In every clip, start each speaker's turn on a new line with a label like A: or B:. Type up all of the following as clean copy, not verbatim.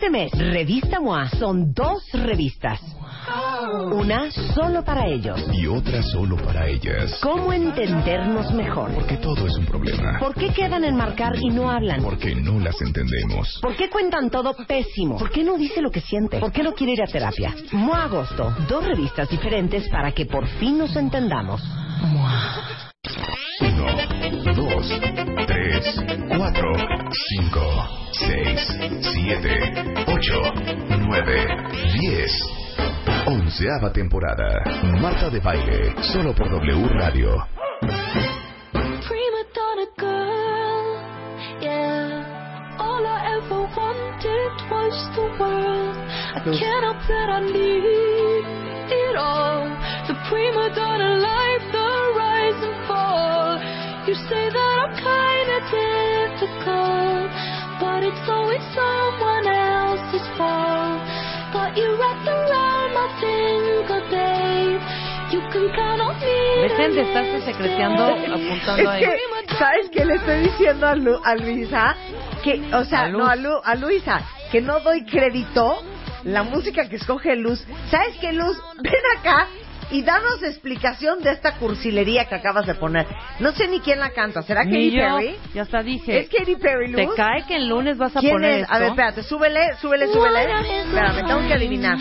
A: Este mes, Revista MOA son 2 revistas. Una solo para ellos.
B: Y otra solo para ellas.
A: ¿Cómo entendernos mejor?
B: Porque todo es un problema.
A: ¿Por qué quedan en marcar y no hablan?
B: Porque no las entendemos.
A: ¿Por qué cuentan todo pésimo? ¿Por qué no dice lo que siente? ¿Por qué no quiere ir a terapia? MOA Agosto. 2 revistas diferentes para que por fin nos entendamos. MOA.
B: 1, 2, 3, 4, 5, 6, 7, 8, 9, 10. 11ª temporada. Marta de Baile, solo por W Radio.
C: Prima donna girl, yeah. All I ever wanted was the world. I can't help that I need it all. The prima donna life, the rise and fall. You say that I'm kinda difficult, but it's always someone else's fault. Got you wrapped around my finger, babe. You can count on me.
D: Dejen de estarse secreteando, apuntando ahí.
A: Que, ¿sabes qué le estoy diciendo a Luisa? Que, o sea, a Luisa, que no doy crédito la música que escoge Luz. ¿Sabes qué, Luz? Ven acá y danos explicación de esta cursilería que acabas de poner. No sé ni quién la canta. ¿Será Katy Perry?
D: Ya hasta dije.
A: ¿Es Katy Perry, Luz?
D: ¿Te cae que el lunes vas a
A: ¿Quién
D: poner
A: es?
D: esto?
A: A ver, espérate, súbele. Espérame, tengo que adivinar.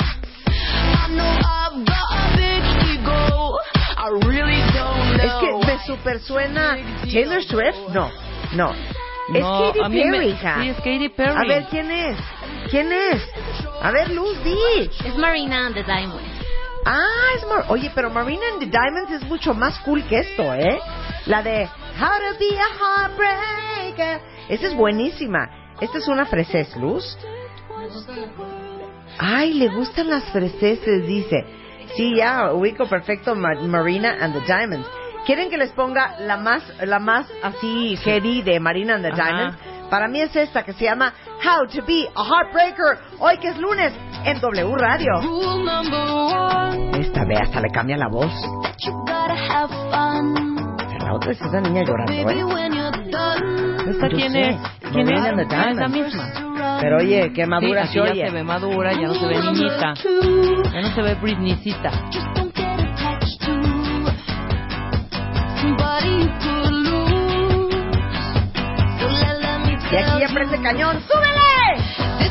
A: Es que me super suena Taylor Swift. No. Es Katy Perry, hija.
D: Sí, es Katy Perry.
A: A ver, ¿quién es? A ver, Luz, di.
C: Es Marina and the Diamonds.
A: Oye, pero Marina and the Diamonds es mucho más cool que esto, ¿eh? La de How to be a Heartbreaker. Esa es buenísima. Esta es una fresés, Luz. Ay, le gustan las freseses, dice. Sí, ya, ubico perfecto Marina and the Diamonds. ¿Quieren que les ponga la más así heavy de Marina and the Diamonds? Para mí es esta que se llama How to be a Heartbreaker. Hoy que es lunes en W Radio. Esta, ve, hasta le cambia la voz. La otra es esa niña llorando, ¿eh?
D: ¿Esta quién es? ¿Quién es?
A: And the
D: Es la
A: Diamonds.
D: misma.
A: Pero oye, qué madura
D: sí,
A: se
D: así
A: oye.
D: ya se ve madura, ya no se ve niñita. Ya no se ve Britneycita.
A: Y aquí ya prende cañón. ¡Súbele!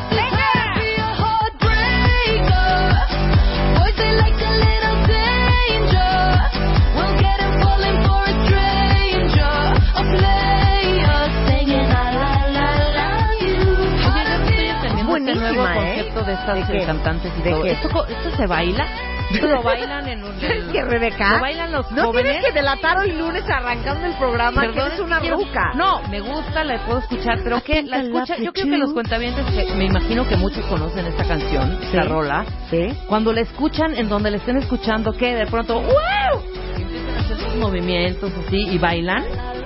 D: Este nuevo
A: Buenísima,
D: concepto de estas
A: ¿De qué?
D: cantantes y
A: ¿De
D: todo.
A: qué?
D: ¿Esto se baila? ¿Esto lo bailan en un...
A: ¿Sabes qué, Rebeca?
D: ¿Lo bailan los
A: no
D: jóvenes?
A: tienes que delatar hoy lunes arrancando el programa.
D: Perdón,
A: que eres una
D: quiero-
A: ruca.
D: No, me gusta, la puedo escuchar, pero que la escucha, yo creo que los cuentavientes, que me imagino que muchos conocen esta canción,
A: Sí.
D: esta rola,
A: ¿Sí?
D: cuando la escuchan, en donde la estén escuchando, que de pronto, ¡wow! Y empiezan a hacer sus movimientos así y bailan.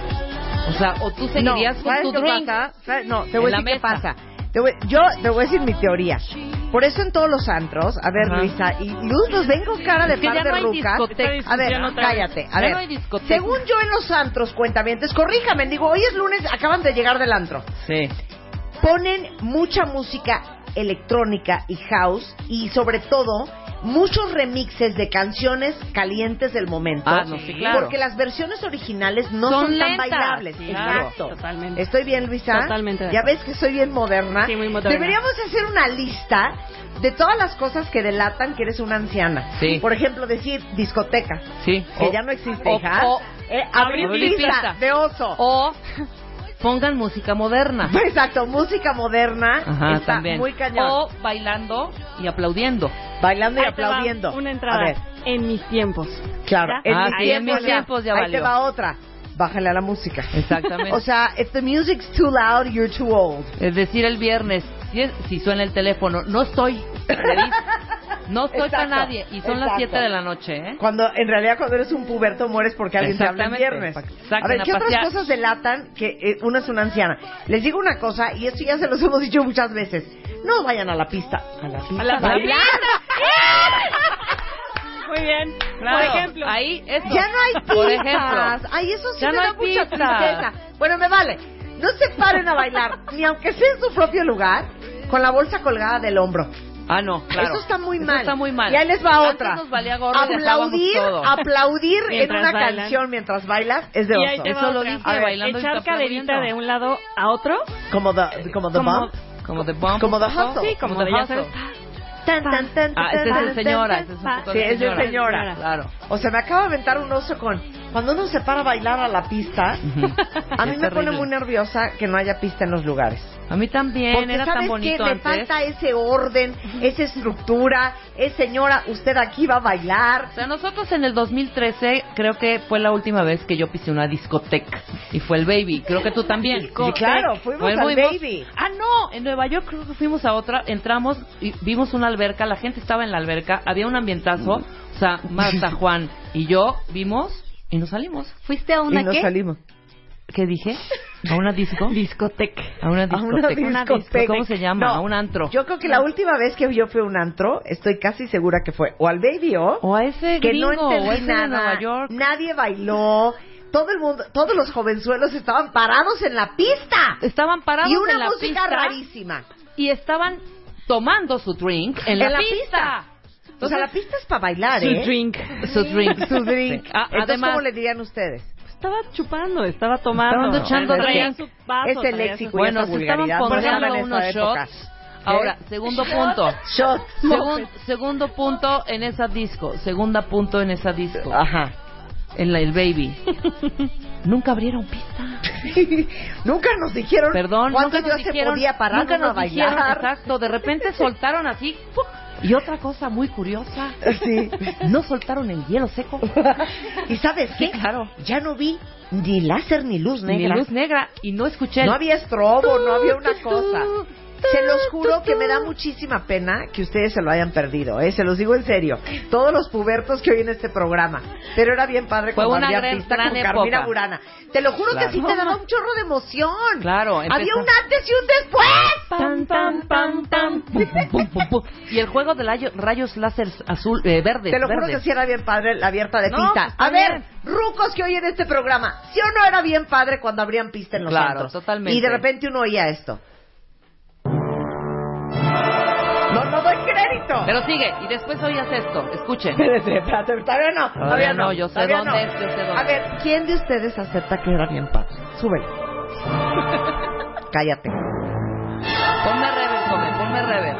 D: O sea, o tú seguirías con
A: ¿sabes
D: tu
A: qué
D: drink.
A: pasa? No, te voy
D: en
A: a
D: la
A: decir qué
D: mesa.
A: pasa. Yo te voy a decir mi teoría. Por eso en todos los antros, a ver,
D: Ajá.
A: Luisa, y Luz, nos vengo cara de
D: Es que
A: par
D: ya
A: de
D: no hay
A: rucas.
D: discotecas.
A: A ver,
D: Ya no otra vez.
A: cállate. A
D: Ya
A: ver,
D: no hay discotecas.
A: según yo en los antros, cuentavientes, corríjame, digo, hoy es lunes, acaban de llegar del antro.
D: Sí.
A: Ponen mucha música electrónica y house y sobre todo muchos remixes de canciones calientes del momento.
D: Ah, no, sí, claro.
A: Porque las versiones originales no
D: Son
A: son tan
D: lentas.
A: bailables.
D: Sí,
A: Exacto.
E: totalmente.
A: ¿Estoy bien, Luisa?
E: Totalmente de
A: ¿Ya
E: acuerdo.
A: ves que soy bien moderna?
E: Sí, muy moderna.
A: Deberíamos hacer una lista de todas las cosas que delatan que eres una anciana.
D: Sí.
A: Por ejemplo, decir discoteca.
D: Sí.
A: Que
D: O-
A: ya no existe,
D: o-
A: hija.
D: o-
A: abrir
D: abrir
A: pista
D: pista.
A: de oso.
D: O pongan música moderna.
A: Exacto, música moderna.
D: Ajá,
A: está
D: también.
A: muy cañón.
D: O bailando y aplaudiendo.
A: Bailando y
E: Ahí te va
A: aplaudiendo.
E: una entrada.
A: A ver,
E: En mis tiempos.
A: claro.
E: ¿Ya?
D: En mis tiempos ya
A: Ahí
D: valió.
A: te va otra. Bájale a la música.
D: Exactamente.
A: O sea, if the music's too loud, you're too old.
D: Es decir, el viernes, si suena el teléfono, no estoy. ¿Revis? No estoy para
A: Exacto,
D: nadie. Y son las
A: exacto.
D: 7 de la noche, ¿eh?
A: Cuando, en realidad, cuando eres un puberto, mueres porque alguien te habla el
D: Exactamente.
A: viernes.
D: Para que saquen
A: A ver, ¿qué
D: a
A: otras
D: pasear.
A: cosas delatan que una es una anciana? Les digo una cosa, y esto ya se los hemos dicho muchas veces. No vayan a la pista. A la pista.
E: A la
A: bailar.
E: Muy bien.
D: Claro,
E: Por ejemplo.
D: ahí, eso.
A: Ya no hay pistas.
D: Por ejemplo.
A: Ay, eso sí
D: Ya
A: me
D: no
A: da
D: hay
A: mucha
D: pistas.
A: tristeza. Bueno, me vale. No se paren a bailar, ni aunque sea en su propio lugar. con la bolsa colgada del hombro.
D: Ah, no, claro.
A: Eso está muy mal.
D: Está muy mal.
A: Y ahí les va otra.
D: Antes nos valía gorro y dejábamos todo.
A: Aplaudir en
E: Mientras
A: una
E: bailan.
A: canción mientras bailas es de
E: Y ahí
A: oso.
E: te va
D: Eso lo
E: otra.
D: dije
E: A ver,
D: bailando y
E: echar
D: aplaudiendo.
E: caderita de un lado a otro.
A: Como the
E: Como-
A: bump.
D: Como The Bump.
A: Como The Hustle.
E: Sí, como
D: The
E: de ya
D: Hustle.
E: sabes.
A: Tan, tan, tan,
D: Ah,
A: tan,
D: ese es
A: tan,
D: de señora.
A: tan,
D: Ese es un
A: tan.
D: poco
A: Sí, es de señora.
D: Claro.
A: O sea, me acaba de aventar un oso con... Cuando uno se para a bailar a la pista, a mí
D: Es
A: me pone
D: terrible.
A: muy nerviosa que no haya pista en los lugares.
D: A mí también.
A: Porque
D: Era
A: ¿sabes
D: tan bonito
A: qué? Le
D: antes.
A: falta ese orden, esa estructura. Señora, usted aquí va a bailar.
D: O sea, nosotros en el 2013 creo que fue la última vez que yo pisé una discoteca y fue el Baby. Creo que tú también.
A: Sí, claro, fuimos al Baby.
D: Ah, no, en Nueva York creo que fuimos a otra, entramos y vimos una alberca, la gente estaba en la alberca, había un ambientazo, o sea, Marta, Juan y yo vimos y nos salimos.
E: ¿Fuiste a
A: Y
E: una
A: nos
E: qué?
A: salimos.
D: ¿Qué dije? ¿A una disco?
E: Discoteca.
D: A una
A: A
D: discoteca.
A: una discoteca.
D: ¿Cómo se llama?
A: No,
D: A un antro.
A: Yo creo que la última vez que yo fui a un antro, estoy casi segura que fue o al Baby
D: O a ese
A: que
D: gringo,
A: no
D: o a
A: entendí
D: ese de
A: nada,
D: Nueva York.
A: nadie bailó, todo el mundo, todos los jovenzuelos estaban parados en la pista
D: Estaban parados
A: y una
D: en la
A: música
D: pista
A: rarísima.
D: y estaban tomando su drink en la pista.
A: O sea, la pista es para bailar,
E: Su
A: ¿eh?
E: drink.
D: Su drink.
A: Su drink.
D: Sí. Ah,
A: Entonces,
D: además,
A: ¿cómo le dirían ustedes?
E: Estaba chupando, estaba tomando.
D: Estaban echando
E: Traía
D: drink.
E: su vaso,
A: Ese
E: traía
A: léxico
E: su-
A: y
D: bueno,
A: esa
D: se estaban
A: vulgaridad no
D: poniendo
A: estaba en
D: unos
A: esa época.
D: shots. Ahora, segundo punto.
A: Shot.
D: Segundo punto en esa disco. Segunda punto en esa disco.
A: Ajá.
D: En el Baby. Nunca abrieron pista.
A: Nunca nos dijeron
D: Perdón,
A: cuánto
D: nunca nos
A: ya se
D: dijeron.
A: podía parar
D: Nunca
A: uno a
D: nos dijeron,
A: bailar.
D: exacto. De repente soltaron así. ¡pum! Y otra cosa muy curiosa.
A: Sí.
D: No soltaron el hielo seco.
A: ¿Y sabes qué?
D: Sí, claro.
A: Ya no vi ni láser ni luz
D: Ni
A: negra.
D: luz negra. Y no escuché el...
A: No había estrobo, no había una cosa. Se los juro que me da muchísima pena que ustedes se lo hayan perdido, ¿eh? Se los digo en serio. Todos los pubertos que oyen este programa. Pero era bien padre
D: Fue
A: cuando
D: una
A: había
D: gran
A: pista con Carmina
D: época.
A: Burana. Te lo juro
D: Claro.
A: que sí te daba un chorro de emoción.
D: Claro,
A: Había
D: empezó-
A: un antes y un después.
D: Tan, tan, tan, tan, pum, pum, pum, pum, pum. Y el juego de rayos láser azul, verdes.
A: Te lo juro
D: verdes.
A: que sí era bien padre la abierta de
D: No,
A: pista.
D: pues, está
A: A ver,
D: bien.
A: rucos que oyen este programa, ¿sí o no era bien padre cuando abrían pista en los
D: Claro,
A: antros?
D: totalmente.
A: Y de repente uno oía esto. No doy crédito.
D: Pero sigue, y después oías esto. Escuchen.
A: Espérate, todavía no.
D: Todavía no, yo sé
A: todavía
D: dónde es, yo sé dónde.
A: A ver, ¿quién de ustedes acepta que era bien padre? Súbele. Cállate.
D: Ponme rever, ponme rever.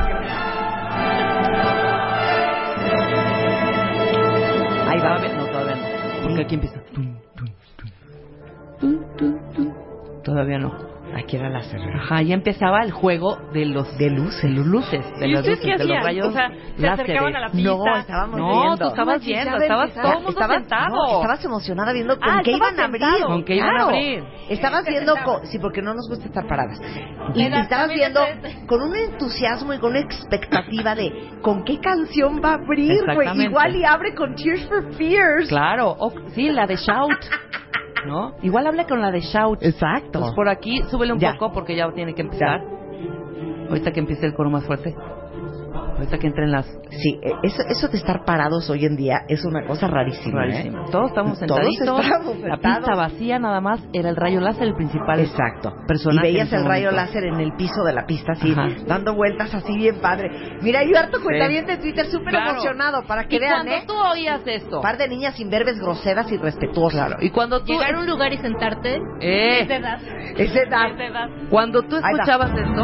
A: Ahí va.
D: Todavía no. Porque aquí empieza. Tum, tum, tum. Tum, tum, tum. Todavía no.
A: Aquí era la cerrada.
D: Ajá, ya empezaba el juego de los
A: De luces.
D: de los luces, de
E: ¿Y
D: las
E: ustedes
D: luces,
E: qué
D: de los
E: hacían?
D: rayos
E: O sea, se acercaban a la pista.
A: No, estábamos
D: No,
A: viendo.
D: tú estabas
A: No,
D: viendo,
A: ya
D: estabas
A: empezaba-
D: todo el mundo sentado.
A: No, estabas emocionada viendo con
E: Ah,
A: qué
E: estabas
A: iban a abrir.
E: sentado.
D: Con qué iban a
A: Claro.
D: abrir.
A: Estabas viendo sí, porque no nos gusta estar paradas. Y
E: Edad,
A: estabas
E: también
A: viendo
E: es
A: con un entusiasmo y con una expectativa de con qué canción va a abrir, güey.
D: Exactamente.
A: Igual y abre con Tears for Fears.
D: Claro, sí, la de Shout. ¿No? Igual habla con la de Shout.
A: Exacto.
D: Entonces por aquí, súbele un
A: Ya.
D: poco porque ya tiene que empezar. Ahorita que empiece el coro más fuerte. Ahorita que entren las...
A: Sí, eso de estar parados hoy en día es una cosa rarísima.
D: Rarísimo. Todos estamos
A: Todos
D: sentaditos.
A: estábamos
D: La
A: sentados.
D: pista vacía nada más. Era el rayo láser el principal.
A: Exacto.
D: Personaje
A: Y veías
D: en ese
A: el rayo
D: momento.
A: láser en el piso de la pista, así,
D: Ajá.
A: dando vueltas así bien padre. Mira, yo harto cuenta bien de Twitter, súper
D: Claro.
A: emocionado, para que
D: Y
A: vean,
D: cuando tú oías esto...
A: Un par de niñas imberbes, groseras y respetuosas.
D: Claro. Y cuando tú...
E: Llegar a un lugar y sentarte es de edad.
A: Es edad.
E: Es de edad.
D: Cuando tú
A: Ahí va.
D: escuchabas esto...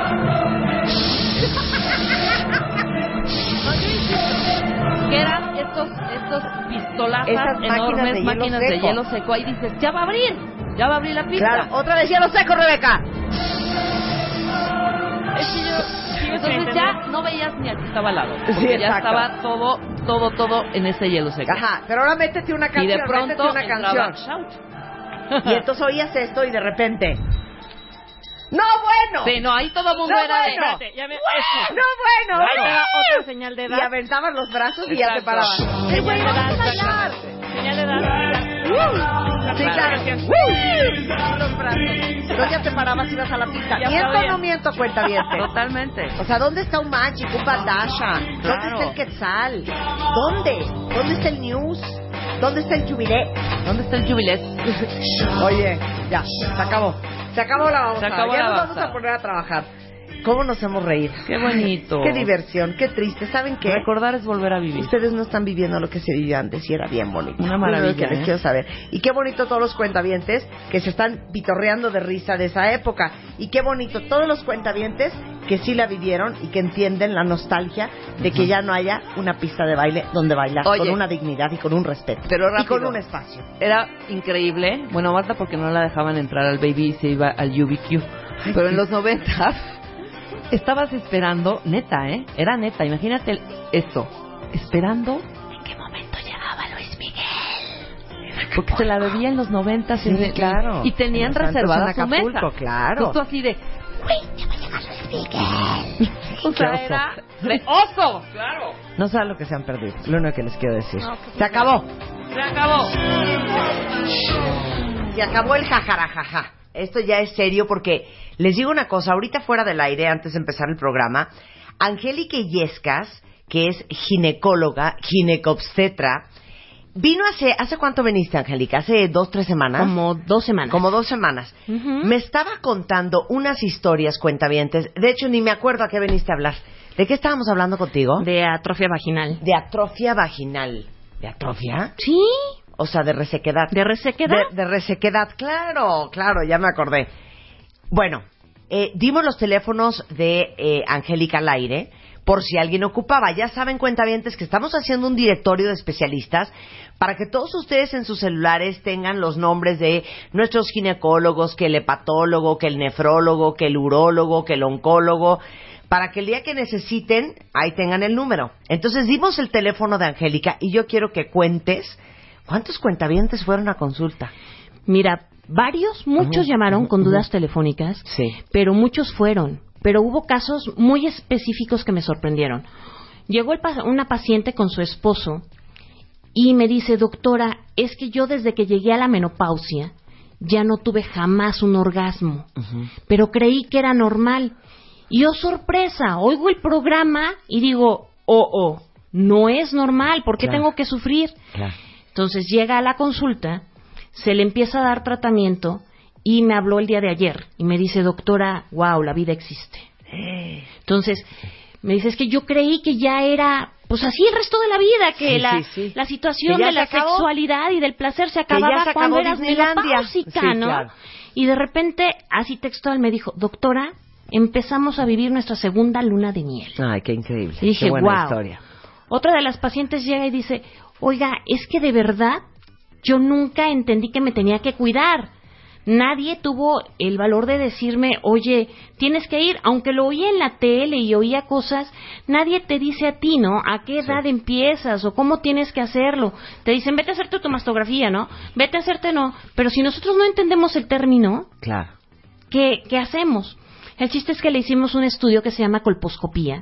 D: que eran estos pistolazos
A: Esas máquinas
D: enormes,
A: de hielo
D: máquinas de
A: seco.
D: hielo seco. Ahí dices, ya va a abrir la pista.
A: Claro, otra vez hielo seco, Rebeca.
E: Es que yo sigo sin
D: Entonces
E: entender.
D: ya no veías ni al que estaba al lado.
A: Sí,
D: Porque ya
A: exacto.
D: estaba todo en ese hielo seco.
A: Ajá, pero ahora métete una
D: Y
A: canción,
D: de pronto
A: métete una
D: entraba
A: canción.
D: Shout.
A: Y entonces oías esto y de repente... ¡No, bueno!
D: Sí, no, ahí todo el mundo
A: No,
D: era de...
A: bueno.
E: Espérate, ya me...
A: ¡No, bueno!
E: Ahí te da otra señal de
A: Y
E: edad.
A: aventabas los brazos y ya te
D: Exacto.
A: parabas. ¡Qué bueno,
E: Señal de
A: vamos a
E: edad,
A: bailar!
E: Señal de edad.
A: Sí, claro. Los brazos. Entonces ya te parabas y ibas a la pista.
E: Ya
A: ¿Miento o
E: aplaudían.
A: no miento, cuentaviente?
D: Totalmente.
A: O sea, ¿dónde está un Magic, un Bandasha? ¿Dónde
D: Claro.
A: está el Quetzal? ¿Dónde? ¿Dónde está el News? ¿Dónde está el Jubilé?
D: ¿Dónde está el jubilet?
A: Oye, ya, se acabó. Se acabó la babosa.
D: Se acabó
A: ya
D: la
A: nos vamos
D: babosa.
A: a poner a trabajar. ¿Cómo nos hemos reído?
D: Qué bonito.
A: Qué diversión, qué triste. ¿Saben qué?
D: Recordar es volver a vivir.
A: Ustedes no están viviendo lo que se vivió antes y era bien bonito.
D: Una maravilla.
A: Que les quiero saber. Y qué bonito todos los cuentavientes que se están pitorreando de risa de esa época. Y qué bonito todos los cuentavientes que sí la vivieron y que entienden la nostalgia de que ya no haya una pista de baile donde bailar con una dignidad y con un respeto.
D: Pero rápido,
A: y con un espacio.
D: Era increíble. Bueno, Marta porque no la dejaban entrar al Baby y se iba al UBQ. Pero en los 90 estabas esperando, neta, era neta. Imagínate esto, esperando en qué momento llegaba Luis Miguel. Porque se la bebía en los 90.
A: Sí, claro.
D: Y tenían reservada su mesa.
A: Claro.
D: Tú así de, uy, ya va a llegar Luis Miguel. O sea, era de oso. Claro.
A: No saben lo que se han perdido. Lo único que les quiero decir.
E: No,
A: se acabó.
D: Se acabó.
A: Se acabó el jajarajaja. Esto ya es serio porque les digo una cosa, ahorita fuera del aire, antes de empezar el programa, Angélica Illescas, que es ginecóloga, ginecobstetra, vino ¿hace cuánto viniste, Angélica? ¿Hace 2-3 semanas?
E: Como 2 semanas.
A: Como 2 semanas.
E: Uh-huh.
A: Me estaba contando unas historias, cuentavientes, de hecho ni me acuerdo a qué viniste a hablar. ¿De qué estábamos hablando contigo?
E: De atrofia vaginal.
A: De atrofia vaginal. ¿De atrofia?
E: Sí.
A: O sea, de resequedad.
E: ¿De resequedad?
A: De resequedad, claro, ya me acordé. Bueno, dimos los teléfonos de Angélica al aire, por si alguien ocupaba. Ya saben, cuentavientes, que estamos haciendo un directorio de especialistas para que todos ustedes en sus celulares tengan los nombres de nuestros ginecólogos, que el hepatólogo, que el nefrólogo, que el urólogo, que el oncólogo, para que el día que necesiten, ahí tengan el número. Entonces dimos el teléfono de Angélica y yo quiero que cuentes ¿cuántos cuentavientes fueron a consulta?
E: Mira, muchos llamaron con dudas telefónicas,
A: sí,
E: pero muchos fueron. Pero hubo casos muy específicos que me sorprendieron. Llegó una paciente con su esposo y me dice, doctora, es que yo desde que llegué a la menopausia ya no tuve jamás un orgasmo, pero creí que era normal. Y oh, sorpresa, oigo el programa y digo, no es normal, ¿por qué tengo que sufrir?
A: Claro.
E: Entonces llega a la consulta, se le empieza a dar tratamiento y me habló el día de ayer y me dice, doctora, wow, la vida existe. Entonces me dice, es que yo creí que ya era pues así el resto de la vida, que la situación de la sexualidad y del placer se acababa cuando eras menopáusica, ¿no? Claro. Y de repente, así textual, me dijo, doctora, empezamos a vivir nuestra segunda luna de miel.
A: Ay, qué increíble.
E: Y dije,
A: qué buena
E: wow.
A: Historia.
E: Otra de las pacientes llega y dice, oiga, es que de verdad yo nunca entendí que me tenía que cuidar. Nadie tuvo el valor de decirme, oye, tienes que ir, aunque lo oía en la tele y oía cosas, nadie te dice a ti, ¿no? ¿A qué edad empiezas o cómo tienes que hacerlo? Te dicen, vete a hacerte tu mastografía, ¿no? Vete a hacerte, no. Pero si nosotros no entendemos el término,
A: claro,
E: ¿qué hacemos? El chiste es que le hicimos un estudio que se llama colposcopía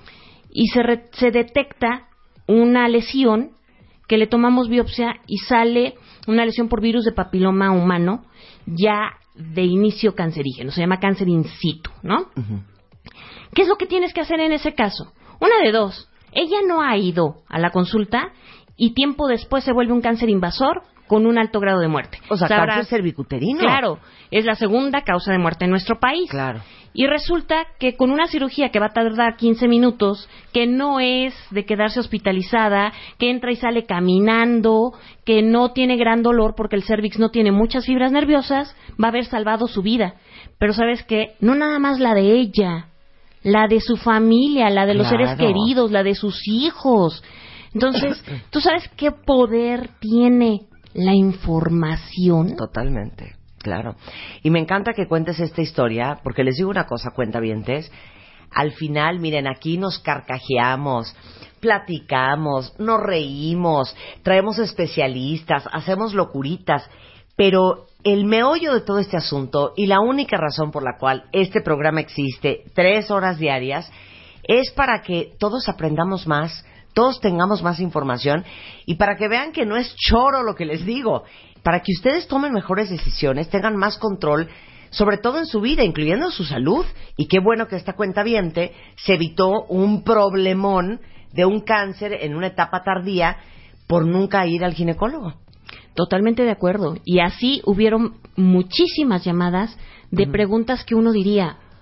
E: y se detecta una lesión que le tomamos biopsia y sale una lesión por virus de papiloma humano ya de inicio cancerígeno, se llama cáncer in situ, ¿no? ¿Qué es lo que tienes que hacer en ese caso? Una de dos, ella no ha ido a la consulta y tiempo después se vuelve un cáncer invasor con un alto grado de muerte.
A: O sea, cáncer cervicuterino.
E: Claro, es la segunda causa de muerte en nuestro país.
A: Claro.
E: Y resulta que con una cirugía que va a tardar 15 minutos, que no es de quedarse hospitalizada, que entra y sale caminando, que no tiene gran dolor porque el cérvix no tiene muchas fibras nerviosas, va a haber salvado su vida. Pero ¿sabes qué? No nada más la de ella, la de su familia, la de los seres queridos, la de sus hijos. Entonces, ¿tú sabes qué poder tiene la información?
A: Totalmente, claro. Y me encanta que cuentes esta historia, porque les digo una cosa, cuentavientes, al final, miren, aquí nos carcajeamos, platicamos, nos reímos, traemos especialistas, hacemos locuritas, pero el meollo de todo este asunto y la única razón por la cual este programa existe 3 horas diarias es para que todos aprendamos más, todos tengamos más información y para que vean que no es choro lo que les digo, para que ustedes tomen mejores decisiones, tengan más control, sobre todo en su vida, incluyendo su salud. Y qué bueno que esta cuentaviente se evitó un problemón de un cáncer en una etapa tardía por nunca ir al ginecólogo.
E: Totalmente de acuerdo. Y así hubieron muchísimas llamadas de preguntas que uno diría,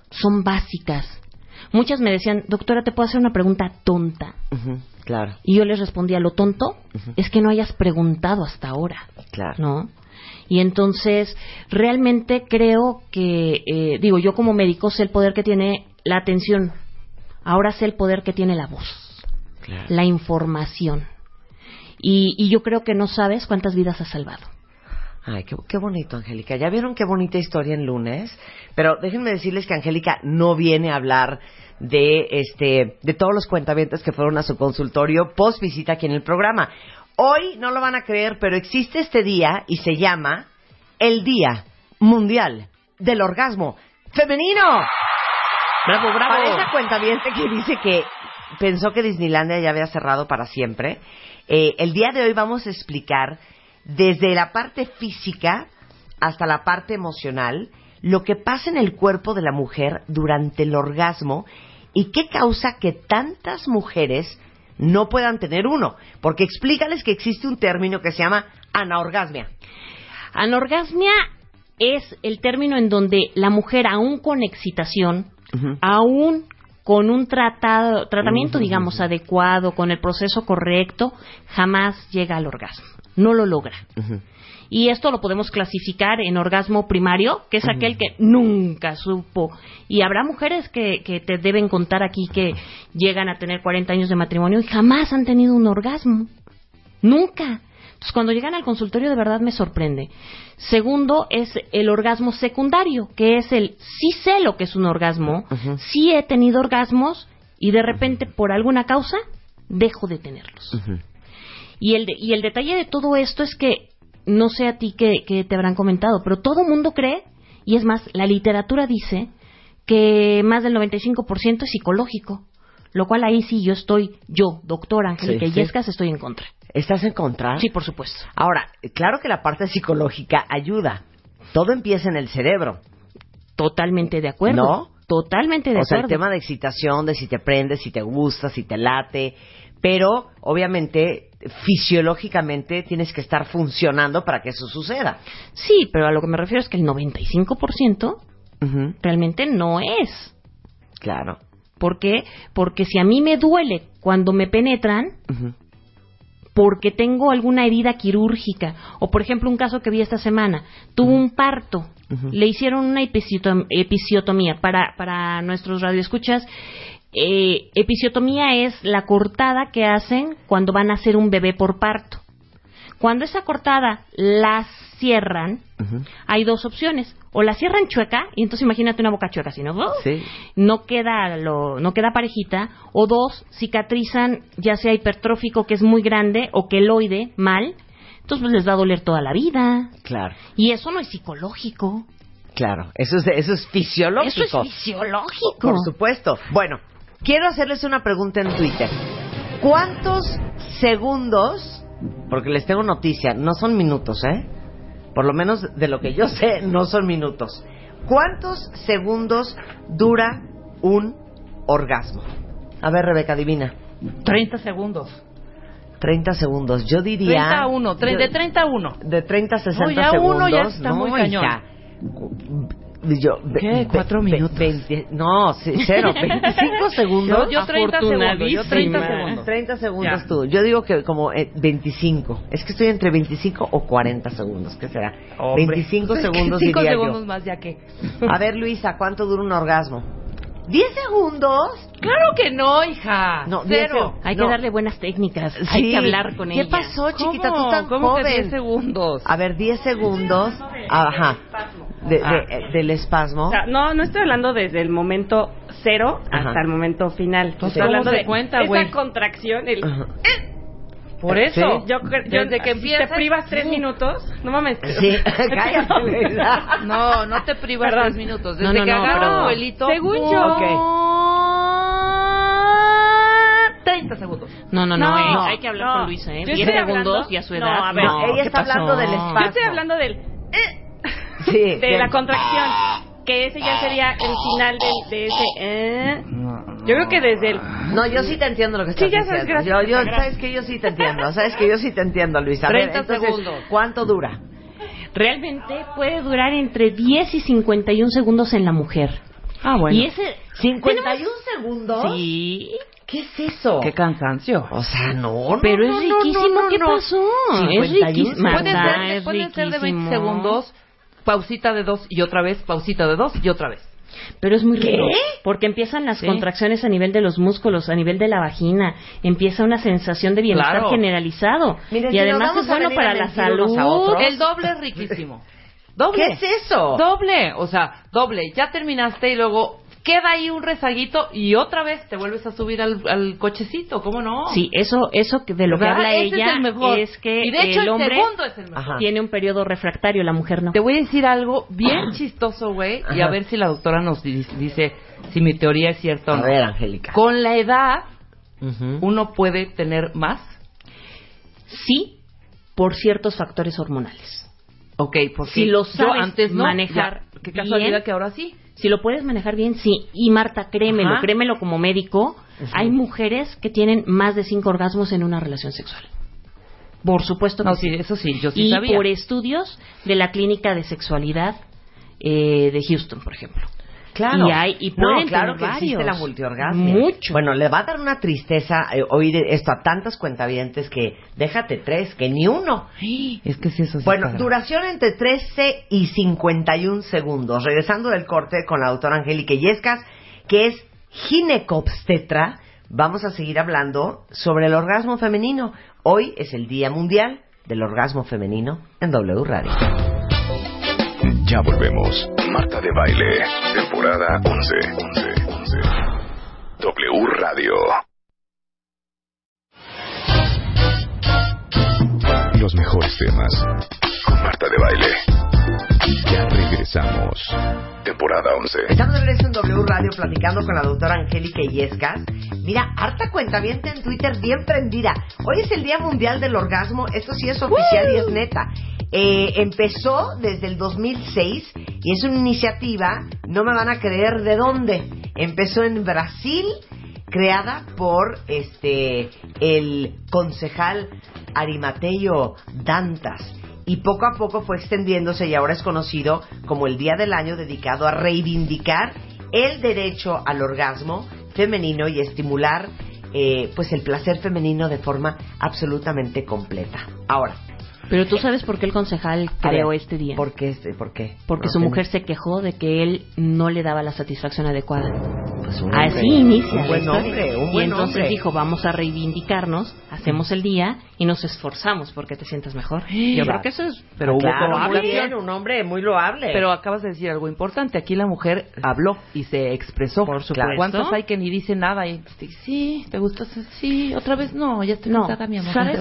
E: son básicas. Muchas me decían, doctora, ¿te puedo hacer una pregunta tonta?
A: Claro.
E: Y yo les respondía, lo tonto es que no hayas preguntado hasta ahora.
A: Claro.
E: ¿No? Y entonces, realmente creo que, yo como médico sé el poder que tiene la atención. Ahora sé el poder que tiene la voz, la información. Y yo creo que no sabes cuántas vidas has salvado.
A: Ay, qué bonito, Angélica. ¿Ya vieron qué bonita historia en lunes? Pero déjenme decirles que Angélica no viene a hablar de todos los cuentavientes que fueron a su consultorio post visita aquí en el programa. Hoy no lo van a creer, pero existe este día y se llama el Día Mundial del Orgasmo Femenino.
E: ¡Bravo, bravo!
A: Para esa cuentaviente que dice que pensó que Disneylandia ya había cerrado para siempre, el día de hoy vamos a explicar desde la parte física hasta la parte emocional lo que pasa en el cuerpo de la mujer durante el orgasmo y qué causa que tantas mujeres no puedan tener uno. Porque explícales que existe un término que se llama anorgasmia.
E: Anorgasmia es el término en donde la mujer, aún con excitación, aún con un tratamiento, digamos, adecuado, con el proceso correcto, jamás llega al orgasmo. No lo logra. Y esto lo podemos clasificar en orgasmo primario, que es aquel que nunca supo. Y habrá mujeres que te deben contar aquí que llegan a tener 40 años de matrimonio y jamás han tenido un orgasmo. Nunca. Entonces, cuando llegan al consultorio, de verdad me sorprende. Segundo es el orgasmo secundario, que es el sí sé lo que es un orgasmo, sí he tenido orgasmos y de repente, por alguna causa, dejo de tenerlos. Y el detalle de todo esto es que, no sé a ti que te habrán comentado, pero todo mundo cree, y es más, la literatura dice que más del 95% es psicológico, lo cual ahí sí yo, doctora Angélica Illescas, estoy en contra.
A: ¿Estás en contra?
E: Sí, por supuesto.
A: Ahora, claro que la parte psicológica ayuda. Todo empieza en el cerebro.
E: Totalmente de acuerdo.
A: ¿No?
E: Totalmente de acuerdo.
A: O sea, el tema de excitación, de si te prende, si te gusta, si te late. Pero, obviamente, fisiológicamente tienes que estar funcionando para que eso suceda.
E: Sí, pero a lo que me refiero es que el 95% realmente no es.
A: Claro.
E: ¿Por qué? Porque si a mí me duele cuando me penetran, porque tengo alguna herida quirúrgica, o por ejemplo un caso que vi esta semana, tuvo un parto, le hicieron una episiotomía. Para nuestros radioescuchas, episiotomía es la cortada que hacen cuando van a hacer un bebé por parto. Cuando esa cortada la cierran, hay dos opciones: o la cierran chueca, y entonces imagínate una boca chueca, ¿no?
A: Sí.
E: No queda parejita, o dos, cicatrizan, ya sea hipertrófico, que es muy grande, o queloide, mal, entonces pues les va a doler toda la vida.
A: Claro.
E: Y eso no es psicológico.
A: Claro, eso es fisiológico.
E: Eso es fisiológico.
A: Por supuesto. Bueno, quiero hacerles una pregunta en Twitter. ¿Cuántos segundos, porque les tengo noticia, no son minutos, por lo menos de lo que yo sé, no son minutos, ¿cuántos segundos dura un orgasmo? A ver, Rebeca, adivina.
D: 30 segundos.
A: 30 segundos, yo diría...
D: 30 a 1, de 30 a 1.
A: De 30 a 60
D: ya
A: segundos.
D: Uno ya está muy cañón.
A: Hija.
D: ¿Qué? 4 minutos.
A: 0, 25 segundos.
D: Yo 30 segundos. Yo 30 segundos.
A: 30 segundos
D: ya.
A: tú. Yo digo que como 25. Es que estoy entre 25 o 40 segundos. ¿Qué será?
D: Hombre,
A: 25 segundos
D: 5
A: diría
D: segundos
A: yo.
D: más ya que.
A: A ver, Luisa, ¿cuánto dura un orgasmo? ¿10 segundos?
D: Claro que no, hija.
A: No,
D: 0.
E: Hay que darle buenas técnicas.
A: Sí.
E: Hay que hablar con ella.
A: ¿Qué pasó, chiquita? Tú tan
D: ¿Cómo
A: joven.
D: que 10 segundos?
A: A ver, 10 segundos. Ajá. Del espasmo.
F: O sea, no estoy hablando desde el momento 0 hasta el momento final.
D: Pues
F: estoy hablando
D: ¿cómo
F: de
D: se cuenta, güey?
F: esa contracción, el...
D: Por eso.
A: ¿Sí?
F: Yo
D: Desde que
F: si
D: empiezas,
F: te privas 3 minutos, no mames.
A: Sí, cállate, Luisa.
D: No te privas 3 minutos. Desde
E: No,
D: que agarras
E: pero-
D: tu vuelito.
F: Según
D: ¡pum!
F: yo.
A: Ok.
D: 30 segundos.
E: No,
F: No,
E: hay que hablar con Luisa,
F: Yo
E: 10
F: estoy
E: segundos
F: hablando-
E: y a su
F: No,
E: edad.
F: a ver,
A: ella
E: ¿qué
A: está hablando
E: pasó?
A: del espasmo.
F: Yo estoy hablando del...
A: Sí.
F: de la contracción. Que ese ya sería el final de ese... Yo creo que desde el...
A: No, yo sí te entiendo lo que estás
F: Sí, ya sabes,
A: diciendo.
F: gracias.
A: Sabes que yo sí te entiendo. Sabes que yo sí te entiendo, Luisa. A ver,
D: 30
A: entonces,
D: segundos.
A: ¿cuánto dura?
E: Realmente puede durar entre 10 y 51 segundos en la mujer.
D: bueno.
E: Y ese...
A: 51 segundos.
E: Sí.
A: ¿Qué es eso?
D: Qué cansancio.
A: O sea, no.
E: Pero es riquísimo. ¿Qué pasó?
A: 51
E: Es riquísimo.
D: Puede ser de 20 segundos, pausita de 2 y otra vez, pausita de 2 y otra vez.
E: Pero es muy
A: ¿Qué?
E: rico, porque empiezan las contracciones a nivel de los músculos, a nivel de la vagina, empieza una sensación de bienestar generalizado.
A: Miren,
E: y además es bueno para la salud.
D: El doble es riquísimo. ¿Doble?
A: ¿Qué es eso?
D: Doble, o sea, doble. Ya terminaste y luego queda ahí un rezaguito y otra vez te vuelves a subir al cochecito, ¿cómo no?
E: Sí, eso que de lo que habla
D: Ese
E: ella
D: es, el mejor.
E: es que
D: y de hecho,
E: el hombre
D: segundo es el mejor.
E: tiene un periodo refractario, la mujer no.
D: Te voy a decir algo bien chistoso, güey, y a ver si la doctora nos dice si mi teoría es cierta o no.
A: A ver, Angélica.
D: Con la edad, uno puede tener más.
E: Sí, por ciertos factores hormonales.
D: Ok, porque
E: si lo sabes
D: yo antes no
E: manejar
D: ya, qué casualidad
E: bien,
D: que ahora sí.
E: Si lo puedes manejar bien, sí. Y Marta, créemelo como médico, hay mujeres que tienen más de 5 orgasmos en una relación sexual. Por supuesto que
D: sí, eso sí, yo sí
E: y
D: sabía.
E: Por estudios de la Clínica de Sexualidad de Houston, por ejemplo.
A: Claro.
E: Y pueden
A: claro
E: tener
A: que existe
E: varios.
A: la multiorgasmia.
E: Mucho.
A: Bueno, le va a dar una tristeza oír esto a tantas cuentavientes que déjate 3, que ni uno.
D: Es que sí, eso sí.
A: Bueno,
D: está
A: duración entre 13 y 51 segundos. Regresando del corte con la doctora Angélica Illescas, que es ginecobstetra, vamos a seguir hablando sobre el orgasmo femenino. Hoy es el Día Mundial del Orgasmo Femenino en W Radio.
B: Ya volvemos. Marta de Baile, temporada 11. W Radio. Los mejores temas con Marta de Baile. Ya regresamos. Temporada 11.
A: Estamos de regreso en W Radio platicando con la doctora Angélica Illescas. Mira, harta cuentaviente en Twitter bien prendida. Hoy es el Día Mundial del Orgasmo. Esto sí es oficial y es neta. Empezó desde el 2006 y es una iniciativa, no me van a creer de dónde. Empezó en Brasil, creada por el concejal Arimateio Dantas. Y poco a poco fue extendiéndose y ahora es conocido como el día del año dedicado a reivindicar el derecho al orgasmo femenino y estimular pues el placer femenino de forma absolutamente completa. Ahora,
E: pero tú sabes por qué el concejal creó este día.
A: ¿Por qué?
E: Porque
A: no
E: su mujer se quejó de que él no le daba la satisfacción adecuada.
A: Pues un
E: Así
A: hombre,
E: inicia
A: un buen
E: la historia.
A: hombre,
E: y entonces dijo, vamos a reivindicarnos, hacemos el día y nos esforzamos porque te sientas mejor. Yo creo que eso es...
D: Pero hubo
A: muy bien, un hombre muy loable.
D: Pero acabas de decir algo importante. Aquí la mujer habló y se expresó.
E: Por supuesto.
D: ¿Cuántas hay que ni dicen nada? Y sí, ¿te gusta? Sí, otra vez no, ya estoy cansada, mi amor.
E: ¿Sabes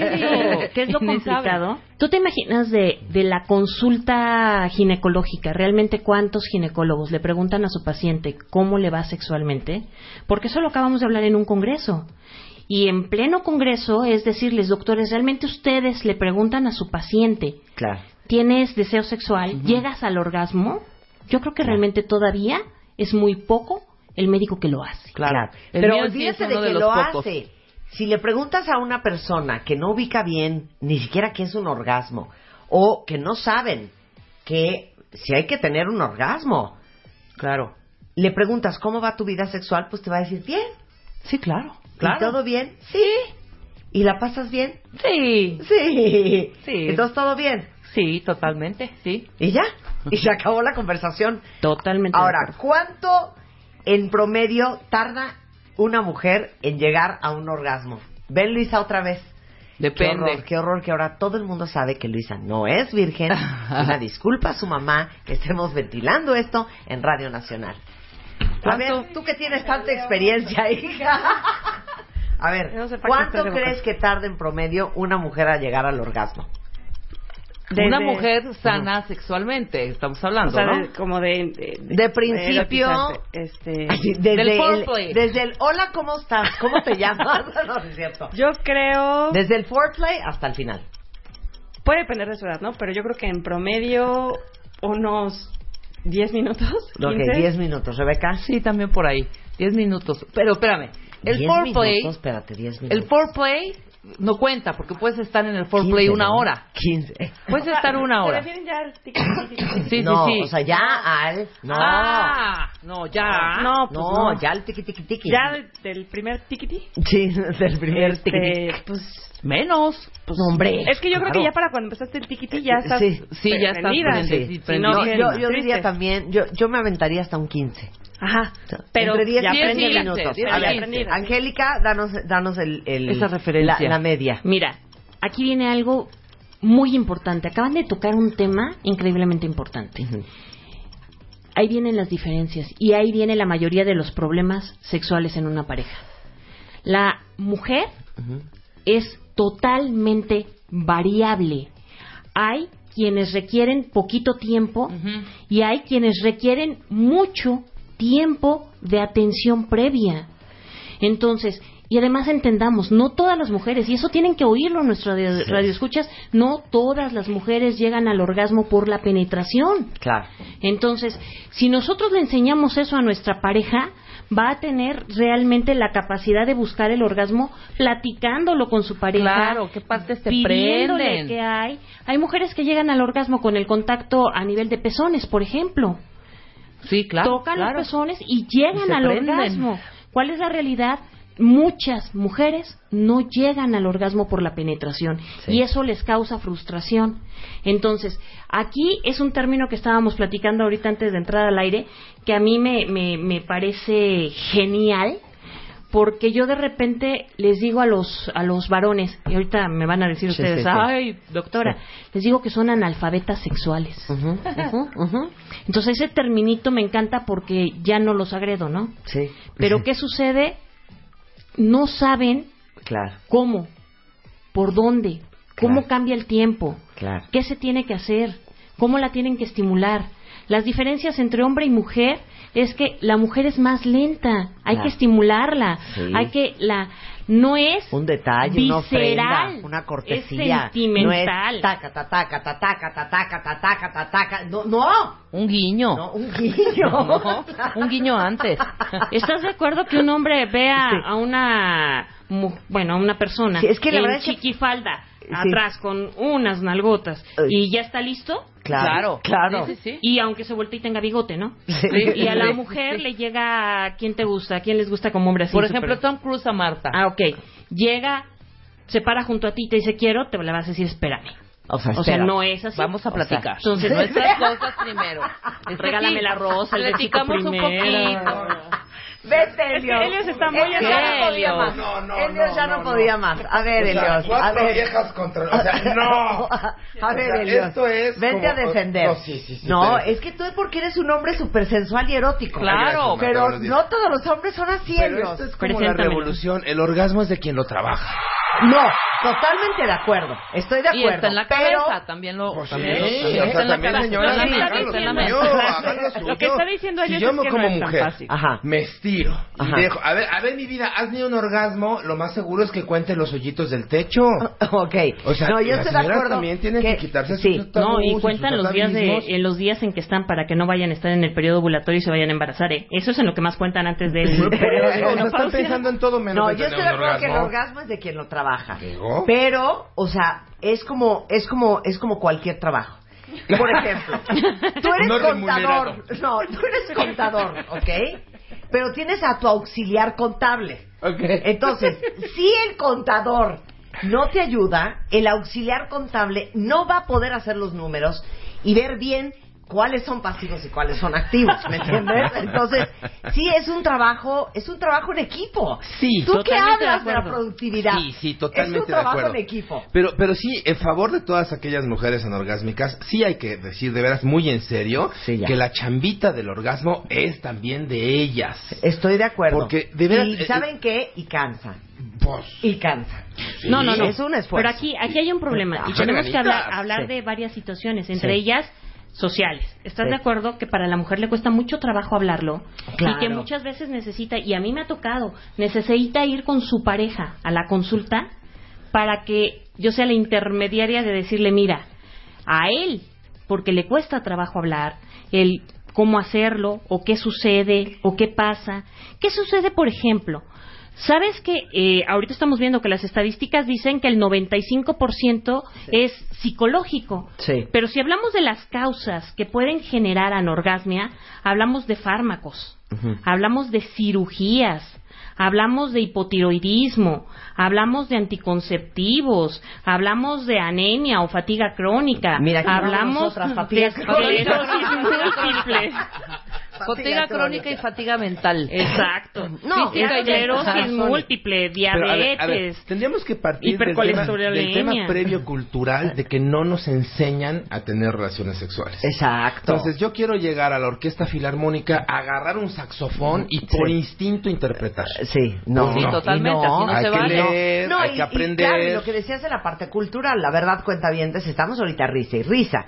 E: qué es lo complicado? ¿Tú te imaginas de la consulta ginecológica? ¿Realmente cuántos ginecólogos le preguntan a su paciente cómo le va sexualmente? Porque eso lo acabamos de hablar en un congreso. Y en pleno congreso es decirles, doctores, ¿realmente ustedes le preguntan a su paciente,
A: claro,
E: ¿tienes deseo sexual? ¿Llegas al orgasmo? Yo creo que realmente todavía es muy poco el médico que lo hace.
A: Claro. Pero olvídate de que lo hace. Si le preguntas a una persona que no ubica bien ni siquiera qué es un orgasmo, o que no saben que si hay que tener un orgasmo,
D: claro,
A: le preguntas ¿cómo va tu vida sexual? Pues te va a decir bien.
D: Sí, claro.
A: ¿Y todo bien? Sí. ¿Y la pasas bien?
D: Sí.
A: Sí.
D: Sí.
A: ¿Entonces todo bien?
D: Sí, totalmente, sí.
A: ¿Y ya? Y se acabó la conversación.
E: Totalmente.
A: Ahora, ¿cuánto en promedio tarda una mujer en llegar a un orgasmo? Ven, Luisa, otra vez.
D: Depende.
A: Qué horror que ahora todo el mundo sabe que Luisa no es virgen. Una disculpa a su mamá que estemos ventilando esto en Radio Nacional. A ver, tú que tienes tanta experiencia, hija. A ver,
F: No sé para qué
A: ¿cuánto
F: estás de
A: crees que tarda en promedio una mujer a llegar al orgasmo?
D: Una mujer sana sexualmente, estamos hablando,
F: o sea,
D: ¿no?
F: como de
A: principio, así, desde el hola, ¿cómo estás? ¿Cómo te llamas? No, es cierto.
F: Yo creo...
A: Desde el foreplay hasta el final.
F: Puede depender de su edad, ¿no? Pero yo creo que en promedio unos 10 minutos. 15.
A: Ok, 10 minutos. ¿Rebeca?
D: Sí, también por ahí. 10 minutos. Pero espérame. El
A: 10
D: foreplay...
A: minutos, espérate, 10 minutos.
D: El foreplay no cuenta, porque puedes estar en el foreplay
A: 15,
D: una
A: ¿no?
D: hora.
A: 15.
D: Puedes estar una hora.
F: ¿Se refieren ya al tiquitiquiti?
D: Sí,
A: no,
D: sí.
A: o sea, ya al... No.
D: No, ya.
F: No, pues
A: No,
F: no.
A: ya el tiqui.
F: ¿Ya del primer tiquiti?
A: Sí, del primer tiqui.
F: Pues
D: Menos.
A: Pues hombre.
F: es que yo creo
A: claro.
F: que ya para cuando empezaste el tiquiti ya estás
D: Sí, ya estás
F: prendida.
D: prendida.
A: Sí,
D: Sí,
F: Si no,
A: No,
F: bien
A: yo
F: triste.
A: diría también, yo me aventaría hasta un 15.
F: Ajá.
A: Pero
F: Pero
A: entre 10
F: ya
A: y 15
F: aprendida.
A: minutos.
D: pero
A: A
D: ya
A: ver,
F: aprendida.
A: Angélica, danos
D: Esa referencia.
A: la media.
E: Mira, aquí viene algo muy importante. Acaban de tocar un tema increíblemente importante. Ahí vienen las diferencias y ahí viene la mayoría de los problemas sexuales en una pareja. La mujer es totalmente variable. Hay quienes requieren poquito tiempo y hay quienes requieren mucho tiempo de atención previa. Entonces, y además entendamos, no todas las mujeres, y eso tienen que oírlo nuestro radioescuchas, no todas las mujeres llegan al orgasmo por la penetración.
A: Claro.
E: Entonces, si nosotros le enseñamos eso a nuestra pareja, va a tener realmente la capacidad de buscar el orgasmo platicándolo con su pareja.
D: Claro, qué partes te
E: pidiéndole
D: prenden.
E: que hay. Hay mujeres que llegan al orgasmo con el contacto a nivel de pezones, por ejemplo.
D: Sí, claro.
E: Tocan
D: claro.
E: los pezones y llegan
D: Y se
E: al
D: prenden.
E: orgasmo. ¿Cuál es la realidad? Muchas mujeres no llegan al orgasmo por la penetración y eso les causa frustración. Entonces, aquí es un término que estábamos platicando ahorita antes de entrar al aire, que a mí me parece genial, porque yo de repente les digo a los varones, y ahorita me van a decir
A: Sí,
E: ustedes,
A: sí, sí.
E: ay, doctora, les digo que son analfabetas sexuales. Entonces ese terminito me encanta porque ya no los agredo, ¿no?
A: Sí.
E: Pero ¿qué sucede? No saben
A: Claro,
E: cómo, por dónde, cómo
A: Claro.
E: cambia el tiempo,
A: claro.
E: qué se tiene que hacer, cómo la tienen que estimular. Las diferencias entre hombre y mujer es que la mujer es más lenta, hay
A: Claro.
E: que estimularla,
A: Sí.
E: hay que no es
A: Un detalle, una
E: visceral,
A: ofrenda, una
E: es
A: cortesía.
E: sentimental.
A: No es taca, ta, taca, ta, taca, ta, taca, ta, taca, ta, taca. No, no.
D: Un guiño.
A: No, un guiño.
D: No, un guiño antes.
E: ¿Estás de acuerdo que un hombre vea
A: Sí.
E: a una a una persona
A: Sí, es que la
E: en
A: verdad es que-
E: chiquifalda
A: Sí.
E: atrás con unas nalgotas
A: Ay.
E: y ya está listo?
A: Claro, claro.
D: Sí, sí, sí.
E: Y aunque se voltee y tenga bigote, ¿no?
A: Sí.
E: Y a la
D: Sí,
E: mujer
D: sí.
E: le llega a quién te gusta, a quién les gusta como hombre así.
D: Por ejemplo,
E: súper-
D: Tom Cruise a Marta.
E: Ah, ok. Llega, se para junto a ti y te dice quiero, te la vas a decir espérame.
A: O sea,
E: O sea,
A: espera.
E: no es así.
D: Vamos a
A: O sea,
D: platicar.
E: entonces-
D: nuestras cosas primero. Es que
E: Regálame
D: sí,
E: la rosa, el besito
D: platicamos un
E: primero.
D: poquito.
A: Vete, Elios.
F: Elios está muy
A: Elios ya no
D: enojado.
A: podía más. Elios ya no podía más. A ver,
G: O sea,
A: Elios. A
G: cuatro
A: ver.
G: viejas contra... O sea, no.
A: A ver,
G: O sea,
A: Elios.
G: esto es
A: Vente
G: como-
A: a defender.
G: No, sí,
A: No,
G: pero-
A: es que tú es porque eres un hombre súper sensual y erótico.
D: Claro.
A: Pero
G: Todos los días.
A: no todos los hombres son así,
G: Pero
A: Elios.
G: esto es como la
E: Preséntamelo.
G: revolución. El orgasmo es de quien lo trabaja.
A: No, totalmente de acuerdo. Estoy de
D: Y
A: acuerdo.
D: está en la
A: pero
D: cabeza, también lo...
G: Pues
D: también
G: sí,
D: lo-
G: o
D: también
G: sea,
D: está en la
G: también,
D: cabeza.
G: señora,
D: Está en la
G: sí,
D: mente,
G: hagan lo
D: está en la
G: suyo,
D: mente.
G: hagan lo suyo.
F: Lo que está diciendo
G: Si
F: Elios
G: yo
F: es que
G: como
F: no es tan
G: mujer
F: fácil.
A: Ajá.
G: me estiro y
A: Ajá.
G: dejo... A ver, mi vida, ¿has tenido un orgasmo? Lo más seguro es que cuente los hoyitos del techo.
A: Ok.
G: O sea,
A: no, yo
G: las
A: estoy de
G: señoras
A: acuerdo.
G: también tienen que quitarse
A: sí.
G: sus tabús
E: No, y
G: sus
E: cuentan los días
G: atavismos.
E: los días en que están para que no vayan a estar en el periodo ovulatorio y se vayan a embarazar. Eso es en lo que más cuentan antes del periodo de
G: O sea, están
E: menopausia.
G: pensando en todo menos
A: No,
G: en
A: yo
G: tener
A: estoy de
G: un
A: acuerdo que el
G: orgasmo.
A: orgasmo es de quien lo trabaja.
G: Digo.
A: Pero, o sea, es como cualquier trabajo. Por ejemplo, tú eres
G: No
A: contador.
G: remunerado.
A: No, tú eres contador, ¿ok? Pero tienes a tu auxiliar contable.
G: Ok.
A: Entonces, si el contador no te ayuda, el auxiliar contable no va a poder hacer los números y ver bien cuáles son pasivos y cuáles son activos, ¿me entiendes? Entonces, sí es un trabajo en equipo.
G: Sí,
A: ¿Tú qué
E: totalmente de
A: hablas de la
E: acuerdo.
A: productividad?
G: Sí, totalmente
A: Es un
G: de
A: trabajo
G: acuerdo.
A: en equipo.
G: Pero sí, en favor de todas aquellas mujeres anorgásmicas, sí hay que decir de veras muy en serio
A: Sí, ya.
G: que la chambita del orgasmo es también de ellas.
A: Estoy de acuerdo.
G: Porque, de veras,
A: y ¿saben qué? Y cansa.
G: Pues,
A: Y cansa.
G: sí.
E: No.
A: Es un esfuerzo.
E: Pero aquí hay un problema y
G: Ajá.
E: tenemos que
G: Ganitas.
E: hablar
A: Sí.
E: de varias situaciones, entre
A: Sí.
E: ellas sociales. ¿Estás
A: Sí.
E: de acuerdo que para la mujer le cuesta mucho trabajo hablarlo?
A: Claro.
E: Y que muchas veces necesita, y a mí me ha tocado, necesita ir con su pareja a la consulta para que yo sea la intermediaria de decirle, mira, a él, porque le cuesta trabajo hablar, el cómo hacerlo, o qué sucede, o qué pasa. ¿Qué sucede, por ejemplo? ¿Sabes que ahorita estamos viendo que las estadísticas dicen que el 95% es psicológico?
A: Sí.
E: Pero si hablamos de las causas que pueden generar anorgasmia, hablamos de fármacos, hablamos de cirugías, hablamos de hipotiroidismo, hablamos de anticonceptivos, hablamos de anemia o fatiga crónica,
A: Mira, aquí
E: hablamos
A: otras
E: de
A: fatigas
E: esclerosis múltiple.
D: Fatiga crónica y fatiga mental.
E: Exacto.
A: No,
E: esclerosis múltiple,
G: Pero,
E: diabetes.
G: a ver, tendríamos que partir del
E: hipercolesterolemia.
G: tema previo cultural de que no nos enseñan a tener relaciones sexuales.
A: Exacto.
G: Entonces yo quiero llegar a la orquesta filarmónica, agarrar un saxofón y por instinto interpretar.
A: Sí, no.
D: Sí,
G: no.
D: totalmente. Así no
G: hay
D: se
G: que
D: vale.
G: leer,
A: No,
G: hay que aprender.
A: Y claro, y lo que decías de la parte cultural, la verdad, cuentavientes, estamos ahorita risa y risa.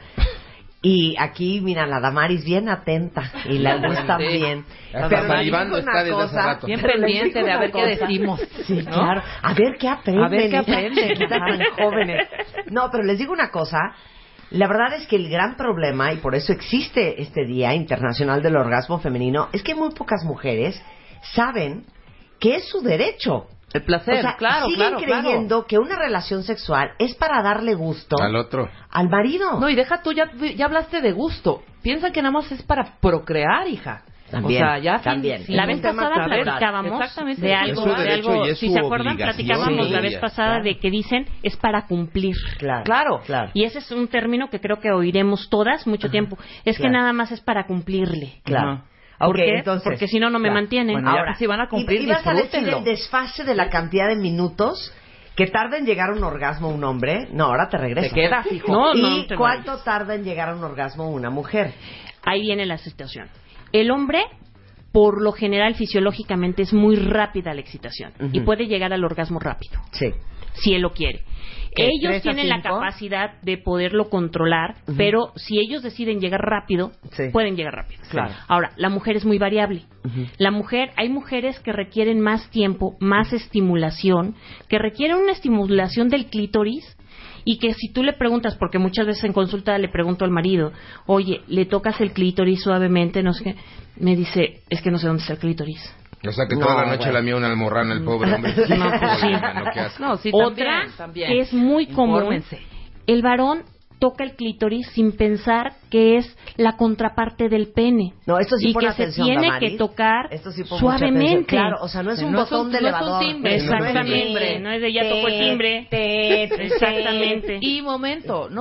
A: Y aquí, mira, la Damaris bien atenta y la Luz
D: Sí.
A: también.
G: Hasta
A: Pero les
G: salivando
A: digo
G: está
A: una
G: desde hace
A: cosa,
G: rato.
D: Bien
A: pero les
D: pendiente
A: digo
D: de a
A: una
D: ver qué
A: cosa.
D: decimos.
A: Sí,
D: ¿no?
A: claro. A ver qué aprenden.
D: A ver qué
A: estas
D: aprenden,
A: chiquitas tan
D: ajá.
A: jóvenes. No, pero les digo una cosa. La verdad es que el gran problema, y por eso existe este Día Internacional del Orgasmo Femenino, es que muy pocas mujeres saben que es su derecho.
D: El placer,
A: O sea,
D: claro,
A: siguen
D: claro,
A: creyendo que una relación sexual es para darle gusto
G: Al otro.
A: al marido.
D: No, y deja tú, ya hablaste de gusto. Piensa que nada más es para procrear, hija.
A: También,
D: O sea, ya
A: también.
D: fin-
E: La
D: fin-
E: vez
A: un tema
E: pasada
A: cultural.
E: platicábamos
D: Exactamente.
E: de
D: Es
E: algo,
G: su derecho y es
E: si
G: su
E: se acuerdan,
G: obligación.
E: platicábamos la
A: Sí,
E: vez pasada
A: claro.
E: de que dicen es para cumplir.
A: Claro.
E: Y ese es un término que creo que oiremos todas mucho tiempo. Es que
A: Claro.
E: nada más es para cumplirle.
A: Claro.
D: Ajá.
E: ¿Por
A: Ok,
E: qué?
A: entonces,
E: Porque si no, no me
A: claro.
E: mantienen.
D: Bueno, ya
A: Ahora,
D: que si van a cumplir,
A: ibas a decir
D: disfrútenlo.
A: el desfase de la cantidad de minutos que tarda en llegar a un orgasmo un hombre. No, ahora te regreso.
D: Te quedas, hijo.
E: No,
A: ¿Y
E: no te
A: cuánto
E: vayas.
A: tarda en llegar a un orgasmo una mujer?
E: Ahí viene la situación. El hombre, por lo general, fisiológicamente es muy rápida la excitación y puede llegar al orgasmo rápido,
A: Sí.
E: si él lo quiere.
A: ¿Qué,
E: Ellos
A: 3 a
E: tienen la
A: 5?
E: capacidad de poderlo controlar, pero si ellos deciden llegar rápido,
A: Sí.
E: pueden llegar rápido.
A: Claro.
E: Ahora, la mujer es muy variable. La mujer, hay mujeres que requieren más tiempo, más estimulación, que requieren una estimulación del clítoris y que si tú le preguntas, porque muchas veces en consulta le pregunto al marido, oye, ¿le tocas el clítoris suavemente? No sé qué. Me dice, es que no sé dónde está el clítoris.
G: O sea que
A: No,
G: toda la noche
A: bueno.
G: la mía una almorrana el pobre hombre.
E: No, pues sí.
G: Mano, qué asco.
D: No, sí,
E: Otra
D: también.
E: que es muy común,
D: Infórmense.
E: el varón toca el clítoris sin pensar que es la contraparte del pene.
A: No, esto sí
E: y
A: pon
E: que
A: atención,
E: se tiene
A: Damaris.
E: que tocar
A: Esto sí pon mucha atención.
E: suavemente.
A: Claro, o sea, no es un
D: No es
A: botón
D: un-
A: de
D: no es un
A: elevador.
D: timbre,
E: Exactamente, no es de ya tocó el timbre. Exactamente.
D: Y momento,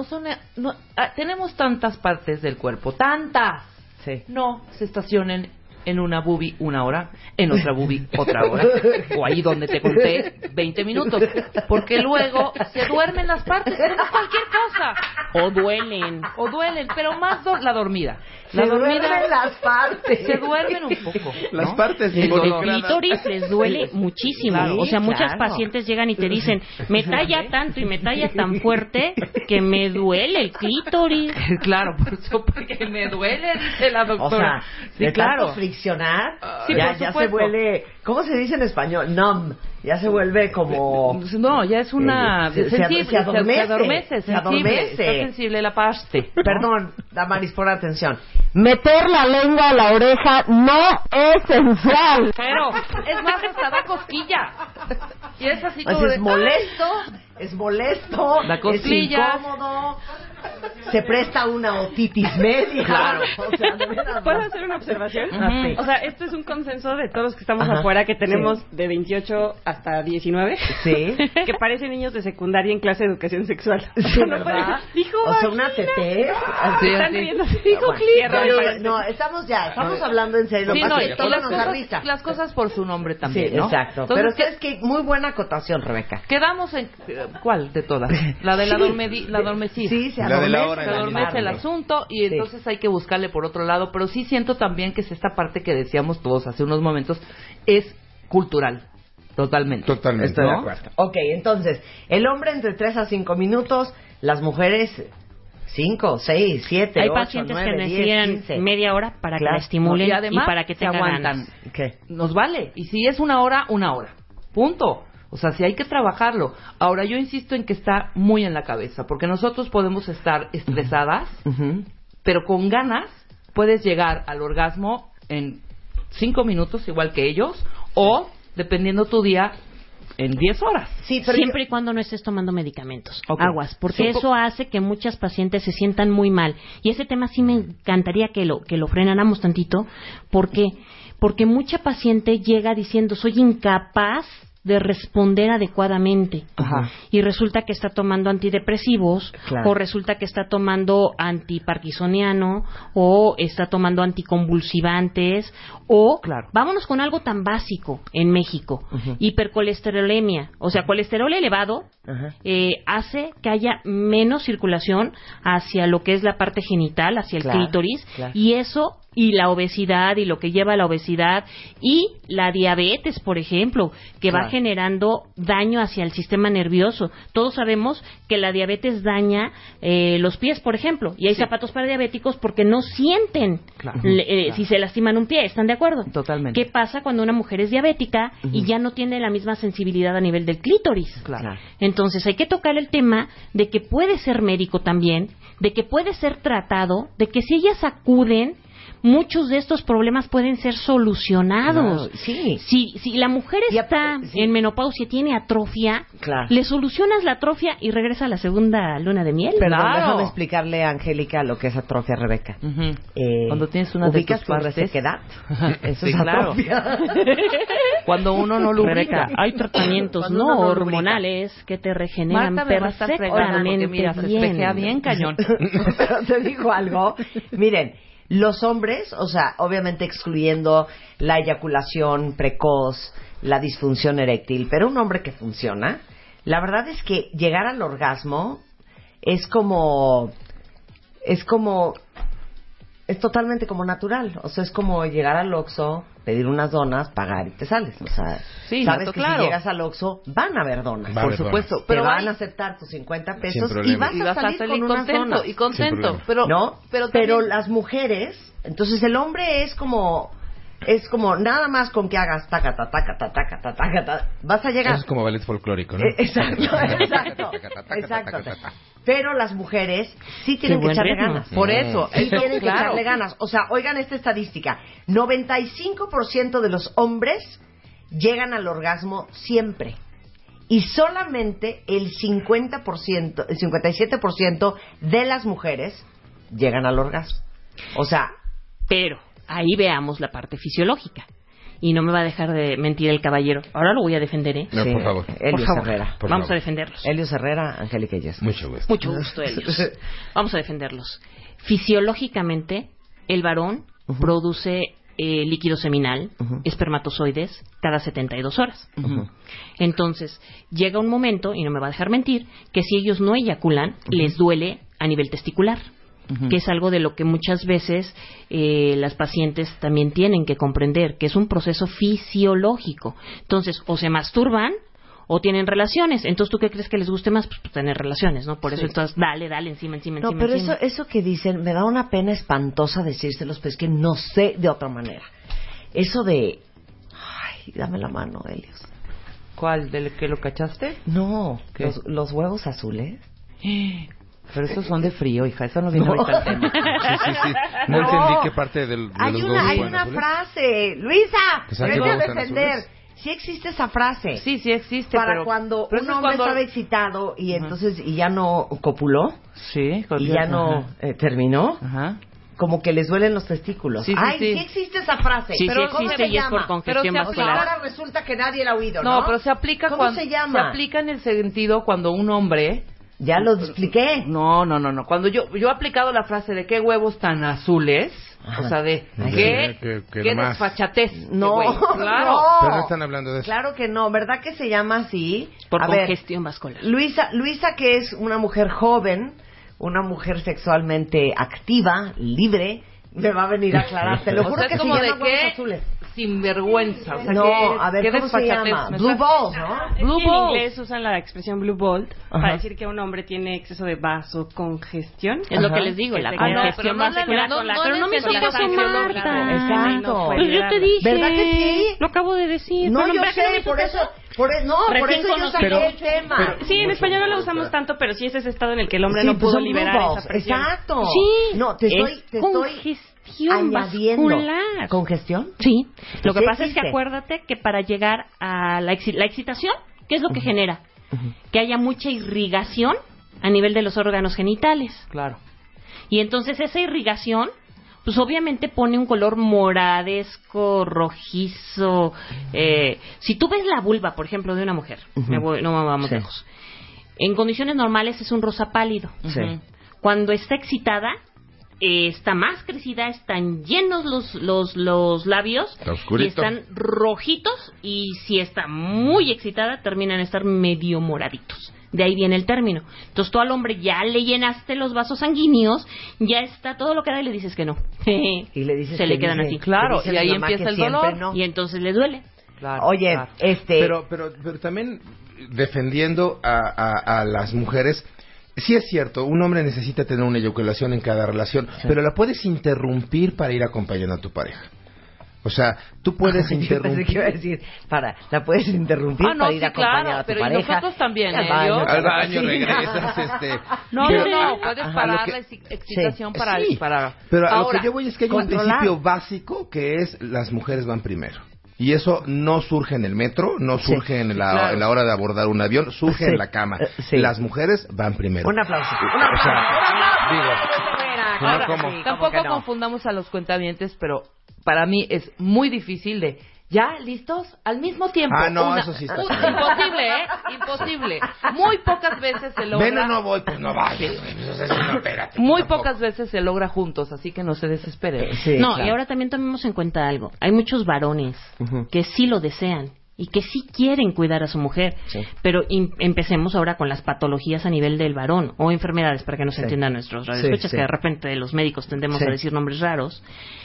D: tenemos tantas partes del cuerpo, tantas.
A: Sí.
D: No se estacionen en una boobie una hora, en otra boobie otra hora, o ahí donde te conté 20 minutos, porque luego se duermen las partes, pero no cualquier cosa, o duelen, pero más la dormida. La
A: Se
D: dormida
A: duermen las partes.
D: se duermen un poco.
G: Las
D: ¿no?
G: partes
E: El
G: involucradas.
E: clítoris les duele muchísimo.
A: Claro,
E: o sea, muchas
A: claro.
E: pacientes llegan y te dicen, me talla tanto y me talla tan fuerte que me duele el clítoris.
D: Claro, por eso, porque me duele, dice la
A: O
D: doctora.
A: sea,
D: Sí,
A: de
D: claro.
A: tanto friccionar,
D: Sí,
A: ya,
D: por
A: ya se
D: supuesto.
A: vuelve, ¿cómo se dice en español? Numb. Ya se vuelve como...
D: No, ya es una
A: Se
D: sensible,
A: adormece,
D: se adormece, está sensible la parte.
A: Perdón, Damaris, pon atención. Meter la lengua a la oreja no es sensual.
D: Pero es más, hasta da cosquilla. Y es así
A: O
D: como
A: sea,
D: de,
A: es molesto,
D: Da
A: es
D: cosquillas.
A: incómodo, se presta una otitis media.
D: Claro.
A: O sea, de veras,
F: ¿Puedo
A: no.
F: hacer una observación?
A: Ah, sí.
F: O sea, esto es un consenso de todos los que estamos
A: Ajá.
F: afuera, que tenemos
A: Sí.
F: de 28 hasta 19.
A: Sí.
F: Que parecen niños de secundaria en clase de educación sexual.
A: Sí,
F: No
A: ¿verdad?
F: puede- Dijo,
A: O sea, una
F: vagina.
A: tete.
D: Sí,
F: Están
D: así.
F: riendo. Dijo
A: Bueno,
F: clítoris.
A: no,
F: parece.
A: no, estamos hablando en serio.
D: Sí,
A: Lo que
D: no,
A: pasa
D: y
A: es que todo nos da risa.
D: las cosas por su nombre también,
A: Sí,
D: ¿no?
A: exacto.
D: Entonces,
A: Pero es que muy buena acotación, Rebeca.
D: quedamos en ¿cuál de todas? La de la adormecida.
A: Sí, se
G: La de la
A: adormece.
G: hora
D: Se
G: en la
D: adormece el
G: tarde.
D: asunto y entonces hay que buscarle por otro lado, pero sí siento también que es esta parte que decíamos todos hace unos momentos, es cultural, totalmente.
G: Totalmente.
A: Estoy de
G: ¿no?
A: acuerdo. Ok, entonces, el hombre entre 3 a 5 minutos, las mujeres 5, 6, 7,
E: Hay
A: 8,
E: pacientes
A: 9,
E: que
A: 10,
E: necesitan
A: 15.
E: media hora para que
A: Claro.
E: la estimulen
D: Y además
E: para que
D: se
E: tenga
D: aguantan.
E: ganas.
A: ¿Qué?
D: Nos vale. Y si es una hora, punto. O sea, si hay que trabajarlo. Ahora, yo insisto en que está muy en la cabeza, porque nosotros podemos estar estresadas,
A: Ujú.
D: pero con ganas puedes llegar al orgasmo en 5 minutos, igual que ellos, o dependiendo tu día, en 10 horas.
A: Sí, pero
E: siempre y cuando no estés tomando medicamentos.
D: Ok.
E: Aguas, porque
D: Sí,
E: eso hace que muchas pacientes se sientan muy mal. Y ese tema sí me encantaría que lo frenáramos tantito. ¿Por qué? Porque mucha paciente llega diciendo, soy incapaz de responder adecuadamente.
D: Ajá.
E: Y resulta que está tomando antidepresivos,
A: Claro.
E: o resulta que está tomando antiparkinsoniano, o está tomando anticonvulsivantes, o
D: Claro.
E: vámonos con algo tan básico en México, hipercolesterolemia, o sea, colesterol elevado
A: Ajá.
E: hace que haya menos circulación hacia lo que es la parte genital, hacia el
A: Claro,
E: clítoris,
A: claro.
E: y eso, y la obesidad, y lo que lleva a la obesidad, y la diabetes, por ejemplo, que va
A: Claro.
E: generando daño hacia el sistema nervioso. Todos sabemos que la diabetes daña los pies, por ejemplo, y hay zapatos para diabéticos porque no sienten
D: Claro.
E: si se lastiman un pie. ¿Están de acuerdo?
D: Totalmente.
E: ¿Qué pasa cuando una mujer es diabética y ya no tiene la misma sensibilidad a nivel del clítoris?
D: Claro.
E: Entonces hay que tocar el tema de que puede ser médico también, de que puede ser tratado, de que si ellas acuden, muchos de estos problemas pueden ser solucionados.
A: Claro, sí.
E: Si la mujer
A: Y
E: está
A: sí.
E: en menopausia y tiene atrofia,
A: Claro.
E: le solucionas la atrofia y regresa a la segunda luna de miel.
A: Perdón,
D: Claro.
A: déjame explicarle a Angélica lo que es atrofia, Rebeca.
D: Ujú. Cuando tienes una de
A: ¿ubicas
D: tus
A: tu
D: partes.
A: resequedad? Eso
D: Sí,
A: es
D: claro.
A: atrofia.
D: Cuando uno no lubrica.
E: Rebeca, hay tratamientos
A: Cuando
E: no
A: uno no
E: hormonales que te regeneran
D: Marta me va a estar fregando
E: perfectamente
D: porque mira, se
E: bien.
D: espejea bien cañón.
A: Pero te digo algo. Miren, los hombres, o sea, obviamente excluyendo la eyaculación precoz, la disfunción eréctil, pero un hombre que funciona, la verdad es que llegar al orgasmo es totalmente como natural. O sea, es como llegar al Oxxo, pedir unas donas, pagar y te sales. O sea,
D: Sí,
A: sabes
D: no,
A: que
D: claro.
A: si llegas al Oxxo, van a haber donas.
G: Va a
D: Por
G: haber
D: supuesto.
G: donas.
A: Pero
D: Pero
A: van
D: hay-
A: a aceptar tus 50
G: Sin
A: pesos y
G: problema.
A: vas
D: y
A: a
D: vas a
A: salir
D: salir
A: con unas
D: contento
A: donas.
D: y contento.
G: problema.
D: Pero,
A: ¿No?
D: pero,
A: Pero
D: también-
A: las mujeres, entonces el hombre es como nada más con que hagas tacata, tacata, tacata, tacata, vas a llegar.
G: Eso es como ballet folclórico, ¿no?
A: Exacto, exacto. Pero las mujeres sí tienen
E: Qué
A: que
E: buen
A: echarle
E: ritmo.
A: ganas.
D: Por eso,
A: Sí
D: eso,
A: tienen que
D: claro.
A: echarle ganas. O sea, oigan esta estadística. 95% de los hombres llegan al orgasmo siempre. Y solamente el 50%, el 57% de las mujeres llegan al orgasmo. O sea,
E: Pero ahí veamos la parte fisiológica. Y no me va a dejar de mentir el caballero. Ahora lo voy a defender, ¿eh?
G: No,
A: sí,
G: por favor.
A: Elios
E: Por favor.
A: Herrera.
G: Por
E: Vamos
G: favor.
E: a defenderlos.
A: Elios Herrera, Angélica Yes.
G: Mucho gusto.
E: Mucho gusto, Elios. Vamos a defenderlos. Fisiológicamente, el varón produce líquido seminal, espermatozoides, cada 72 horas. Entonces, llega un momento, y no me va a dejar mentir, que si ellos no eyaculan, les duele a nivel testicular. Que es algo de lo que muchas veces las pacientes también tienen que comprender, que es un proceso fisiológico. Entonces, o se masturban o tienen relaciones. Entonces, ¿tú qué crees que les guste más? Pues tener relaciones, ¿no? Por eso, entonces, dale, encima.
A: No, pero eso que dicen, me da una pena espantosa decírselos, pero es que no sé de otra manera. Eso de... Ay, dame la mano, Elios.
D: ¿Cuál? ¿Del que lo cachaste?
A: No,
D: ¿Qué?
A: los huevos azules.
D: Pero esos son de frío, hija. Eso no viene ahorita al tema.
G: Sí. No entendí qué parte de los
A: Hay
G: huevos
A: una
G: fueron azules.
A: frase. Luisa,
G: ¿Que saben
A: vete
G: que
A: a
G: huevos están
A: defender.
G: azules?
A: Sí existe esa frase.
D: Sí, sí existe,
A: Para
D: pero...
A: cuando
D: pero
A: un
D: eso es
A: hombre
D: cuando-
A: estaba excitado y entonces y ya no copuló
D: Sí,
A: y ya no terminó,
D: Ajá.
A: como que les duelen los testículos.
D: Sí, sí,
A: Ay,
D: sí.
A: sí existe esa frase.
E: Sí,
A: pero
E: sí
A: ¿cómo
E: existe
A: se
E: y es por
A: llama?
E: congestión
D: Pero
A: O sea,
E: vascular.
A: ahora resulta que nadie la ha oído, ¿no?
D: No, pero se aplica
A: ¿Cómo
D: cuando...
A: se llama?
D: Se aplica en el sentido cuando un hombre...
A: Ya lo expliqué.
D: No. Cuando yo he aplicado la frase de qué huevos tan azules, o sea, de
G: Ajá.
D: qué
G: Que nomás.
D: desfachatez.
A: No,
D: güey. Claro.
A: no.
G: Pero no están hablando de eso.
A: Claro que no, ¿verdad que se llama así?
E: Por
A: A ver,
E: congestión vascular.
A: Luisa, que es una mujer joven, una mujer sexualmente activa, libre, me va a venir a aclarar. Te lo
D: O
A: juro
D: sea,
A: que
D: es
A: se
D: como
A: llama
D: de
A: huevos
D: qué
A: azules.
D: sinvergüenza. O sea,
A: No,
D: qué-
A: a ver,
D: qué
A: ¿cómo se
D: desfachatez.
A: llama?
D: Me
A: Blue
D: estás-
A: balls, ¿no?
F: Es
D: Blue
F: que en
D: balls.
F: inglés usan la expresión blue ball
A: Ajá.
F: para decir que un hombre tiene exceso de vasocongestión.
E: Es lo
A: Ajá.
E: que les digo, la
F: Ah, no,
E: congestión
D: pero no
E: vascular.
D: no
E: pero no me hizo
D: entendí la
E: caso
D: canción,
E: Marta.
A: Exacto.
E: Pues yo te dije.
A: ¿Verdad que sí?
E: Lo acabo de decir.
A: No,
E: pero
A: yo
E: ¿verdad que no me
A: sé,
E: hizo
A: por
E: caso?
A: eso, por
E: Recién
A: eso yo saqué
G: conocido.
A: el tema.
F: Sí, en español no lo usamos tanto, pero sí es ese estado en el que el hombre
A: Sí,
F: no
A: pues
F: pudo
A: son blue
F: liberar
A: balls,
F: esa presión.
A: Exacto.
E: Sí.
A: No, te
E: Es
A: estoy...
E: congestión
A: añadiendo
E: vascular.
A: congestión.
E: Sí. Lo que
A: Sí
E: pasa es
A: existe.
E: que acuérdate que para llegar a la excitación, ¿qué es lo que genera? Que haya mucha irrigación a nivel de los órganos genitales.
D: Claro.
E: Y entonces esa irrigación, pues obviamente pone un color moradesco, rojizo. Si tú ves la vulva, por ejemplo, de una mujer, no vamos lejos. En condiciones normales es un rosa pálido.
A: Sí.
E: Cuando está excitada, está más crecida, están llenos los labios
G: Está
E: y
G: oscurito.
E: están rojitos, y si está muy excitada terminan de estar medio moraditos. De ahí viene el término. Entonces tú al hombre ya le llenaste los vasos sanguíneos, ya está todo lo que da y le dices que no.
A: Y le dices
E: se
A: que
E: le quedan
A: dice-
E: así.
D: Claro,
A: que dice
D: y ahí
A: mi mamá
D: empieza
A: que
D: el
A: siempre
D: dolor.
A: no.
E: Y entonces le duele.
D: Claro,
A: Oye,
D: claro.
G: Pero también defendiendo a las mujeres, sí es cierto, un hombre necesita tener una eyaculación en cada relación, pero la puedes interrumpir para ir acompañando a tu pareja. O sea, tú puedes
A: Yo pensé que
G: interrumpir.
A: iba a decir, la puedes interrumpir
D: Ah, no,
A: para ir
D: sí,
A: a acompañar
D: claro,
A: a tu
D: pero y
A: pareja.
D: nosotros también,
A: al
D: ¿eh?
A: baño,
D: Yo-
A: a la
G: Al baño
A: cocina.
G: regresas,
D: No,
G: pero-
D: puedes
G: Ajá,
D: parar
G: lo que-
D: la excitación
A: Sí.
D: para...
G: Sí,
D: para...
G: pero a lo
D: Ahora,
G: que yo voy es que hay un
A: controlar.
G: principio básico que es las mujeres van primero. Y eso no surge en el metro, no
A: Sí,
G: surge en, la,
D: claro.
G: en la hora de abordar un avión, surge
A: Sí,
G: en la cama.
A: sí.
G: Las mujeres van primero.
A: Un aplauso.
G: O sea, digo,
D: Ahora,
G: ¿cómo?
D: tampoco confundamos a los cuentavientes, pero para mí es muy difícil de... ¿Ya? ¿Listos? Al mismo tiempo.
G: Ah, no, eso sí está cañón.
D: Imposible, ¿eh? Imposible. Muy pocas veces se logra...
G: Ven o no voy, pues no vayas. Entonces, no, espérate,
D: Muy
G: tampoco.
D: pocas veces se logra juntos, así que no se desesperen.
A: Sí,
E: No,
A: claro.
E: y ahora también tomemos en cuenta algo. Hay muchos varones que sí lo desean y que sí quieren cuidar a su mujer.
A: Sí.
E: Pero empecemos ahora con las patologías a nivel del varón o enfermedades, para que nos
A: Sí.
E: entiendan nuestros radioescuchas,
A: sí.
E: que de repente los médicos tendemos
A: Sí.
E: a decir nombres raros.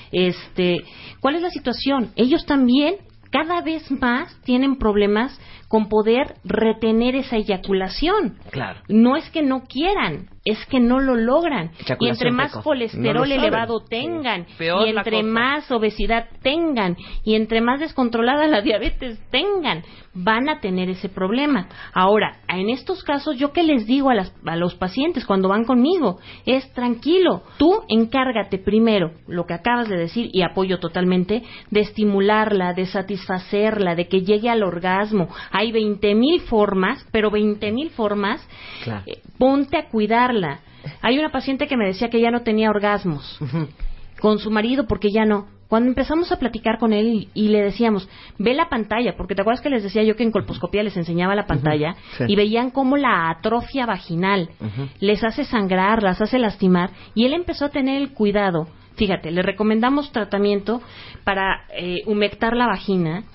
E: ¿Cuál es la situación? Ellos también cada vez más tienen problemas con poder retener esa eyaculación.
A: Claro.
E: No es que no quieran, es que no lo logran.
A: Eyaculación
E: Y entre más
A: precoz.
E: colesterol
G: No lo saben.
E: elevado tengan,
D: Peor
E: y
D: la
E: entre
D: cosa.
E: más obesidad tengan, y entre más descontrolada la diabetes tengan, van a tener ese problema. Ahora, en estos casos, ¿yo qué les digo a los pacientes cuando van conmigo? Es tranquilo, tú encárgate primero, lo que acabas de decir, y apoyo totalmente, de estimularla, de satisfacerla, de que llegue al orgasmo. Hay 20,000 formas, pero 20,000 formas.
A: Claro.
E: Ponte a cuidarla. Hay una paciente que me decía que ya no tenía orgasmos con su marido porque ya no. Cuando empezamos a platicar con él y le decíamos, ve la pantalla, porque te acuerdas que les decía yo que en colposcopía les enseñaba la pantalla,
A: Sí.
E: y veían cómo la atrofia vaginal les hace sangrar, las hace lastimar, y él empezó a tener el cuidado. Fíjate, le recomendamos tratamiento para humectar la vagina,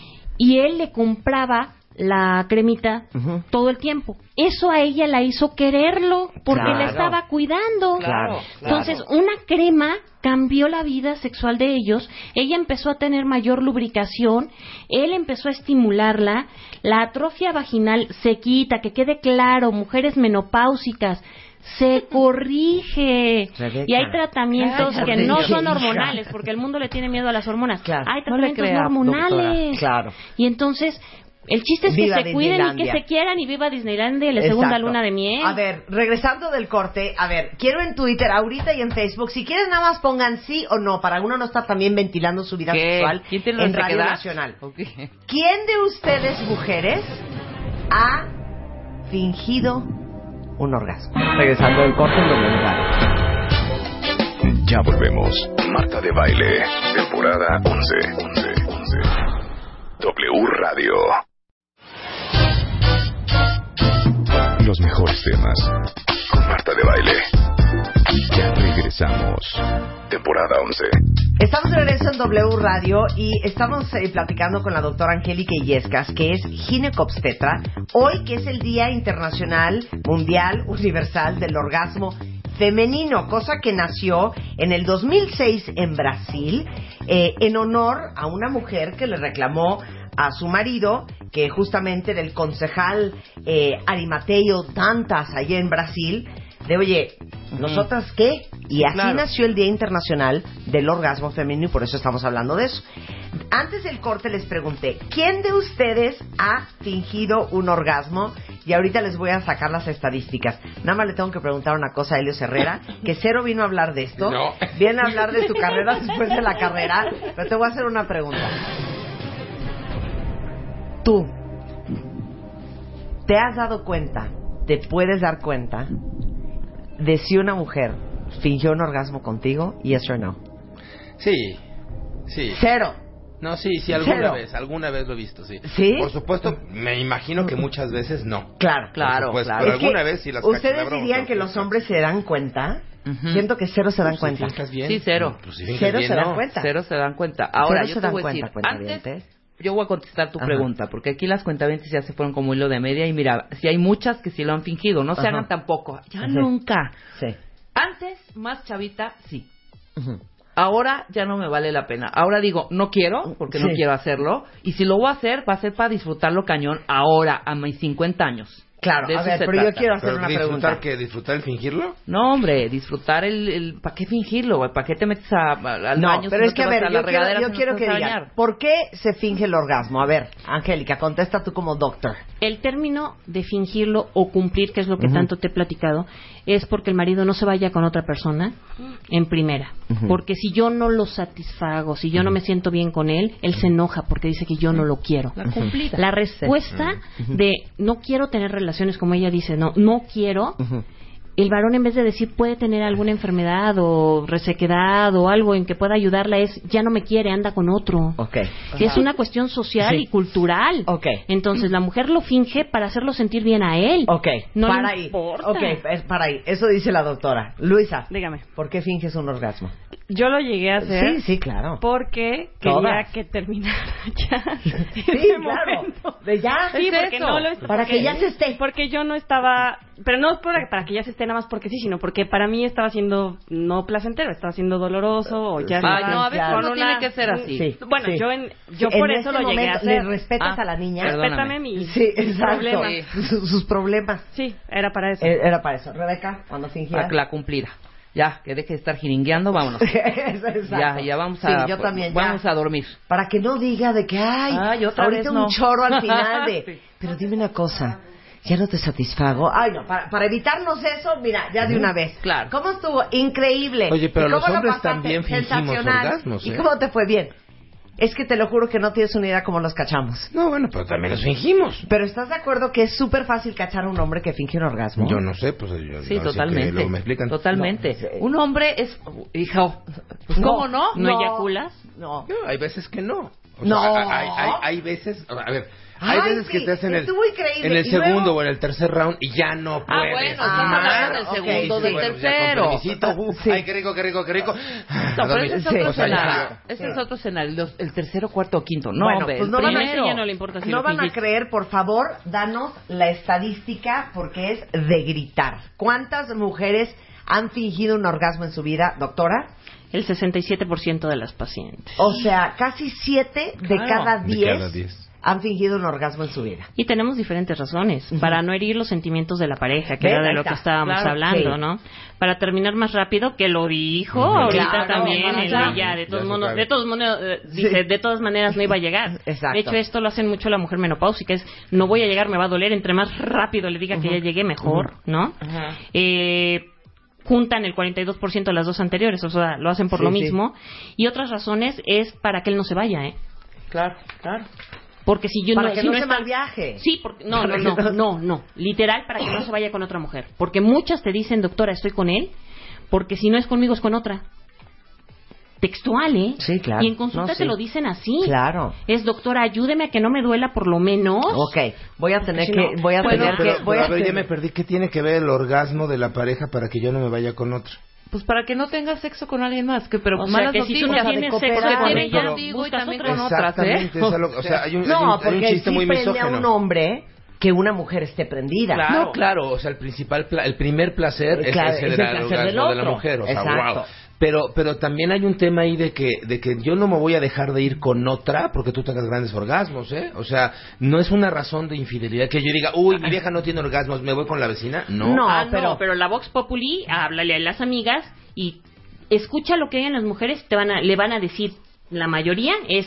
E: y él le compraba la cremita todo el tiempo. Eso a ella la hizo quererlo porque
A: Claro.
E: la estaba cuidando.
A: Claro,
E: Entonces, una crema cambió la vida sexual de ellos. Ella empezó a tener mayor lubricación, él empezó a estimularla, la atrofia vaginal se quita, que quede claro, mujeres menopáusicas, se corrige.
A: Rebeca,
E: Y hay tratamientos
A: cállate,
E: que no son
A: hija.
E: hormonales, porque el mundo le tiene miedo a las hormonas.
A: Claro.
E: Hay
D: No le
E: tratamientos
D: crea,
E: no hormonales.
A: doctora. Claro.
E: Y entonces, el chiste es que
A: Viva
E: se cuiden y que
A: Disneylandia.
E: se quieran, y viva Disneylandia y la segunda
A: Exacto.
E: luna de miel.
A: A ver, regresando del corte, quiero en Twitter, ahorita y en Facebook, si quieres nada más pongan sí o no, para uno no estar también ventilando su vida
D: ¿Qué?
A: sexual
D: ¿Quién tiene
A: en
D: la
A: Radio
D: sequedad?
A: Nacional.
D: Ok.
A: ¿Quién de ustedes, mujeres, ha fingido un orgasmo? Regresando del corte en W Radio.
B: Ya volvemos. Marta de Baile, temporada 11. W Radio. Los mejores temas con Marta de Baile. Ya regresamos. Temporada 11.
A: Estamos de regreso en W Radio y estamos platicando con la doctora Angélica Illescas, que es ginecobstetra, hoy que es el Día Internacional, Mundial, Universal del Orgasmo Femenino, cosa que nació en el 2006 en Brasil, en honor a una mujer que le reclamó a su marido, que justamente era el concejal Arimateo Dantas allá en Brasil, de oye, ¿nosotras qué? Y así
D: Claro.
A: nació el Día Internacional del Orgasmo Femenino y por eso estamos hablando de eso. Antes del corte les pregunté, ¿quién de ustedes ha fingido un orgasmo? Y ahorita les voy a sacar las estadísticas. Nada más le tengo que preguntar una cosa a Helios Herrera, que cero vino a hablar de esto.
G: No.
A: Viene a hablar de su carrera después de la carrera. Pero te voy a hacer una pregunta. Tú, ¿te has dado cuenta, te puedes dar cuenta de si una mujer fingió un orgasmo contigo? Yes or no.
G: Sí.
A: Cero.
G: No, sí, alguna vez lo he visto, sí.
A: ¿Sí?
G: Por supuesto, me imagino que muchas veces no.
A: Claro.
G: Pero
A: Es
G: alguna
A: que
G: vez sí las cacho,
A: ¿ustedes
G: cabrón,
A: dirían
G: pero
A: que los hombres se dan cuenta?
D: Ujú.
A: Siento que cero se dan
G: Si
A: cuenta.
G: finjas bien,
D: Sí, cero.
G: Pues si finges
A: Cero
G: bien,
A: se dan
G: no.
A: cuenta.
D: Cero se dan cuenta. Ahora,
A: Cero
D: yo
A: se
D: te
A: dan
D: voy a
A: cuenta,
D: decir,
A: cuentavientes.
D: antes yo voy a contestar tu
A: Ajá.
D: pregunta, porque aquí las cuentavientes ya se fueron como hilo de media y mira, si hay muchas que sí lo han fingido, no se
A: Ajá.
D: hagan tampoco. Ya
A: Ajá.
D: nunca.
A: Sí.
D: Antes, más chavita, sí.
A: Ujú.
D: Ahora ya no me vale la pena. Ahora digo, no quiero, porque no
A: Sí.
D: quiero hacerlo. Y si lo voy a hacer, va a ser para disfrutarlo cañón ahora, a mis 50 años.
A: Claro,
D: De
A: a
D: eso
A: ver,
D: se
A: pero yo
D: trata.
A: quiero hacer
G: Pero
A: una
G: disfrutar
A: pregunta.
G: ¿Disfrutar el fingirlo?
D: No, hombre, disfrutar el ¿para qué fingirlo? ¿Para qué te metes al
A: No,
D: baño?
A: pero
D: si
A: es que
D: no
A: a
D: te vas
A: ver,
D: la
A: yo
D: regadera si no
A: quiero
D: te
A: que
D: vas a
A: digan,
D: bañar?
A: ¿por qué se finge el orgasmo? A ver, Angélica, contesta tú como doctor.
E: El término de fingirlo o cumplir, que es lo que tanto te he platicado, es porque el marido no se vaya con otra persona en primera. Porque si yo no lo satisfago, si yo no me siento bien con él, él se enoja porque dice que yo no lo quiero.
D: La cumplida.
E: La respuesta de no quiero tener relaciones, como ella dice, no quiero, el varón, en vez de decir puede tener alguna enfermedad o resequedad o algo en que pueda ayudarla, es ya no me quiere, anda con otro.
A: Ok.
E: Es una cuestión social
A: Sí.
E: y cultural.
A: Ok.
E: Entonces la mujer lo finge para hacerlo sentir bien a él.
A: Ok,
E: No
A: para
E: le
A: ahí.
E: importa.
A: Ok, es para ahí. Eso dice la doctora. Luisa,
F: Dígame.
A: ¿por qué finges un orgasmo?
F: Yo lo llegué a hacer
A: Sí, claro.
F: porque quería
A: Todas.
F: que terminara ya.
A: Sí,
F: ese
A: claro.
F: momento.
A: De ya.
F: Sí,
D: Es
F: porque
D: eso.
F: no lo
A: Para que ya se esté.
F: Porque yo no estaba, pero no para que ya se esté nada más porque sí, sino porque para mí estaba siendo no placentero, estaba siendo doloroso o ya
D: Ay,
F: estaba
D: no, a veces
F: con
D: no tiene que ser así.
A: Sí.
F: Bueno,
A: Sí.
F: yo
A: En
F: por
A: ese
F: eso lo llegué a
A: momento,
F: hacer.
A: ¿le respetas
D: Ah,
A: a la niña?
D: perdón.
F: Respétame mi
A: Sí, exacto.
F: problema.
D: Sí.
A: Sus problemas.
F: Sí, era para eso.
A: Era para eso. Rebeca, cuando fingías.
D: Para la cumplida. Ya, que deje de estar jiringueando, vámonos.
A: Exacto.
D: Ya vamos
A: Sí,
D: a
A: yo también, ya.
D: vamos a dormir.
A: Para que no diga de que,
D: Ay, otra
A: ahorita
D: vez
A: un
D: no.
A: choro al final de...
D: Sí.
A: Pero dime una cosa, ¿ya no te satisfago? Ay, no, para evitarnos eso, mira, ya de una vez.
D: Claro.
A: ¿Cómo estuvo? Increíble.
G: Oye, pero
A: ¿Y cómo
G: los
A: la
G: hombres
A: pasaste?
G: también fingimos
A: Sensacional.
G: orgasmos,
A: ¿Y
G: ¿eh?
A: cómo te fue? Bien. Es que te lo juro que no tienes una idea cómo los cachamos.
G: No, bueno, pero también los fingimos.
A: Pero ¿estás de acuerdo que es súper fácil cachar a un hombre que finge un orgasmo?
G: Yo no sé, pues yo
D: Sí,
G: no sé,
D: totalmente.
G: que luego me explican.
D: Totalmente.
A: No, sí.
D: Un hombre es, hijo, pues ¿cómo no?
E: ¿No eyaculas?
A: No.
G: No, hay veces que no. O
A: No.
G: sea, hay veces, a ver, hay
A: Ay,
G: veces
A: sí,
G: que estás en el,
A: estuvo increíble.
G: en el
A: Y luego-
G: segundo o en el tercer round y ya no puedes.
D: bueno,
A: estamos
G: más.
A: hablando del
D: segundo,
G: Sí,
D: del
G: bueno, ya con
D: tercero.
G: permisito,
A: Sí.
G: Ay, qué rico, qué rico, qué rico.
D: No, pero ese es
A: Sí.
D: otro
A: O sea,
D: escenario.
A: ya.
D: Ese
A: Sí.
D: es otro escenario. El tercero, cuarto o quinto. No,
A: Bueno,
D: hombre,
A: pues
D: el
A: no van a-
D: primero.
E: ya no le importa si
A: No
E: lo
A: van a
E: fingiste.
A: creer, por favor, danos la estadística porque es de gritar. ¿Cuántas mujeres han fingido un orgasmo en su vida, doctora?
E: El 67% de las pacientes.
A: O sea, casi 7 de
D: Claro.
A: cada
G: De
A: 10
G: cada 10.
A: han fingido un orgasmo en su vida.
E: Y tenemos diferentes razones. Para no herir los sentimientos de la pareja, que
A: Ven,
E: era de
A: ahí
E: lo
A: está.
E: que estábamos
A: Claro,
E: hablando,
A: sí.
E: ¿no? Para terminar más rápido, que lo dijo ahorita
A: Claro,
E: también,
A: no,
E: el
A: ya.
E: de ya, de todos
G: Ya se
E: modos,
G: sabe.
E: de todos modos, dice, de todas maneras no iba a llegar.
A: Exacto.
E: De hecho, esto lo hacen mucho la mujer menopáusica, es, no voy a llegar, me va a doler, entre más rápido le diga que ya llegué, mejor, ¿no?
D: Ajá.
E: Juntan el 42% de las dos anteriores, o sea, lo hacen por
A: Sí,
E: lo
A: sí.
E: mismo. Y otras razones es para que él no se vaya, ¿eh?
D: Claro, claro.
E: Porque si yo
A: Para
E: no,
A: que
E: si
A: no
E: no
A: se
E: está-
A: mal viaje.
E: Sí, porque no,
A: Para
E: no,
A: que
E: no, literal para que no se vaya con otra mujer, porque muchas te dicen, doctora, estoy con él, porque si no es conmigo es con otra. Textual, ¿eh?
A: Sí, claro.
E: Y en consulta
A: No, sí.
E: te lo dicen así.
A: Claro.
E: Es, doctora, ayúdeme a que no me duela por lo menos.
A: Ok, voy a tener
E: Si
A: que...
E: no,
A: Voy a
E: bueno,
A: tener
G: Pero,
A: que... Voy
G: pero,
A: a
G: a ver, ya
A: tener-
G: me perdí. ¿Qué tiene que ver el orgasmo de la pareja para que yo no me vaya con otra?
D: Pues para que no tengas sexo con alguien más, que pero
E: O sea,
D: malas
E: que si tú
D: noticias.
E: no tienes
A: de
E: sexo
A: cooperar.
E: con
D: Tiene
E: ella,
D: contigo y
E: buscas
D: también
E: otra.
D: con otras, ¿eh?
G: Exactamente, es algo- o sea, hay un
A: No,
G: hay un
A: porque
G: chiste
A: sí
G: muy
A: prende a
G: misógino.
A: un hombre que una mujer esté prendida.
D: Claro.
G: No, claro, o sea, el principal, el primer placer es,
A: Claro,
G: es
A: es el
G: generar el
A: placer del
G: orgasmo de la
A: otro.
G: mujer, o sea,
A: Exacto.
G: wow. Pero también hay un tema ahí de que yo no me voy a dejar de ir con otra porque tú tengas grandes orgasmos, ¿eh? O sea, no es una razón de infidelidad que yo diga, uy, mi vieja no tiene orgasmos, me voy con la vecina. No.
A: No.
E: Ah,
A: pero-
E: pero la Vox Populi, háblale a las amigas y escucha lo que digan las mujeres, le van a decir, la mayoría es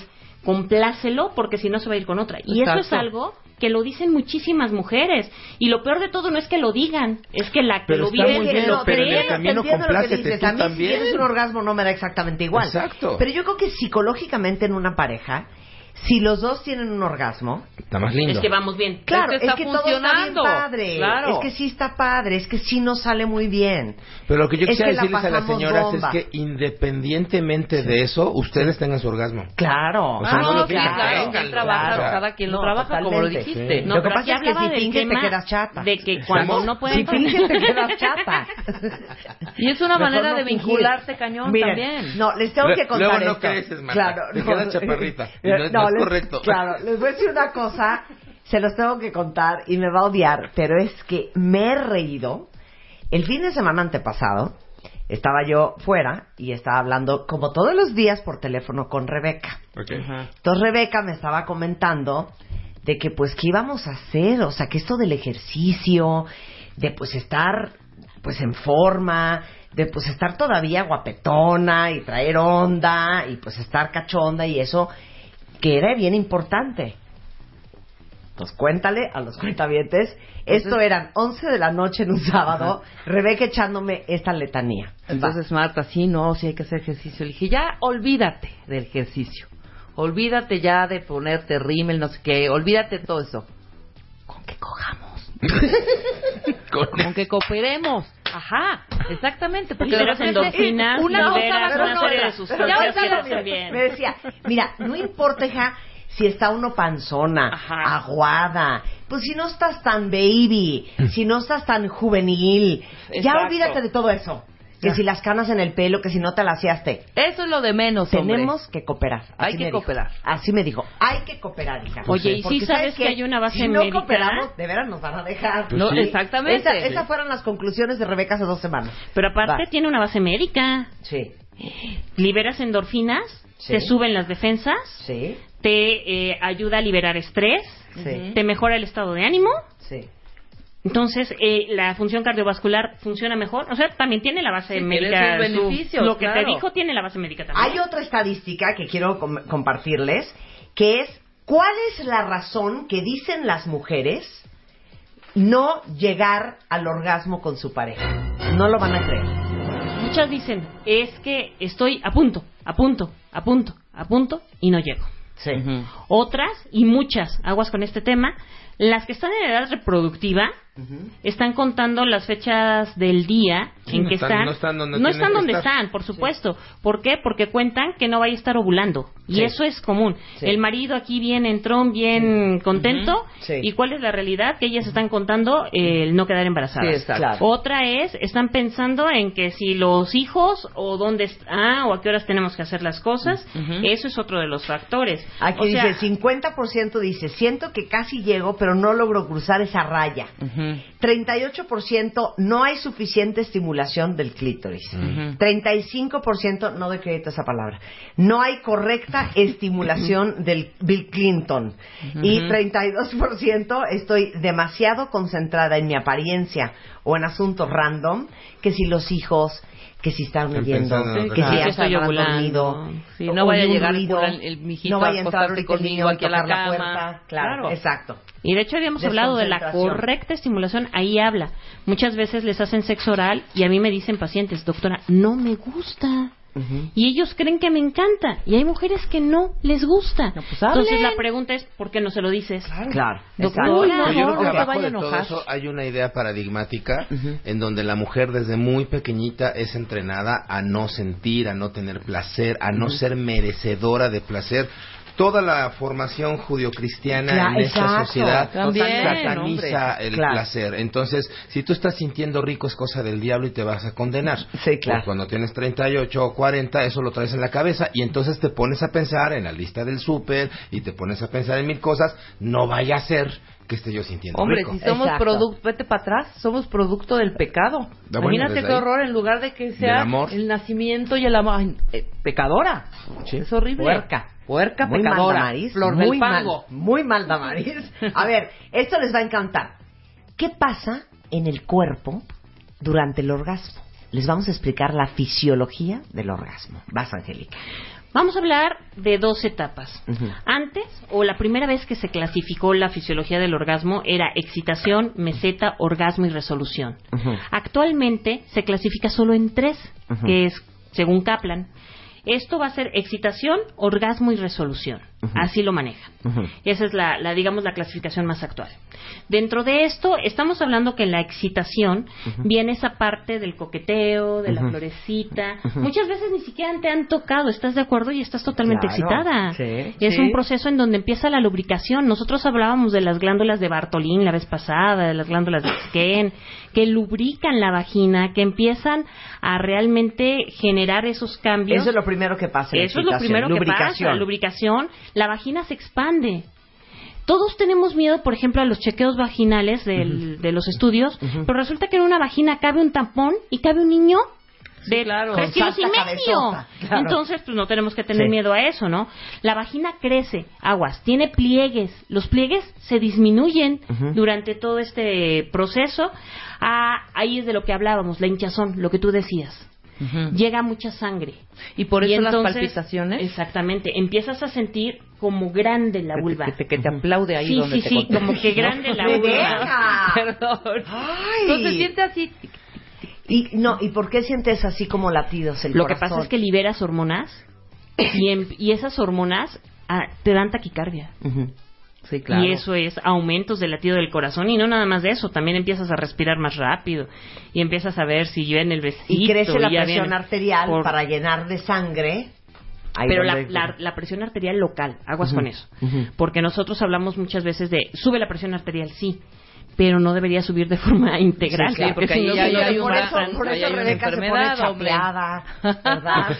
E: complácelo porque si no se va a ir con otra. Y eso es algo que lo dicen muchísimas mujeres. Y lo peor de todo no es que lo digan, es que la que
G: Pero
E: lo
G: está
E: vive
G: muy bien,
E: lo
G: pero en el
E: cree.
G: camino complácete tú
A: a mí
G: también.
A: si tienes un orgasmo no me da exactamente igual.
G: Exacto.
A: Pero yo creo que psicológicamente en una pareja, si los dos tienen un orgasmo,
G: Está más lindo.
E: Es que vamos bien.
A: claro,
D: Es que está
A: todo está bien
D: funcionando.
A: padre.
D: Claro.
A: Es que sí está padre, es que sí nos sale muy bien.
G: Pero lo que yo
A: Es
G: quisiera
A: que la
G: decirles a las
A: pasamos
G: señoras
A: bomba.
G: es que independientemente de eso, ustedes tengan su orgasmo.
A: Claro.
G: O sea, no lo piensen,
D: claro.
G: ténganlo.
D: Trabaja,
G: Claro.
D: cada quien lo
A: No,
D: trabaja como lo
A: totalmente.
D: dijiste.
G: Sí.
E: No,
A: Lo que
E: pero
A: pasa
E: aquí
A: es que
E: hablaba
A: si
E: del
A: finges te
E: tema
A: quedas chata.
E: de que cuando no pueden...
A: Si finges te quedas chata.
D: Y es una
A: Mejor
D: manera
A: no
D: de
A: fingir.
D: vincularte cañón
A: Miren,
D: también.
A: No, les tengo que contar
G: Luego no
A: esto.
G: creces, Marta.
A: Claro,
G: Te
A: no.
G: quedas chaparrita. Y no es
A: les-
G: correcto.
A: Claro, les voy a decir una cosa, se los tengo que contar y me va a odiar, pero es que me he reído. El fin de semana antepasado estaba yo fuera y estaba hablando como todos los días por teléfono con Rebeca.
G: Okay.
A: Entonces Rebeca me estaba comentando de que pues qué íbamos a hacer, o sea, que esto del ejercicio, de pues estar pues en forma, de pues estar todavía guapetona y traer onda y pues estar cachonda y eso, que era bien importante. Pues cuéntale a los cuentavientes, esto eran 11 de la noche en un sábado, Rebeca echándome esta letanía.
D: Entonces, Marta, sí, no, sí hay que hacer ejercicio. Le dije, ya olvídate del ejercicio. Olvídate ya de ponerte rímel, no sé qué. Olvídate de todo eso. Con que cojamos. Con que cooperemos. Ajá, exactamente. Porque
E: Liberas
D: de repente
E: endorfinas,
D: una cosa
E: liberas
D: va con
E: una
D: otra.
E: serie de
D: Ya
E: sustancias
D: ahorita
E: que
D: lo-
E: te hacen bien.
A: Me decía, mira, no importa, hija, si está uno panzona,
E: Ajá.
A: aguada, pues si no estás tan baby, si no estás tan juvenil, ya
D: Exacto.
A: olvídate de todo eso. Que si las canas en el pelo, que si no te las hacíaste.
D: Eso es lo de menos, hombre.
A: Tenemos que cooperar.
D: Hay
A: Así
D: que
A: me dijo.
D: cooperar.
A: Así me dijo, hay que cooperar, hija.
E: Oye, ¿y
A: Porque
E: sí sabes que hay una base
A: si no
E: médica?
A: cooperamos, de veras nos van a dejar.
D: No,
G: sí.
D: exactamente.
A: Esas fueron las conclusiones de Rebeca hace 2 semanas.
E: Pero aparte
A: Va.
E: tiene una base médica.
A: Sí,
E: Liberas endorfinas,
A: Sí.
E: te suben las defensas,
A: sí,
E: te ayuda a liberar estrés,
A: sí,
E: te mejora el estado de ánimo.
A: sí.
E: Entonces, la función cardiovascular funciona mejor. O sea, también tiene la base
D: Sí,
E: médica.
D: tiene sus beneficios,
E: lo que
D: claro.
E: te dijo tiene la base médica también.
A: Hay otra estadística que quiero compartirles, que es ¿cuál es la razón que dicen las mujeres no llegar al orgasmo con su pareja? No lo van a creer.
E: Muchas dicen, es que estoy a punto, y no llego.
A: Sí.
D: Ujú.
E: Otras, y muchas, aguas con este tema, las que están en edad reproductiva están contando las fechas del día
G: Sí,
E: en
G: no
E: que
G: están-
E: están.
G: no están donde tienen que estar.
E: están, por supuesto. ¿Por qué? Porque cuentan que no vaya a estar ovulando. Y
A: Sí.
E: eso es común.
A: Sí.
E: El marido aquí bien entrón, bien contento.
A: Sí.
E: ¿Y cuál es la realidad? Que ellas están contando el no quedar embarazadas.
D: Sí, exacto.
A: Claro.
E: Otra es, están pensando en que si los hijos o dónde o a qué horas tenemos que hacer las cosas. Eso es otro de los factores.
A: Aquí
E: O sea,
A: dice, 50% dice, siento que casi llego, pero no logro cruzar esa raya. 38% no hay suficiente estimulación del clítoris. 35%, no doy crédito a esa palabra, no hay correcta estimulación del Bill Clinton. Y 32% estoy demasiado concentrada en mi apariencia o en asuntos random, que si los hijos, que si están
G: Están
A: huyendo,
G: pensando en
A: que
G: otra
A: si
G: cosa.
A: ya
E: Que
A: están
E: estoy ovulando.
A: dormido.
D: Sí, no vaya a
A: oí un
D: llegar
A: ruido,
D: el mijito
A: no vaya
D: a
A: a entrar
D: acostarse
A: ahorita el
D: conmigo
A: niño
D: aquí a la
A: tocar la
D: cama.
A: puerta. Claro, exacto.
E: Y de hecho habíamos hablado de la
A: Desconcentración.
E: correcta estimulación, ahí habla. Muchas veces les hacen sexo oral y a mí me dicen pacientes, doctora, no me gusta. Y ellos creen que me encanta. Y hay mujeres que no les gusta.
D: No, pues
E: Entonces
D: hablen.
E: la pregunta es, ¿por qué no se lo dices?
A: Claro.
E: Doctora,
A: exacto.
D: Uy,
G: Pero yo creo
D: no
G: que
D: se
G: abajo
D: vaya a
G: de todo
D: enojar.
G: eso hay una idea paradigmática en donde la mujer desde muy pequeñita es entrenada a no sentir, a no tener placer, a no ser merecedora de placer. Toda la formación judio-cristiana
A: Claro,
G: en esta
A: exacto.
G: sociedad
D: También,
G: sataniza
D: hombre.
G: el
A: Claro.
G: placer. Entonces, si tú estás sintiendo rico es cosa del diablo y te vas a condenar.
A: Sí, claro.
G: Pues cuando tienes 38 o 40, eso lo traes en la cabeza y entonces te pones a pensar en la lista del súper y te pones a pensar en 1000 cosas. No vaya a ser que esté yo sintiendo
D: Hombre,
G: rico.
D: si somos
A: Exacto.
D: producto, vete para atrás, somos producto del pecado.
G: bueno,
D: Imagínate
G: desde
D: qué
G: ahí.
D: horror, en lugar de que sea
G: Del amor.
D: el nacimiento y el amor. Ay, pecadora.
G: Sí.
D: Es horrible. Puerca,
A: Muy mal,
D: pecadora.
A: Damaris.
D: Flor
A: Muy
D: del
A: mal,
D: Pango.
A: muy mal, Damaris. A ver, esto les va a encantar. ¿Qué pasa en el cuerpo durante el orgasmo? Les vamos a explicar la fisiología del orgasmo. Vas, Angélica.
E: Vamos a hablar de 2 etapas. Antes, o la primera vez que se clasificó la fisiología del orgasmo, era excitación, meseta, orgasmo y resolución. Actualmente se clasifica solo en 3, que es, según Kaplan. Esto va a ser excitación, orgasmo y resolución. Así lo manejan. Esa es digamos, la clasificación más actual. Dentro de esto, estamos hablando que en la excitación viene esa parte del coqueteo, de la florecita. Muchas veces ni siquiera te han tocado, ¿estás de acuerdo? Y estás totalmente excitada. Es un proceso en donde empieza la lubricación. Nosotros hablábamos de las glándulas de Bartolín la vez pasada, de las glándulas de Skene, que lubrican la vagina, que empiezan a realmente generar esos cambios.
A: Eso es lo primero que pasa.
E: Eso es lo primero que pasa, la lubricación. La vagina se expande. Todos tenemos miedo, por ejemplo, a los chequeos vaginales de los estudios, pero resulta que en una vagina cabe un tampón y cabe un niño de 3 kilos y medio. Entonces, pues no tenemos que tener miedo a eso, ¿no? La vagina crece, aguas, tiene pliegues. Los pliegues se disminuyen durante todo este proceso. Ahí es de lo que hablábamos, la hinchazón, lo que tú decías. Llega mucha sangre.
D: Y por eso
E: entonces,
D: las palpitaciones.
E: Exactamente. Empiezas a sentir como grande la vulva.
D: Que te aplaude ahí donde te
E: Sí, como que grande la vulva.
D: Perdón.
A: Ay.
D: Entonces siente así.
A: ¿Y por qué sientes así como latidos el
E: Lo
A: corazón?
E: que pasa es que liberas hormonas y esas hormonas te dan taquicardia.
D: Sí, claro.
E: Y eso es aumentos del latido del corazón. Y no nada más de eso, también empiezas a respirar más rápido y empiezas a ver si en el besito.
A: Y crece la
E: ya
A: presión
E: viene
A: arterial para llenar de sangre.
E: Pero la presión arterial local, aguas con eso. Porque nosotros hablamos muchas veces de sube la presión arterial, sí, pero no debería subir de forma integral.
D: Sí, claro, porque ahí
E: no,
D: hay
A: por eso
D: una
A: Rebeca
D: enfermedad,
A: se pone chapeada, ¿verdad?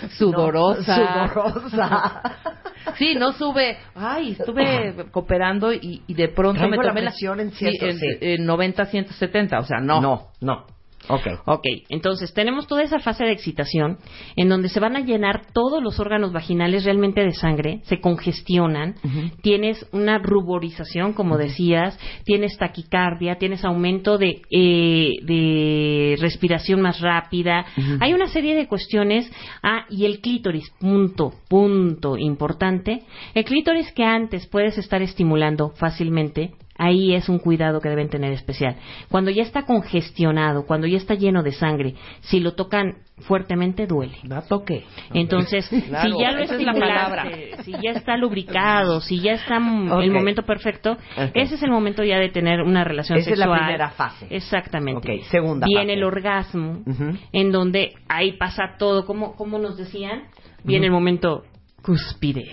D: Sudorosa. Sí, no sube. Ay, estuve cooperando y de pronto
A: traigo
D: me tomé
A: la presión en
D: 90, 170, o sea, no.
E: Ok, entonces tenemos toda esa fase de excitación en donde se van a llenar todos los órganos vaginales realmente de sangre, se congestionan, tienes una ruborización, como decías, tienes taquicardia, tienes aumento de respiración más rápida, hay una serie de cuestiones. Y el clítoris, punto importante, el clítoris que antes puedes estar estimulando fácilmente, ahí es un cuidado que deben tener especial. Cuando ya está congestionado, cuando ya está lleno de sangre, si lo tocan fuertemente duele.
D: Da toque.
E: Entonces,
D: claro,
E: si ya lo estimulaste, si ya está lubricado, si ya está el momento perfecto, ese es el momento ya de tener una relación sexual.
A: Esa es la primera fase.
E: Exactamente.
A: Segunda
E: Viene
A: fase.
E: el orgasmo, en donde ahí pasa todo, como nos decían, viene el momento cúspide,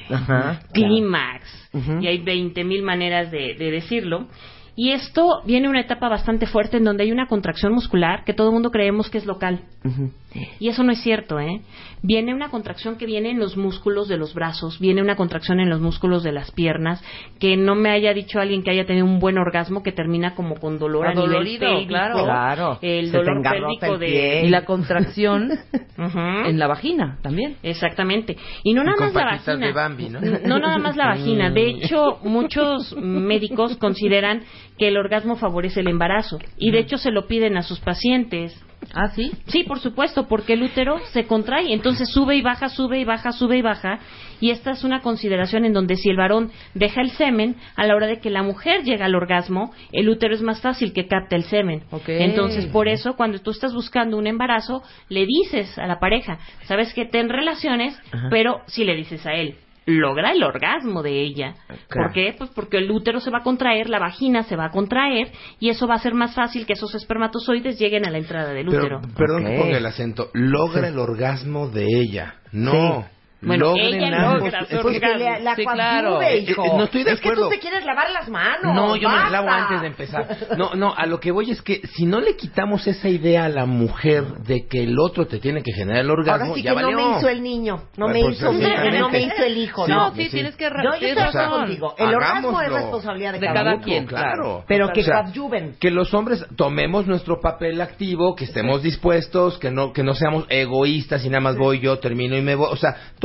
E: clímax, y hay 20,000 maneras de decirlo. Y esto viene una etapa bastante fuerte en donde hay una contracción muscular que todo el mundo creemos que es local. Y eso no es cierto, ¿eh? Viene una contracción que viene en los músculos de los brazos, viene una contracción en los músculos de las piernas, que no me haya dicho alguien que haya tenido un buen orgasmo que termina como con dolor a nivel pélvico.
D: Claro.
E: El
A: Se
E: dolor
A: te engarrota
E: pélvico
A: el pie.
D: Y la contracción en la vagina también.
E: Exactamente. Y no nada
G: con
E: más la
G: patitas
E: vagina.
G: de Bambi, ¿no?
E: No nada más la vagina. De hecho, muchos médicos consideran que el orgasmo favorece el embarazo. Y de hecho se lo piden a sus pacientes.
D: ¿Ah, sí?
E: Sí, por supuesto, porque el útero se contrae, entonces sube y baja, sube y baja, sube y baja, y esta es una consideración en donde si el varón deja el semen, a la hora de que la mujer llega al orgasmo, el útero es más fácil que capte el semen. Entonces, por eso, cuando tú estás buscando un embarazo, le dices a la pareja, sabes que ten relaciones, pero si le dices a él, logra el orgasmo de ella. ¿Por qué? Pues porque el útero se va a contraer, la vagina se va a contraer y eso va a ser más fácil que esos espermatozoides lleguen a la entrada del útero.
G: Perdón que ponga el acento. Logra el orgasmo de ella. No.
E: Bueno,
G: Logren
E: ella
G: ambos.
E: logra su
G: Es que
E: orgasmo.
A: La
D: Sí,
A: coadyuve,
D: claro.
A: hijo.
G: No estoy de acuerdo.
A: Es que tú te quieres lavar las manos.
G: No, yo no me
A: ¡Basta!
G: lavo antes de empezar. No, a lo que voy es que si no le quitamos esa idea a la mujer de que el otro te tiene que generar el orgasmo,
A: Ahora sí
G: ya
A: que
G: valió.
A: no me hizo el niño, no
G: Pues,
A: me
G: pues,
A: hizo
G: exactamente.
A: no me hizo el hijo,
G: Sí,
A: ¿no?
D: No, sí, tienes que...
A: Yo estoy de acuerdo contigo. El orgasmo es
G: hagámoslo.
A: responsabilidad de
D: De
A: cada
D: cada
A: uno.
D: quien,
G: Claro.
A: Pero que
G: O sea,
A: coadyuven.
G: que los hombres tomemos nuestro papel activo, que estemos dispuestos, que no seamos egoístas y nada más voy yo, termino y me voy. O sea, todos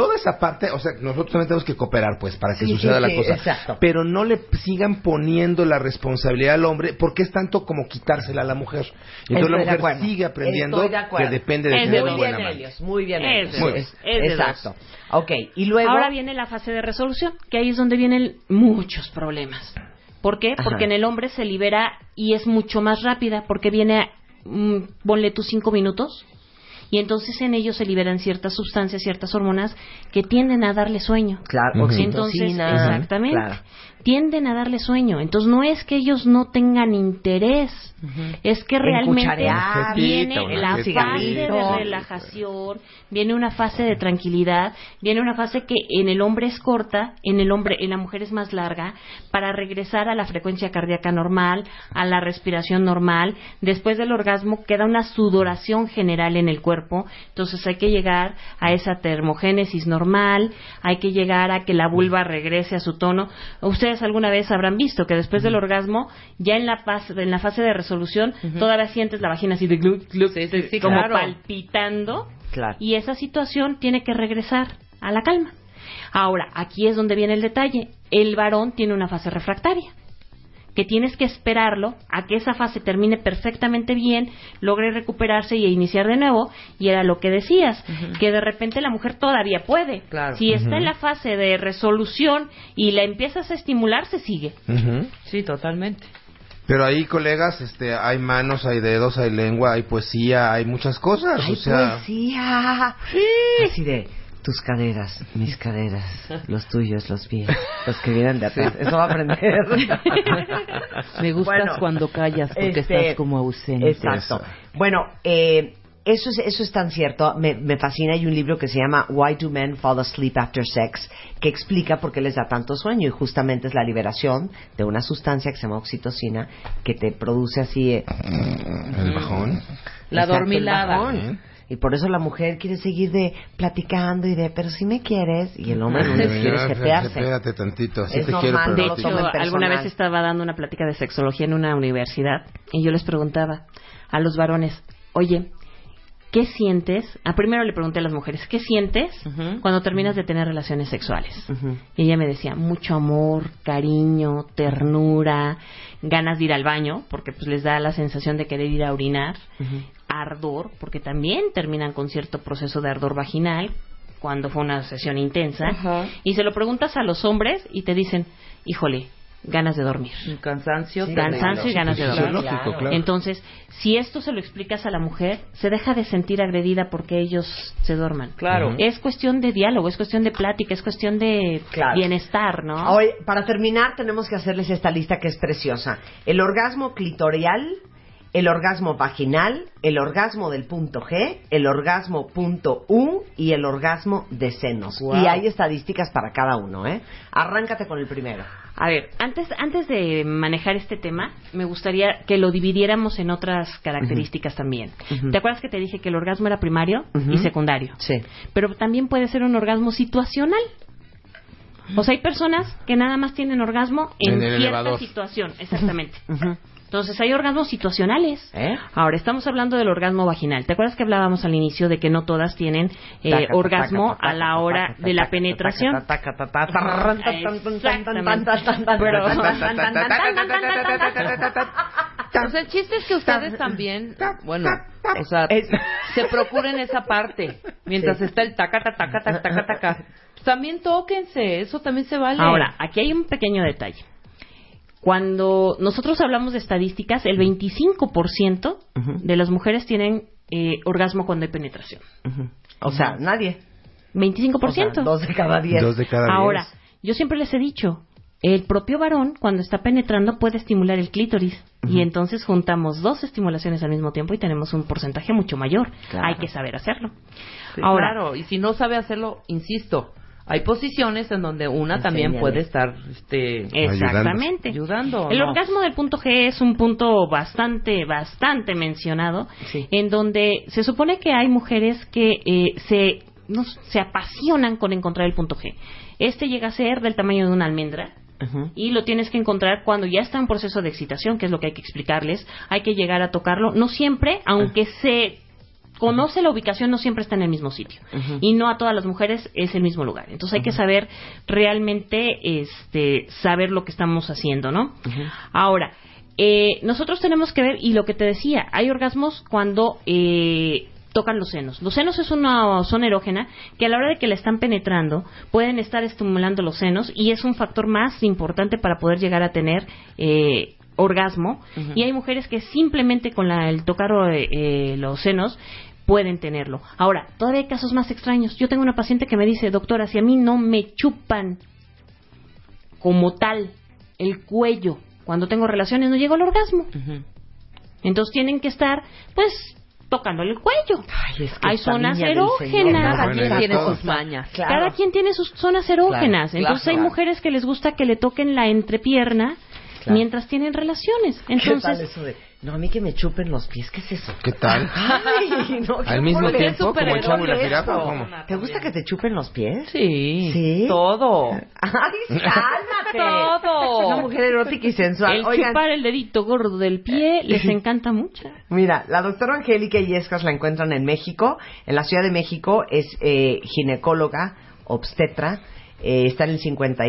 G: toda esa parte, o sea, nosotros también tenemos que cooperar, pues, para que suceda la cosa.
A: Exacto.
G: Pero no le sigan poniendo la responsabilidad al hombre, porque es tanto como quitársela a la mujer. Entonces la mujer sigue aprendiendo que depende de tener un buen amante.
A: Muy bien,
F: Es de
A: exacto. Ok, y luego...
E: Ahora viene la fase de resolución, que ahí es donde vienen muchos problemas. ¿Por qué? Porque en el hombre se libera y es mucho más rápida, porque viene, ponle tus 5 minutos, y entonces en ellos se liberan ciertas sustancias, ciertas hormonas que tienden a darle sueño.
A: Claro, oxitocina.
E: Entonces, exactamente.
A: Claro.
E: Tienden a darle sueño. Entonces no es que ellos no tengan interés, es que realmente viene la fase de relajación, viene una fase de tranquilidad, viene una fase que en el hombre es corta, en la mujer es más larga, para regresar a la frecuencia cardíaca normal, a la respiración normal. Después del orgasmo queda una sudoración general en el cuerpo, entonces hay que llegar a esa termogénesis normal, hay que llegar a que la vulva regrese a su tono. Ustedes alguna vez habrán visto que después del orgasmo, ya en la fase de resolución, todavía sientes la vagina así de gluc, gluc, como palpitando, y esa situación tiene que regresar a la calma. Ahora, aquí es donde viene el detalle. El varón tiene una fase refractaria, que tienes que esperarlo a que esa fase termine perfectamente bien, logre recuperarse y iniciar de nuevo, y era lo que decías, que de repente la mujer todavía puede.
D: Claro.
E: Si está en la fase de resolución y la empiezas a estimular, se sigue.
D: Sí, totalmente.
G: Pero ahí, colegas, hay manos, hay dedos, hay lengua, hay poesía, hay muchas cosas.
A: ¡Hay poesía! Así de... Tus caderas, mis caderas, los tuyos, los míos, los que vienen de atrás. Eso va a aprender.
D: Me gustas cuando callas porque estás como ausente.
A: Exacto. Bueno, eso es tan cierto. Me fascina. Hay un libro que se llama Why Do Men Fall Asleep After Sex, que explica por qué les da tanto sueño, y justamente es la liberación de una sustancia que se llama oxitocina, que te produce así...
G: el bajón.
D: La dormilada.
A: Y por eso la mujer quiere seguir platicando pero si me quieres, y el hombre no quiere jetearse.
G: Espérate tantito, así
A: es
G: te
A: normal,
G: quiero,
E: de hecho, alguna vez estaba dando una plática de sexología en una universidad y yo les preguntaba a los varones, oye, ¿qué sientes? Primero le pregunté a las mujeres, ¿qué sientes cuando terminas de tener relaciones sexuales? Y ella me decía, mucho amor, cariño, ternura, ganas de ir al baño, porque pues les da la sensación de querer ir a orinar, ardor, porque también terminan con cierto proceso de ardor vaginal cuando fue una sesión intensa, y se lo preguntas a los hombres y te dicen, híjole, ganas de dormir.
D: Cansancio
E: y ganas de dormir.
G: Lógico, claro.
E: Entonces, si esto se lo explicas a la mujer, se deja de sentir agredida porque ellos se duerman.
D: Claro.
E: Es cuestión de diálogo, es cuestión de plática, es cuestión de bienestar, ¿no?
A: Hoy, para terminar, tenemos que hacerles esta lista que es preciosa. El orgasmo clitorial, el orgasmo vaginal, el orgasmo del punto G, el orgasmo punto U y el orgasmo de senos.
D: Wow.
A: Y hay estadísticas para cada uno, ¿eh? Arráncate con el primero.
E: A ver, antes de manejar este tema, me gustaría que lo dividiéramos en otras características también. ¿Te acuerdas que te dije que el orgasmo era primario y secundario?
A: Sí.
E: Pero también puede ser un orgasmo situacional. O sea, hay personas que nada más tienen orgasmo en cierta
G: elevador.
E: situación. Exactamente. Entonces hay orgasmos situacionales. Ahora estamos hablando del orgasmo vaginal. ¿Te acuerdas que hablábamos al inicio de que no todas tienen orgasmo a la hora de la penetración?
D: Pues el chiste es que ustedes también, bueno, o sea, se procuren esa parte mientras está el taca. También tóquense, eso también se vale.
E: Ahora, aquí hay un pequeño detalle. Cuando nosotros hablamos de estadísticas, el 25% de las mujeres tienen orgasmo cuando hay penetración.
A: O sea, nadie.
E: 25%.
A: O sea, 2 de cada 10.
E: Ahora, yo siempre les he dicho, el propio varón, cuando está penetrando, puede estimular el clítoris. Y entonces juntamos 2 estimulaciones al mismo tiempo y tenemos un porcentaje mucho mayor. Claro. Hay que saber hacerlo.
D: Sí, ahora, claro, y si no sabe hacerlo, insisto, hay posiciones en donde una también puede estar
E: exactamente
D: ayudando.
E: El orgasmo del punto G es un punto bastante mencionado, en donde se supone que hay mujeres que se apasionan con encontrar el punto G. Este llega a ser del tamaño de una almendra. Y lo tienes que encontrar cuando ya está en proceso de excitación, que es lo que hay que explicarles. Hay que llegar a tocarlo, no siempre, aunque se conoce la ubicación, no siempre está en el mismo sitio. Y no a todas las mujeres es el mismo lugar. Entonces hay que saber realmente saber lo que estamos haciendo, ¿no? Ahora, nosotros tenemos que ver, y lo que te decía, hay orgasmos cuando tocan los senos. Los senos es una zona erógena que a la hora de que la están penetrando pueden estar estimulando los senos y es un factor más importante para poder llegar a tener orgasmo. Y hay mujeres que simplemente con el tocar los senos pueden tenerlo. Ahora, todavía hay casos más extraños. Yo tengo una paciente que me dice, doctora, si a mí no me chupan como tal el cuello cuando tengo relaciones, no llego al orgasmo. Entonces tienen que estar, pues, tocándole el cuello.
A: Ay, es que
E: hay zonas erógenas.
D: Cada quien tiene sus mañas.
A: Claro.
E: Cada quien tiene sus zonas erógenas.
D: Claro,
E: Entonces hay mujeres que les gusta que le toquen la entrepierna mientras tienen relaciones. Entonces,
A: ¿qué tal eso de, no, a mí que me chupen los pies? ¿Qué es eso?
G: ¿Qué tal?
A: Ay, no,
G: Al mismo tiempo, como el chavo y la jirafa,
A: eso.
G: ¿cómo?
A: ¿Te gusta que te chupen los pies?
D: Sí.
A: ¿Sí?
D: Todo.
A: Ay, cálmate.
E: Todo.
A: Una mujer erótica y sensual.
E: el
A: Oigan,
E: chupar el dedito gordo del pie les encanta mucho.
A: mira, la doctora Angélica Illescas la encuentran en México, en la Ciudad de México, es ginecóloga, obstetra, está en el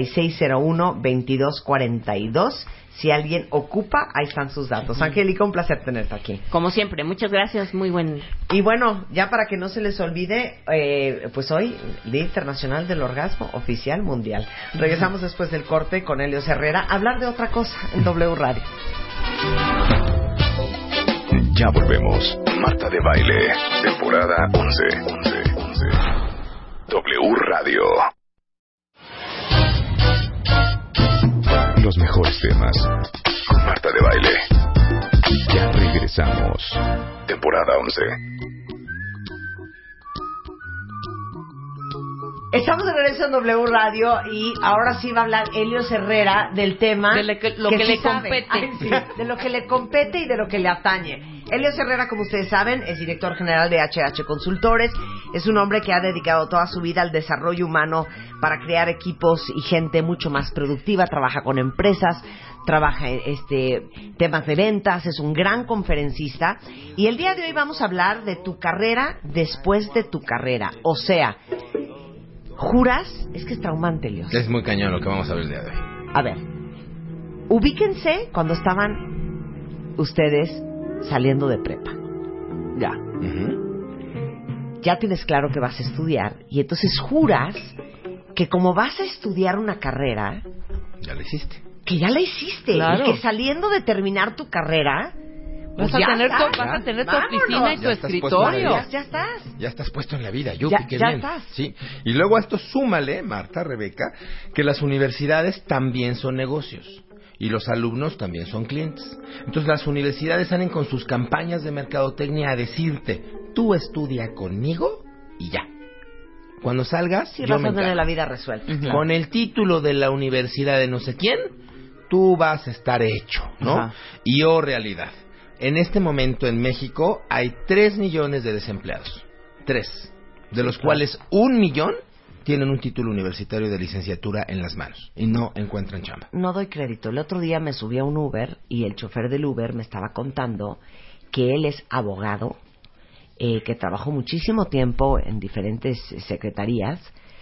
A: 5601-2242. Si alguien ocupa, ahí están sus datos. Angélica, un placer tenerte aquí.
E: Como siempre, muchas gracias, muy buen.
A: Y bueno, ya para que no se les olvide, pues hoy, Día Internacional del Orgasmo Oficial Mundial. Regresamos después del corte con Helios Herrera a hablar de otra cosa en W Radio.
B: Ya volvemos. Marta de Baile, temporada 11. W Radio. Los mejores temas con Marta de Baile. Ya regresamos. Temporada 11.
A: Estamos de regreso en W Radio y ahora sí va a hablar Helios Herrera del tema
D: De lo que
A: sí
D: le
A: sabe.
D: compete.
A: Ay, sí, de lo que le compete y de lo que le atañe. Helios Herrera, como ustedes saben, es director general de HH Consultores. Es un hombre que ha dedicado toda su vida al desarrollo humano para crear equipos y gente mucho más productiva. Trabaja con empresas, trabaja temas de ventas, es un gran conferencista. Y el día de hoy vamos a hablar de tu carrera después de tu carrera. O sea, ¿juras? Es que es traumante, Helios.
G: Es muy cañón lo que vamos a ver el día de hoy.
A: A ver, ubíquense cuando estaban ustedes saliendo de prepa. Ya. Ya tienes claro que vas a estudiar y entonces juras que como vas a estudiar una carrera,
G: Ya lo hiciste.
A: que ya la hiciste.
D: Claro.
A: Y que saliendo de terminar tu carrera, pues
D: Vas a
A: ya
D: tener
A: está.
D: vas a tener tu
A: Vámonos.
D: oficina y tu
G: Ya estás
D: escritorio.
G: puesto
A: Ya estás.
G: Ya estás puesto en la vida, yo
A: Ya-
G: qué
A: ya
G: bien.
A: estás.
G: Sí. Y luego a esto súmale, Marta, Rebeca, que las universidades también son negocios y los alumnos también son clientes. Entonces las universidades salen con sus campañas de mercadotecnia a decirte, tú estudia conmigo y ya. Cuando salgas,
A: Sí,
G: yo
A: vas
G: me
A: a tener
G: encargo.
A: la vida resuelta.
G: Con el título de la universidad de no sé quién, tú vas a estar hecho, ¿no?
D: Ajá.
G: Y realidad. En este momento en México hay 3 millones de desempleados. 3. De los cuales 1 millón tienen un título universitario de licenciatura en las manos y no encuentran chamba.
A: No doy crédito. El otro día me subí a un Uber y el chofer del Uber me estaba contando que él es abogado, que trabajó muchísimo tiempo en diferentes secretarías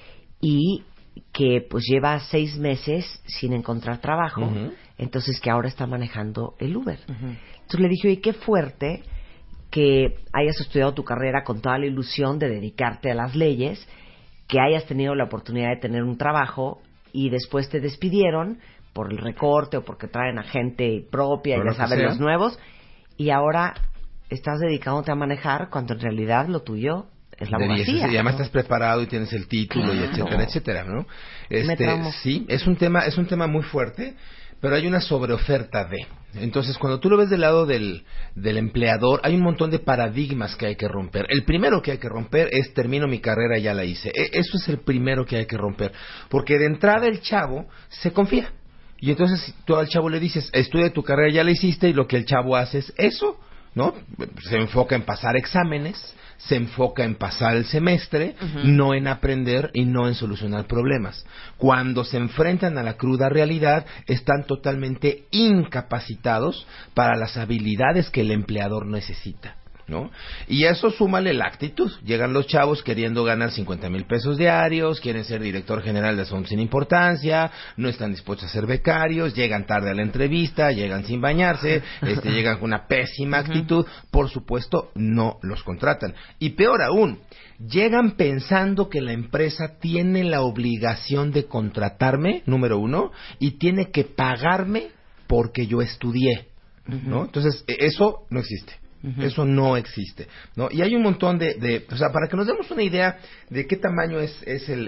A: y que pues lleva 6 meses sin encontrar trabajo,
G: Ujú.
A: entonces que ahora está manejando el Uber. Entonces le dije, oye, qué fuerte que hayas estudiado tu carrera con toda la ilusión de dedicarte a las leyes, que hayas tenido la oportunidad de tener un trabajo y después te despidieron por el recorte o porque traen a gente propia,
G: Por
A: ya
G: lo que
A: saben,
G: sea.
A: los nuevos, y ahora estás dedicándote a manejar cuando en realidad lo tuyo es la
G: De 10,
A: abogacía.
G: y además estás preparado y tienes el título y
A: Claro.
G: etcétera, etcétera, ¿no?
A: Me traumo.
G: Sí, es un tema muy fuerte, pero hay una sobreoferta de. Entonces, cuando tú lo ves del lado del empleador, hay un montón de paradigmas que hay que romper. El primero que hay que romper es termino mi carrera, ya la hice. Eso es el primero que hay que romper, porque de entrada el chavo se confía. Y entonces tú al chavo le dices, estudia tu carrera, ya la hiciste, y lo que el chavo hace es eso, ¿no? Se enfoca en pasar exámenes, se enfoca en pasar el semestre, no en aprender y no en solucionar problemas. Cuando se enfrentan a la cruda realidad, están totalmente incapacitados para las habilidades que el empleador necesita. ¿no? Y a eso súmale la actitud. Llegan los chavos queriendo ganar 50,000 pesos diarios, quieren ser director general de asuntos sin importancia, no están dispuestos a ser becarios, llegan tarde a la entrevista, llegan sin bañarse, llegan con una pésima actitud, por supuesto no los contratan. Y peor aún, llegan pensando que la empresa tiene la obligación de contratarme, número uno, y tiene que pagarme porque yo estudié, ¿no? Entonces, eso no existe. Eso no existe, ¿no? Y hay un montón o sea, para que nos demos una idea de qué tamaño es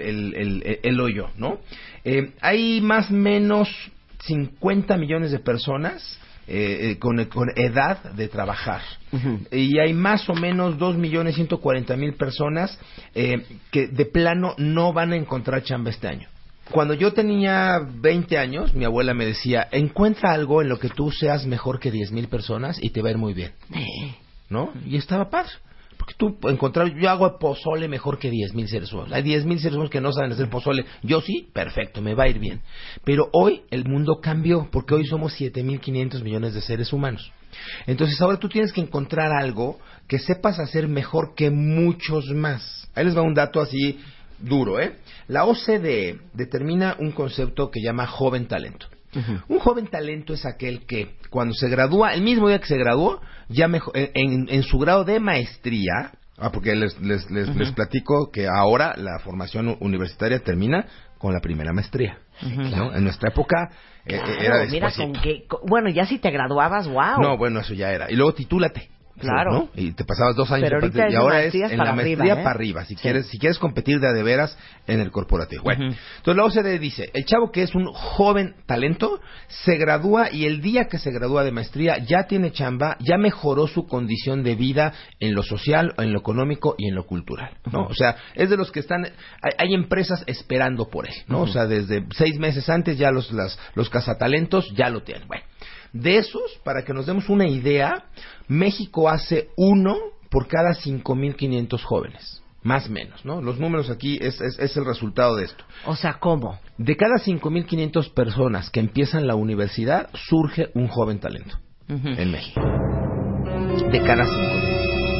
G: el hoyo, ¿no? Hay más o menos 50 millones de personas con edad de trabajar. Y hay más o menos 2,140,000 personas que de plano no van a encontrar chamba este año. Cuando yo tenía 20 años, mi abuela me decía, encuentra algo en lo que tú seas mejor que 10,000 personas y te va a ir muy bien, ¿no? Y estaba padre, porque tú yo hago pozole mejor que 10,000 seres humanos. Hay 10,000 seres humanos que no saben hacer pozole. Yo sí, perfecto, me va a ir bien. Pero hoy el mundo cambió, porque hoy somos 7,500 millones de seres humanos. Entonces ahora tú tienes que encontrar algo que sepas hacer mejor que muchos más. Ahí les va un dato así duro, ¿eh? La OCDE determina un concepto que llama joven talento. Un joven talento es aquel que cuando se gradúa, el mismo día que se graduó, ya en su grado de maestría, porque les platico que ahora la formación universitaria termina con la primera maestría, ¿no? En nuestra época era después.
A: Mira, bueno, ya si te graduabas, wow.
G: No, bueno, eso ya era. Y luego titúlate.
A: Claro.
G: ¿No? Y te pasabas 2 años.
A: Pero ahorita
G: y ahora es en la maestría
A: arriba,
G: para arriba. Si quieres competir de veras en el corporativo. Bueno, entonces la OCDE dice, el chavo que es un joven talento se gradúa y el día que se gradúa de maestría ya tiene chamba, ya mejoró su condición de vida en lo social, en lo económico y en lo cultural, ¿no? O sea, es de los que están, hay empresas esperando por él, ¿no? O sea, desde 6 meses antes ya los cazatalentos ya lo tienen. Bueno, de esos, para que nos demos una idea, México hace 1 por cada 5,500 jóvenes, más o menos, ¿no? Los números aquí es el resultado de esto.
A: O sea, ¿cómo? De
G: cada 5,500 personas que empiezan la universidad, surge un joven talento en México. De cada 5,000.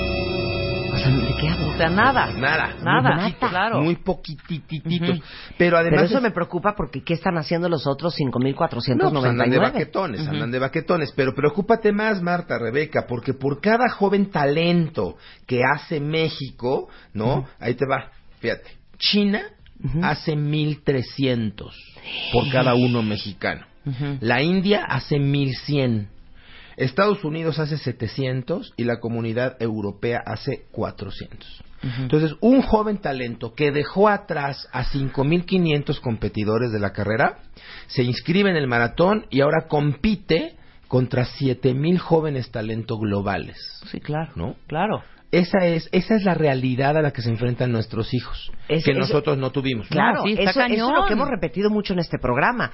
A: O sea, ¿de qué hablo?
D: O sea, nada.
G: Muy poquito,
D: claro.
G: Muy poquitititos. Pero además...
A: Pero eso me preocupa porque ¿qué están haciendo los otros 5,499?
G: No, pues andan de baquetones. Pero preocúpate más, Marta, Rebeca, porque por cada joven talento que hace México, ¿no? Ahí te va, fíjate. China hace 1,300 por cada uno mexicano. La India hace 1,100. Estados Unidos hace 700 y la Comunidad Europea hace 400. Entonces, un joven talento que dejó atrás a 5,500 competidores de la carrera, se inscribe en el maratón y ahora compite contra 7,000 jóvenes talentos globales.
D: Sí, claro,
G: ¿no?
D: Claro.
G: Esa es la realidad a la que se enfrentan nuestros hijos, que nosotros no tuvimos.
A: Claro,
D: sí,
A: eso es lo que hemos repetido mucho en este programa.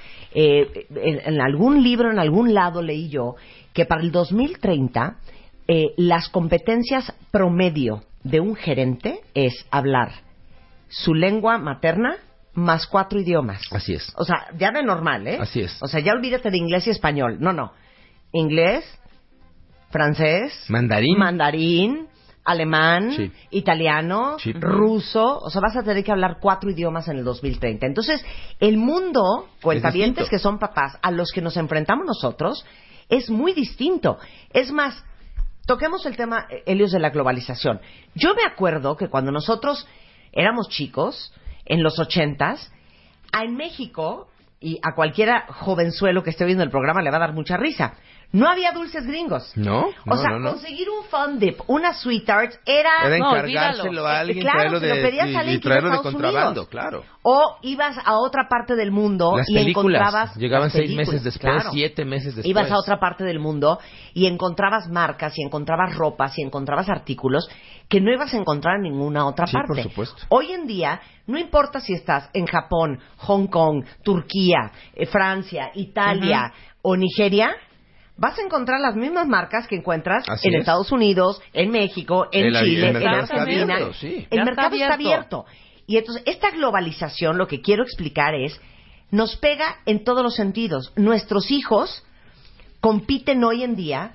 A: En algún libro, en algún lado leí yo que para el 2030 las competencias promedio de un gerente es hablar su lengua materna más 4 idiomas.
G: Así es.
A: O sea, ya de normal, ¿eh?
G: Así es.
A: O sea, ya olvídate de inglés y español. No. Inglés, francés, mandarín, alemán,
G: sí,
A: italiano,
G: sí,
A: ruso. O sea, vas a tener que hablar 4 idiomas en el 2030. Entonces, el mundo, cuentavientes que son papás, a los que nos enfrentamos nosotros, es muy distinto. Es más, toquemos el tema, Helios, de la globalización. Yo me acuerdo que cuando nosotros éramos chicos, en los 80s, en México, y a cualquiera jovenzuelo que esté viendo el programa le va a dar mucha risa, no había dulces gringos.
G: No.
A: Conseguir un Fun Dip, una Sweet Tart, era
G: encargárselo a alguien,
A: claro, se lo pedías a alguien que iba a Estados
G: contrabando,
A: Unidos.
G: claro.
A: O ibas a otra parte del mundo
G: las
A: y
G: películas
A: encontrabas...
G: llegaban
A: las
G: 6
A: películas,
G: meses después,
A: claro.
G: 7 meses después.
A: Ibas a otra parte del mundo y encontrabas marcas, y encontrabas ropas, y encontrabas artículos que no ibas a encontrar en ninguna otra parte.
G: Por supuesto.
A: Hoy en día, no importa si estás en Japón, Hong Kong, Turquía, Francia, Italia o Nigeria, vas a encontrar las mismas marcas que encuentras en Estados Unidos, en México, en Chile, en Argentina. El mercado está abierto. Y entonces, esta globalización, lo que quiero explicar es, nos pega en todos los sentidos. Nuestros hijos compiten hoy en día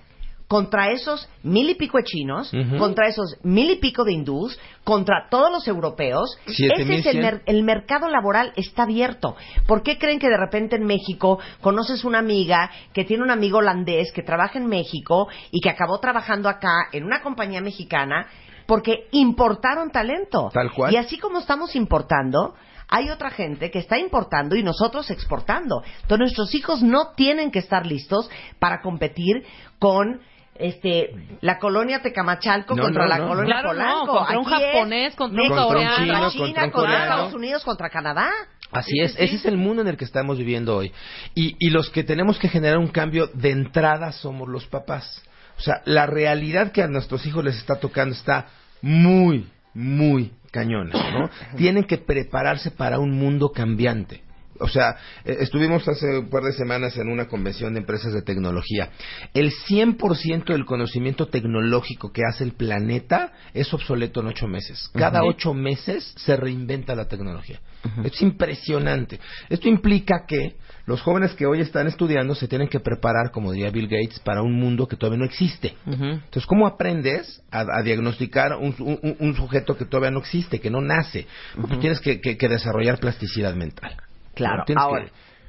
A: contra esos 1,000 y pico de chinos, contra esos 1,000 y pico de hindús, contra todos los europeos. Ese es el mercado laboral está abierto. ¿Por qué creen que de repente en México conoces una amiga que tiene un amigo holandés que trabaja en México y que acabó trabajando acá en una compañía mexicana? Porque importaron talento.
G: Tal cual.
A: Y así como estamos importando, hay otra gente que está importando y nosotros exportando. Entonces nuestros hijos no tienen que estar listos para competir con la colonia Tecamachalco contra la colonia Polanco.
D: Contra un japonés, contra un coreano,
A: contra China, contra Estados Unidos, contra Canadá.
G: Así es, ese es el mundo en el que estamos viviendo hoy. Y los que tenemos que generar un cambio de entrada somos los papás. O sea, la realidad que a nuestros hijos les está tocando está muy, muy cañona, ¿no? Tienen que prepararse para un mundo cambiante. O sea, estuvimos hace un par de semanas en una convención de empresas de tecnología. El 100% del conocimiento tecnológico que hace el planeta es obsoleto en 8 meses. Cada 8 meses se reinventa la tecnología. Es impresionante. Esto implica que los jóvenes que hoy están estudiando se tienen que preparar, como diría Bill Gates, para un mundo que todavía no existe. Entonces, ¿cómo aprendes a diagnosticar un sujeto que todavía no existe, que no nace? Tú tienes que desarrollar plasticidad mental.
A: Claro, ahora,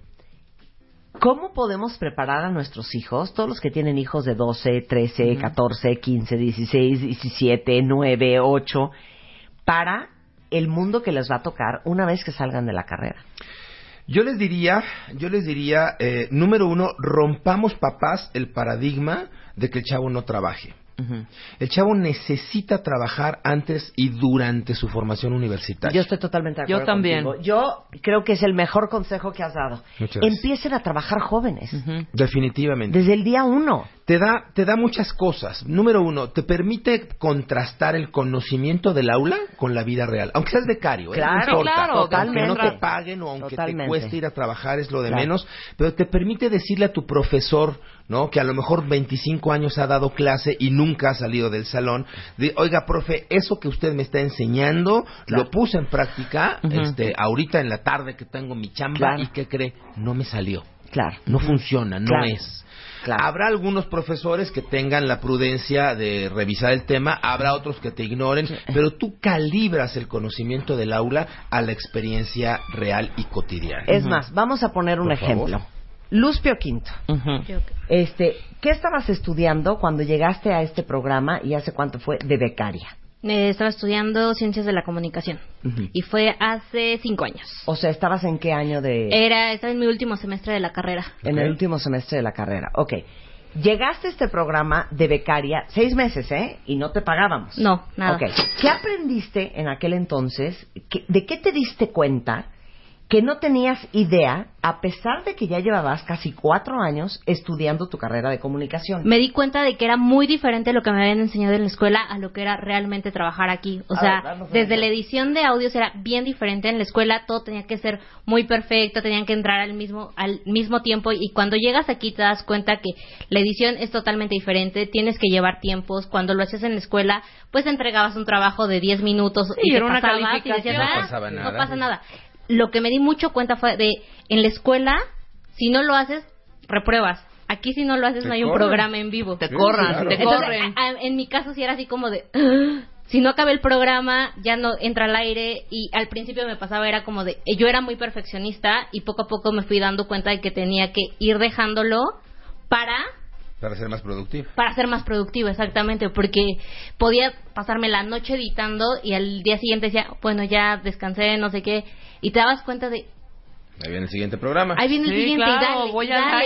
A: ¿cómo podemos preparar a nuestros hijos, todos los que tienen hijos de 12, 13, 14, 15, 16, 17, 9, 8, para el mundo que les va a tocar una vez que salgan de la carrera?
G: Yo les diría, número 1, rompamos, papás, el paradigma de que el chavo no trabaje. El chavo necesita trabajar antes y durante su formación universitaria.
A: Yo estoy totalmente de acuerdo.
D: Yo también.
A: Contigo. Yo creo que es el mejor consejo que has dado. Empiecen a trabajar jóvenes.
G: Definitivamente.
A: Desde el día 1.
G: Te da muchas cosas. Número 1, te permite contrastar el conocimiento del aula con la vida real. Aunque seas becario,
A: claro,
G: no importa.
A: claro, totalmente.
G: Aunque no te paguen o aunque te cueste ir a trabajar, es lo de menos. Pero te permite decirle a tu profesor, ¿no?, que a lo mejor 25 años ha dado clase y nunca ha salido del salón, de, oiga, profe, eso que usted me está enseñando, lo puse en práctica ahorita en la tarde que tengo mi chamba, y ¿qué cree? No me salió. No funciona, no es. Habrá algunos profesores que tengan la prudencia de revisar el tema, habrá otros que te ignoren, pero tú calibras el conocimiento del aula a la experiencia real y cotidiana.
A: Es más, vamos a poner un ejemplo. Luz Pio Quinto. ¿Qué estabas estudiando cuando llegaste a este programa y hace cuánto fue de becaria?
E: Estaba estudiando Ciencias de la Comunicación y fue hace 5 años.
A: O sea, ¿estabas en qué año de...?
E: Estaba en mi último semestre de la carrera.
A: En el último semestre de la carrera, ok. Llegaste a este programa de becaria 6 meses, ¿eh? Y no te pagábamos.
E: No, nada.
A: Ok. ¿Qué aprendiste en aquel entonces? ¿De qué te diste cuenta que no tenías idea, a pesar de que ya llevabas casi 4 años estudiando tu carrera de comunicación?
E: Me di cuenta de que era muy diferente lo que me habían enseñado en la escuela a lo que era realmente trabajar aquí. O sea, desde la edición de audios era bien diferente. En la escuela todo tenía que ser muy perfecto, tenían que entrar al mismo tiempo, y cuando llegas aquí te das cuenta que la edición es totalmente diferente, tienes que llevar tiempos. Cuando lo hacías en la escuela, pues entregabas un trabajo de 10 minutos y
D: era una
E: pasabas
D: calificación.
E: Y decías,
G: no pasaba nada.
E: No pasa nada. Lo que me di mucho cuenta fue de, en la escuela, si no lo haces, repruebas. Aquí si no lo haces no hay un programa en vivo.
D: Te corran,
G: claro.
D: te corren.
E: Entonces, en mi caso sí era así como de, si no acabé el programa, ya no entra al aire. Y al principio me pasaba, era como de, yo era muy perfeccionista y poco a poco me fui dando cuenta de que tenía que ir dejándolo para
G: ser más productivo.
E: Para ser más productivo, exactamente, porque podía pasarme la noche editando y al día siguiente decía, bueno, ya descansé, no sé qué, y te dabas cuenta de...
G: Ahí viene el siguiente programa.
E: Ahí viene el siguiente,
D: claro,
E: y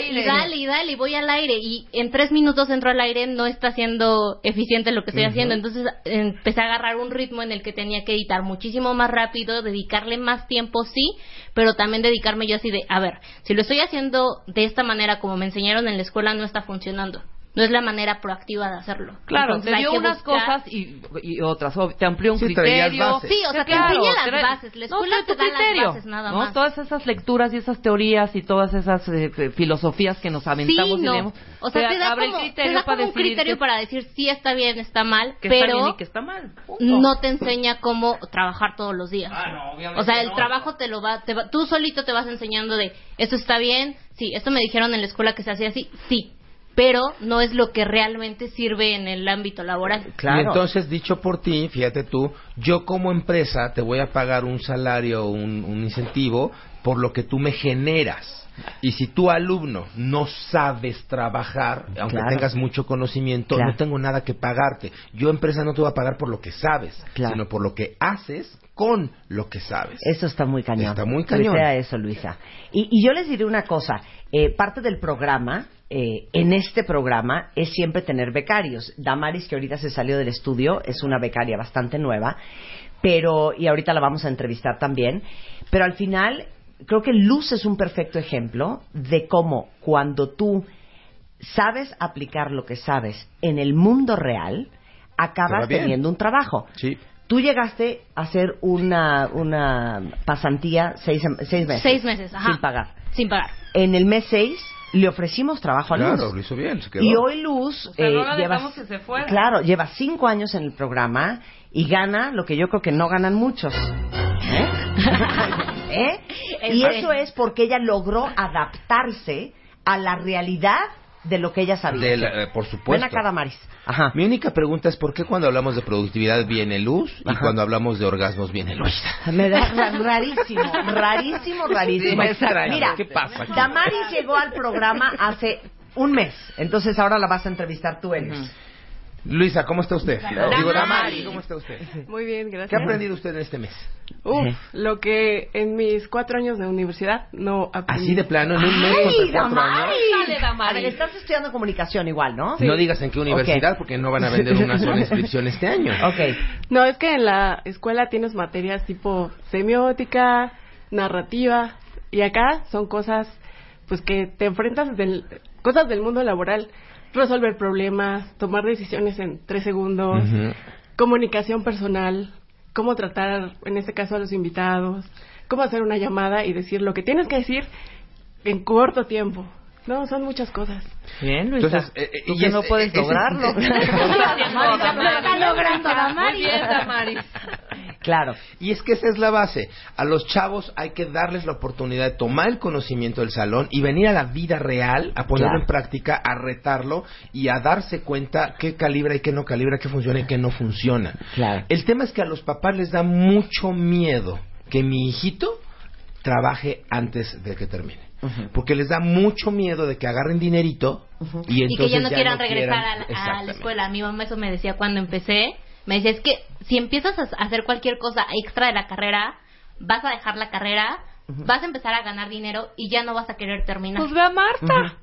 E: dale, y voy al aire, y en 3 minutos entro al aire, no está siendo eficiente lo que estoy haciendo. Entonces empecé a agarrar un ritmo en el que tenía que editar muchísimo más rápido, dedicarle más tiempo, sí, pero también dedicarme yo así de, a ver, si lo estoy haciendo de esta manera como me enseñaron en la escuela, no está funcionando. No es la manera proactiva de hacerlo.
D: Claro,
E: entonces,
D: te dio unas cosas y otras. Te amplió un criterio.
E: Sí, o sea, te enseña las bases. La escuela te da las bases nada más.
D: Todas esas lecturas y esas teorías y todas esas filosofías que nos aventamos y leemos.
E: O sea, te da como un criterio para decir si está bien, está mal, pero
D: está bien y que está mal.
E: No te enseña cómo trabajar todos los días.
D: Obviamente
E: o sea, el trabajo te va, tú solito te vas enseñando de esto está bien, sí, esto me dijeron en la escuela que se hacía así, sí.
H: pero no es lo que realmente sirve en el ámbito laboral.
G: Claro. Y entonces, dicho por ti, fíjate tú, yo como empresa te voy a pagar un salario, un incentivo por lo que tú me generas. Y si tú, alumno, no sabes trabajar, aunque tengas mucho conocimiento, no tengo nada que pagarte. Yo, empresa, no te voy a pagar por lo que sabes, sino por lo que haces con lo que sabes.
A: Eso está muy cañón.
G: Está muy cañón.
A: Sea eso, Luisa. Y yo les diré una cosa. Parte del programa, en este programa, es siempre tener becarios. Damaris, que ahorita se salió del estudio, es una becaria bastante nueva, y ahorita la vamos a entrevistar también. Pero al final, creo que Luz es un perfecto ejemplo de cómo cuando tú sabes aplicar lo que sabes en el mundo real, acabas teniendo un trabajo.
G: Sí.
A: Tú llegaste a hacer una pasantía 6 meses.
H: 6 meses, ajá.
A: Sin pagar.
H: Sin pagar.
A: En el mes 6 le ofrecimos trabajo a Luz.
G: Claro, lo hizo bien. Se quedó.
A: Y hoy Luz
D: no la dejamos que se fuera.
A: Claro, lleva 5 años en el programa y gana lo que yo creo que no ganan muchos. Y eso es porque ella logró adaptarse a la realidad de lo que ella sabía.
G: Por supuesto.
A: Ven acá, Damaris. Ajá.
G: Mi única pregunta es ¿por qué cuando hablamos de productividad viene Luz y cuando hablamos de orgasmos viene Luisa?
A: Me da rarísimo.
G: Sí,
A: mira,
G: ¿qué pasa?
A: Damaris llegó al programa hace un mes, entonces ahora la vas a entrevistar tú, Elios.
G: Luisa, ¿cómo está usted?
H: Damaris,
G: ¿cómo está usted?
I: Muy bien, gracias.
G: ¿Qué ha aprendido usted en este mes?
I: Lo que en mis 4 años de universidad no aprendí.
G: ¿Así de plano? ¿En un mes contra 4 años?
A: A ver, estás estudiando comunicación igual, ¿no?
G: Sí. No digas en qué universidad, porque no van a vender una sola inscripción este año.
I: No, es que en la escuela tienes materias tipo semiótica, narrativa, y acá son cosas pues que te enfrentas cosas del mundo laboral. Resolver problemas, tomar decisiones en 3 segundos, comunicación personal, cómo tratar, en este caso, a los invitados, cómo hacer una llamada y decir lo que tienes que decir en corto tiempo. No, son muchas cosas.
D: Bien, Luisa.
G: Entonces,
D: ¿tú que no puedes lograrlo?
H: Lo está logrando Damaris.
D: Muy bien, Damaris.
A: Claro.
G: Y es que esa es la base. A los chavos hay que darles la oportunidad de tomar el conocimiento del salón y venir a la vida real, a ponerlo en práctica, a retarlo y a darse cuenta qué calibra y qué no calibra, qué funciona y qué no funciona.
A: Claro.
G: El tema es que a los papás les da mucho miedo que mi hijito trabaje antes de que termine. Porque les da mucho miedo de que agarren dinerito y entonces
H: que ya no quieran regresar a la escuela. Mi mamá eso me decía cuando empecé. Me decía, es que si empiezas a hacer cualquier cosa extra de la carrera, vas a dejar la carrera, vas a empezar a ganar dinero y ya no vas a querer terminar.
D: Pues ve a Marta.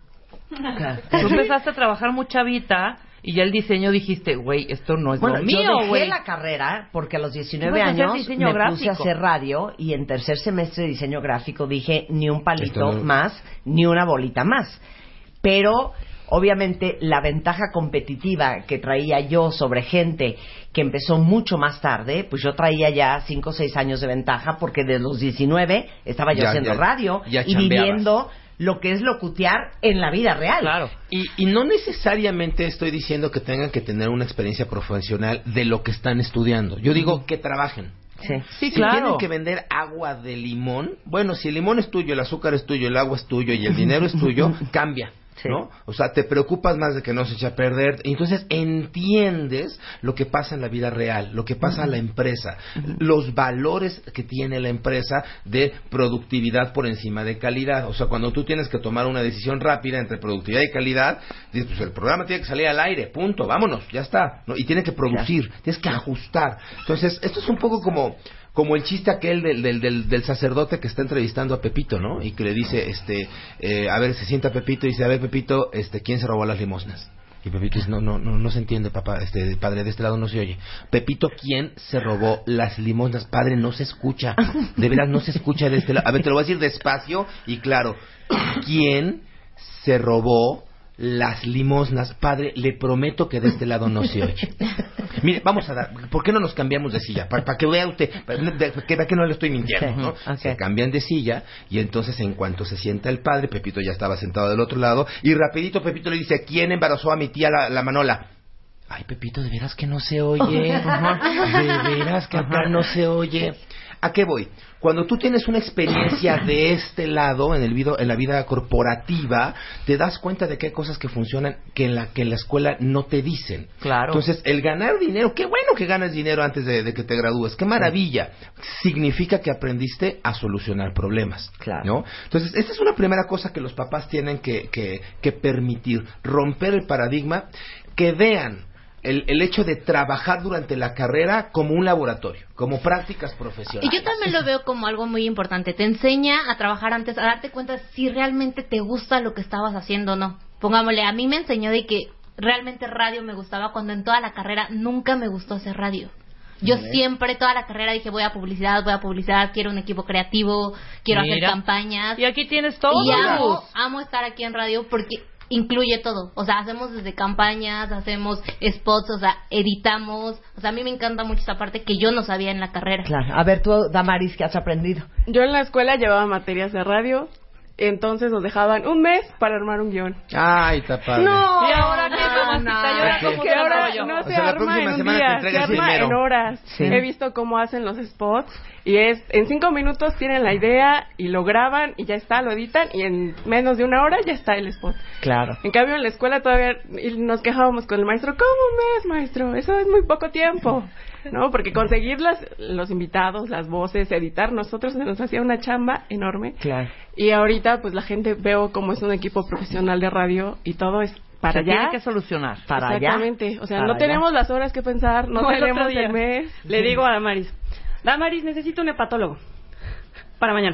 D: Tú empezaste a trabajar muy chavita y ya el diseño dijiste, güey, esto no es lo mío,
A: yo dejé
D: güey.
A: la carrera porque a los 19 años me puse a hacer radio y en tercer semestre de diseño gráfico dije ni un palito más, ni una bolita más. Pero obviamente la ventaja competitiva que traía yo sobre gente que empezó mucho más tarde, pues yo traía ya 5 o 6 años de ventaja porque de los 19 estaba yo haciendo radio y viviendo lo que es locutear en la vida real.
G: Claro. Y no necesariamente estoy diciendo que tengan que tener una experiencia profesional de lo que están estudiando. Yo digo que trabajen.
A: Sí,
G: si tienen que vender agua de limón, bueno, si el limón es tuyo, el azúcar es tuyo, el agua es tuyo y el dinero es tuyo, cambia. ¿No? O sea, te preocupas más de que no se eche a perder. Entonces entiendes lo que pasa en la vida real, lo que pasa en la empresa, los valores que tiene la empresa de productividad por encima de calidad. O sea, cuando tú tienes que tomar una decisión rápida entre productividad y calidad, dices, pues el programa tiene que salir al aire, punto, vámonos, ya está, ¿no? Y tiene que producir, tienes que ajustar. Entonces, esto es un poco como el chiste aquel del sacerdote que está entrevistando a Pepito, ¿no? Y que le dice, a ver, se sienta Pepito y dice, a ver, Pepito, ¿quién se robó las limosnas? Y Pepito dice, no se entiende, papá, padre, de este lado no se oye. Pepito, ¿quién se robó las limosnas? Padre, no se escucha, de veras no se escucha de este lado. A ver, te lo voy a decir despacio y claro. ¿Quién se robó las limosnas? Padre, le prometo que de este lado no se oye. Mire, vamos a dar, ¿por qué no nos cambiamos de silla? Para que vea usted, que vea que no le estoy mintiendo, ¿no? Okay. Se cambian de silla y entonces en cuanto se sienta el padre, Pepito ya estaba sentado del otro lado y rapidito Pepito le dice, ¿quién embarazó a mi tía la Manola? Ay, Pepito, de veras que no se oye. De veras que acá no se oye. ¿A qué voy? Cuando tú tienes una experiencia de este lado en la vida corporativa, te das cuenta de que hay cosas que funcionan que en la escuela no te dicen.
D: Claro.
G: Entonces, el ganar dinero, qué bueno que ganes dinero antes de que te gradúes, qué maravilla. Significa que aprendiste a solucionar problemas.
A: Claro.
G: ¿No? Entonces, esta es una primera cosa que los papás tienen que permitir, romper el paradigma, que vean el hecho de trabajar durante la carrera como un laboratorio, como prácticas profesionales.
H: Y yo también lo veo como algo muy importante. Te enseña a trabajar antes, a darte cuenta si realmente te gusta lo que estabas haciendo o no. Pongámosle, a mí me enseñó de que realmente radio me gustaba cuando en toda la carrera nunca me gustó hacer radio. Yo siempre, toda la carrera dije, voy a publicidad, quiero un equipo creativo, quiero hacer campañas.
D: Y aquí tienes todo.
H: Y amo estar aquí en radio porque incluye todo. O sea, hacemos desde campañas, hacemos spots, o sea, editamos. O sea, a mí me encanta mucho esa parte que yo no sabía en la carrera.
A: Claro. A ver, tú, Damaris, ¿qué has aprendido?
I: Yo en la escuela llevaba materias de radio, entonces nos dejaban un mes para armar un guión.
G: Ay, está padre.
I: No.
D: ¿Y ahora qué? ¿Cómo
I: Que ahora no se arma en un día, se arma en horas.
A: Sí.
I: He visto cómo hacen los spots y es en 5 minutos tienen la idea y lo graban y ya está, lo editan y en menos de una hora ya está el spot.
A: Claro.
I: En cambio en la escuela todavía nos quejábamos con el maestro, ¿cómo un mes, maestro? Eso es muy poco tiempo. ¿No? Porque conseguir los invitados, las voces, editar, nosotros se nos hacía una chamba enorme.
A: Claro.
I: Y ahorita pues la gente veo como es un equipo profesional de radio y todo es para allá.
D: Tiene que solucionar.
A: Para allá.
I: Exactamente. O sea,
A: Para
I: no
A: allá.
I: tenemos las horas que pensar, no
F: Como el
I: tenemos
F: otro día.
I: el mes.
F: Le digo a Damaris, necesito un hepatólogo para mañana.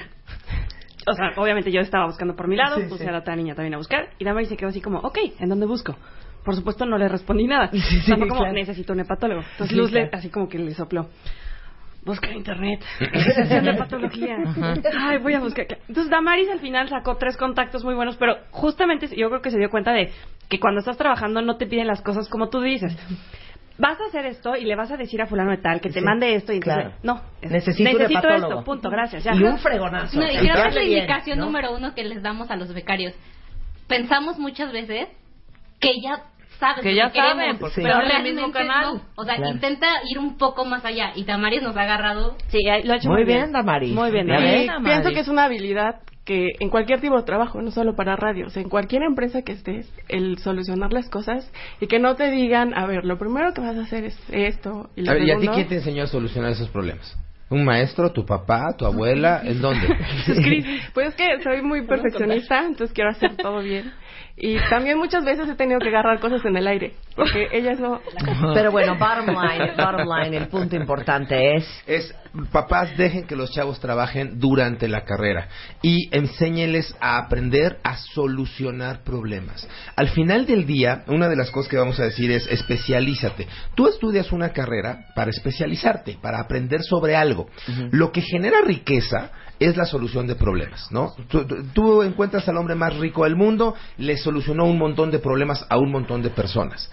F: O sea, obviamente yo estaba buscando por mi lado, puse a la otra niña también a buscar, y Damaris se quedó así como, ok, ¿en dónde busco? Por supuesto no le respondí nada.
A: Sí,
F: o sea, fue como,
A: claro.
F: necesito un hepatólogo. Entonces
A: Sí,
F: Luz
A: claro.
F: así como que le sopló. Busca en internet. Asociación de patología. Ay, voy a buscar. Entonces Damaris al final sacó 3 contactos muy buenos, pero justamente yo creo que se dio cuenta de que cuando estás trabajando no te piden las cosas como tú dices. Vas a hacer esto y le vas a decir a fulano de tal que te mande esto y entonces,
A: claro.
F: no,
A: Necesito un hepatólogo.
F: esto, punto, gracias. Ya.
A: Y un fregonazo.
H: No, y creo que es la
A: Darle bien,
H: indicación
A: ¿no?
H: número 1 que les damos a los becarios. Pensamos muchas veces que ya saben
D: Que
H: lo
D: ya
H: queremos,
D: saben, porque
H: pero
D: están en el
H: realmente
D: mismo canal.
H: no. O sea,
A: Claro.
H: intenta ir un poco más allá y Damaris nos ha agarrado.
F: Sí, lo ha hecho
A: Muy bien, Damaris.
F: Muy bien,
A: Ya
F: Damaris.
A: ves.
I: Y pienso que es una habilidad que en cualquier tipo de trabajo, no solo para radio, o sea, en cualquier empresa que estés, el solucionar las cosas y que no te digan, a ver, lo primero que vas a hacer es esto y lo
G: A ver, ¿y a ti
I: segundo...
G: quién te enseñó a solucionar esos problemas? ¿Un maestro, tu papá, tu abuela? ¿En dónde?
I: Pues es que soy muy perfeccionista, entonces quiero hacer todo bien. Y también muchas veces he tenido que agarrar cosas en el aire, porque ellas no...
A: Pero bueno, bottom line, el punto importante es...
G: Papás, dejen que los chavos trabajen durante la carrera y enséñenles a aprender a solucionar problemas. Al final del día, una de las cosas que vamos a decir es especialízate. Tú estudias una carrera para especializarte, para aprender sobre algo. Lo que genera riqueza es la solución de problemas, ¿no? Tú encuentras al hombre más rico del mundo, le solucionó un montón de problemas a un montón de personas.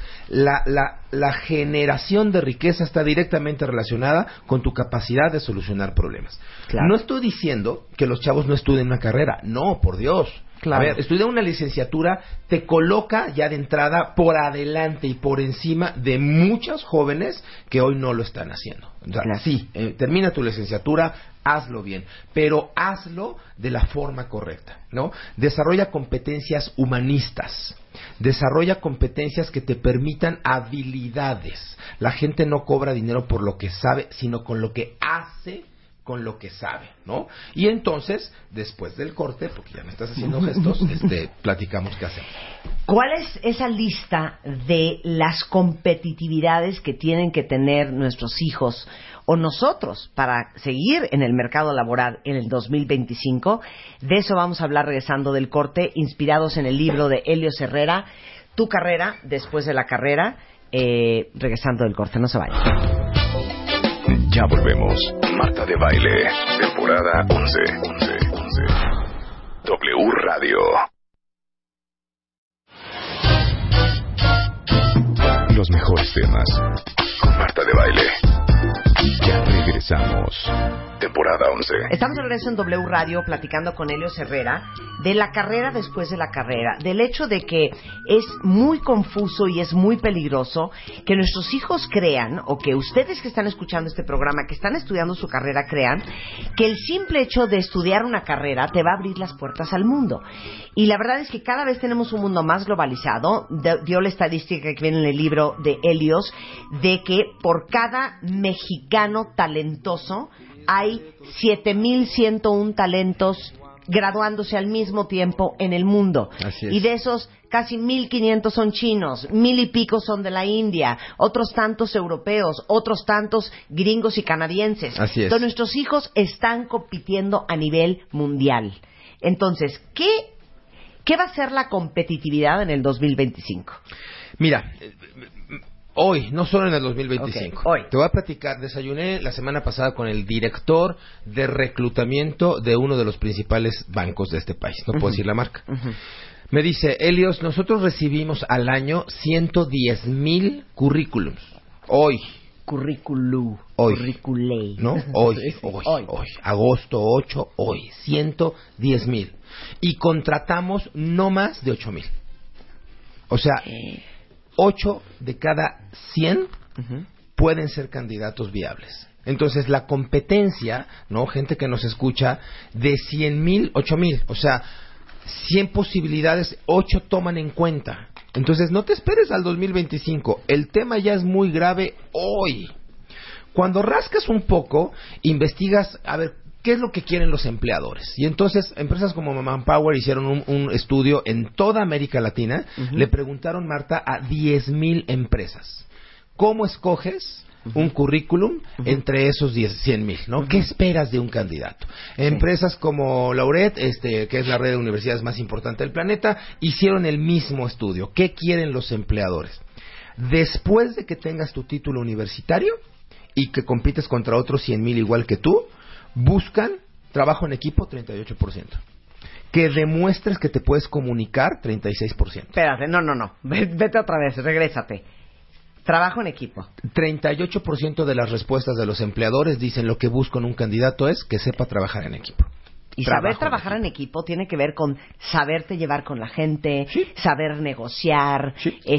G: La generación de riqueza está directamente relacionada con tu capacidad de solucionar problemas.
A: Claro.
G: No estoy diciendo que los chavos no estudien una carrera, no, por Dios.
A: Claro.
G: A ver, estudiar una licenciatura te coloca ya de entrada por adelante y por encima de muchos jóvenes que hoy no lo están haciendo. O sea,
A: Claro.
G: sí, termina tu licenciatura, hazlo bien, pero hazlo de la forma correcta, ¿no? Desarrolla competencias humanistas, desarrolla competencias que te permitan habilidades. La gente no cobra dinero por lo que sabe, sino con lo que hace con lo que sabe, ¿no? Y entonces, después del corte, porque ya me estás haciendo gestos, platicamos qué hacemos.
A: ¿Cuál es esa lista de las competitividades que tienen que tener nuestros hijos o nosotros para seguir en el mercado laboral en el 2025? De eso vamos a hablar regresando del corte, inspirados en el libro de Helios Herrera, Tu carrera después de la carrera, regresando del corte. No se vayan.
B: Ya volvemos. Marta de Baile, temporada 11. W Radio. Los mejores temas con Marta de Baile. Ya regresamos. regresamos. Temporada 11.
A: Estamos de regreso en W Radio platicando con Helios Herrera de la carrera después de la carrera, del hecho de que es muy confuso y es muy peligroso que nuestros hijos crean, o que ustedes que están escuchando este programa, que están estudiando su carrera, crean que el simple hecho de estudiar una carrera te va a abrir las puertas al mundo. Y la verdad es que cada vez tenemos un mundo más globalizado. Dio la estadística que viene en el libro de Helios de que por cada mexicano talentoso hay 7,101 talentos graduándose al mismo tiempo en el mundo.
G: Así es.
A: Y de esos, casi 1,500 son chinos, 1,000 y pico son de la India, otros tantos europeos, otros tantos gringos y canadienses.
G: Así es.
A: Entonces nuestros hijos están compitiendo a nivel mundial. Entonces, ¿qué va a ser la competitividad en el 2025?
G: Mira, hoy, no solo en el 2025.
A: Okay, hoy.
G: Te voy a platicar. Desayuné la semana pasada con el director de reclutamiento de uno de los principales bancos de este país. No puedo decir la marca. Me dice, Helios, nosotros recibimos al año 110,000 currículums. Hoy.
A: Curriculum.
G: Hoy.
A: Curriculei.
G: ¿No? Hoy. Agosto 8, hoy. 110,000. Y contratamos no más de 8,000. O sea, 8 de cada 100 pueden ser candidatos viables. Entonces, la competencia, ¿no? Gente que nos escucha, de 100,000, 8,000. O sea, 100 posibilidades, 8 toman en cuenta. Entonces, no te esperes al 2025. El tema ya es muy grave hoy. Cuando rascas un poco, investigas, a ver, ¿qué es lo que quieren los empleadores? Y entonces, empresas como Manpower hicieron un estudio en toda América Latina. Le preguntaron, Marta, a 10,000 empresas. ¿Cómo escoges un currículum entre esos 100,000, ¿no? ¿Qué esperas de un candidato? Empresas como Laureate, que es la red de universidades más importante del planeta, hicieron el mismo estudio. ¿Qué quieren los empleadores? Después de que tengas tu título universitario y que compites contra otros 100,000 igual que tú, buscan trabajo en equipo, 38%. Que demuestres que te puedes comunicar, 36%.
A: Espérate, no. Vete otra vez, regrésate. Trabajo en equipo.
G: 38% de las respuestas de los empleadores dicen lo que busco en un candidato es que sepa trabajar en equipo.
A: Y saber trabajar en equipo tiene que ver con saberte llevar con la gente, saber negociar,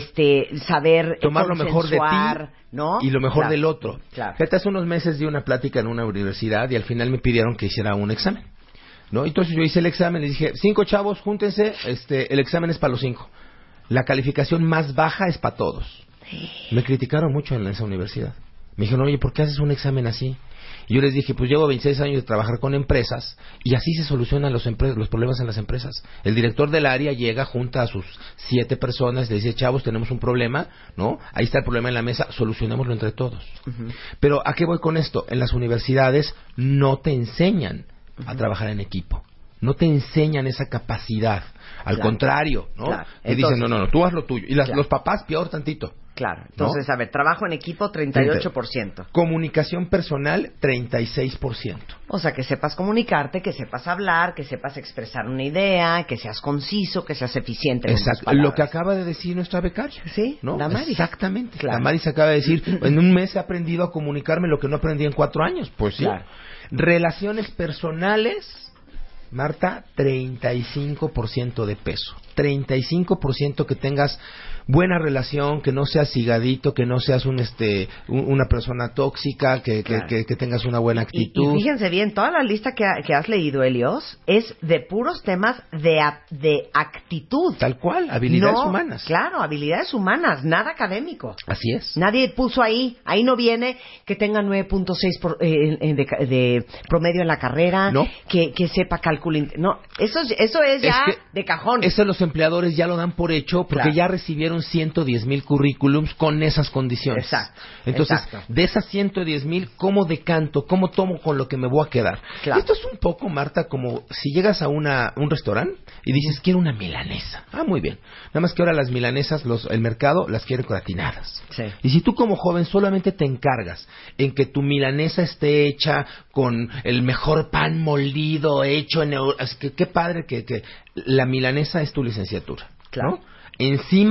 A: saber
G: tomar lo mejor de ti,
A: ¿no?
G: Y lo mejor del otro.
A: Claro.
G: Fíjate, hace unos meses di una plática en una universidad y al final me pidieron que hiciera un examen, ¿no? Entonces yo hice el examen y les dije, 5 chavos, júntense, el examen es para los 5. La calificación más baja es para todos. Me criticaron mucho en esa universidad. Me dijeron, oye, ¿por qué haces un examen así? Y yo les dije, pues llevo 26 años de trabajar con empresas y así se solucionan los problemas en las empresas. El director del área llega, junta a sus 7 personas, le dice, chavos, tenemos un problema, ¿no? Ahí está el problema en la mesa, solucionémoslo entre todos. Pero ¿a qué voy con esto? En las universidades no te enseñan a trabajar en equipo. No te enseñan esa capacidad. Al contrario, ¿no? Te dicen, no, tú haz lo tuyo. Y los papás, peor tantito.
A: Claro. Entonces, a ver, trabajo en equipo, 38%.
G: Comunicación personal, 36%.
A: O sea, que sepas comunicarte, que sepas hablar, que sepas expresar una idea, que seas conciso, que seas eficiente.
G: Exacto. Lo que acaba de decir nuestra becaria.
A: Sí,
G: ¿no?
A: Damaris.
G: Exactamente.
A: Claro.
G: Damaris acaba de decir, en un mes he aprendido a comunicarme lo que no aprendí en 4 años. Pues sí.
A: Claro.
G: Relaciones personales, Marta, 35% de peso. 35% que tengas buena relación, que no seas cigadito, que no seas una persona tóxica, que tengas una buena actitud.
A: Y fíjense bien, toda la lista que has leído, Helios, es de puros temas de actitud.
G: Tal cual, habilidades humanas.
A: Claro, habilidades humanas, nada académico.
G: Así es.
A: Nadie puso ahí no viene que tenga 9.6 de promedio en la carrera,
G: no.
A: que sepa cálculo. No, eso es ya de cajón.
G: Eso los empleadores ya lo dan por hecho porque ya recibieron 110,000 currículums con esas condiciones.
A: Exacto.
G: Entonces, de esas 110,000, ¿cómo decanto? ¿Cómo tomo con lo que me voy a quedar? Claro. Esto es un poco, Marta, como si llegas a un restaurante y dices, quiero una milanesa. Ah, muy bien. Nada más que ahora las milanesas, el mercado las quiere gratinadas.
A: Sí.
G: Y si tú como joven solamente te encargas en que tu milanesa esté hecha con el mejor pan molido, hecho en... Qué padre que la milanesa es tu licenciatura.
A: Claro.
G: ¿no? Encima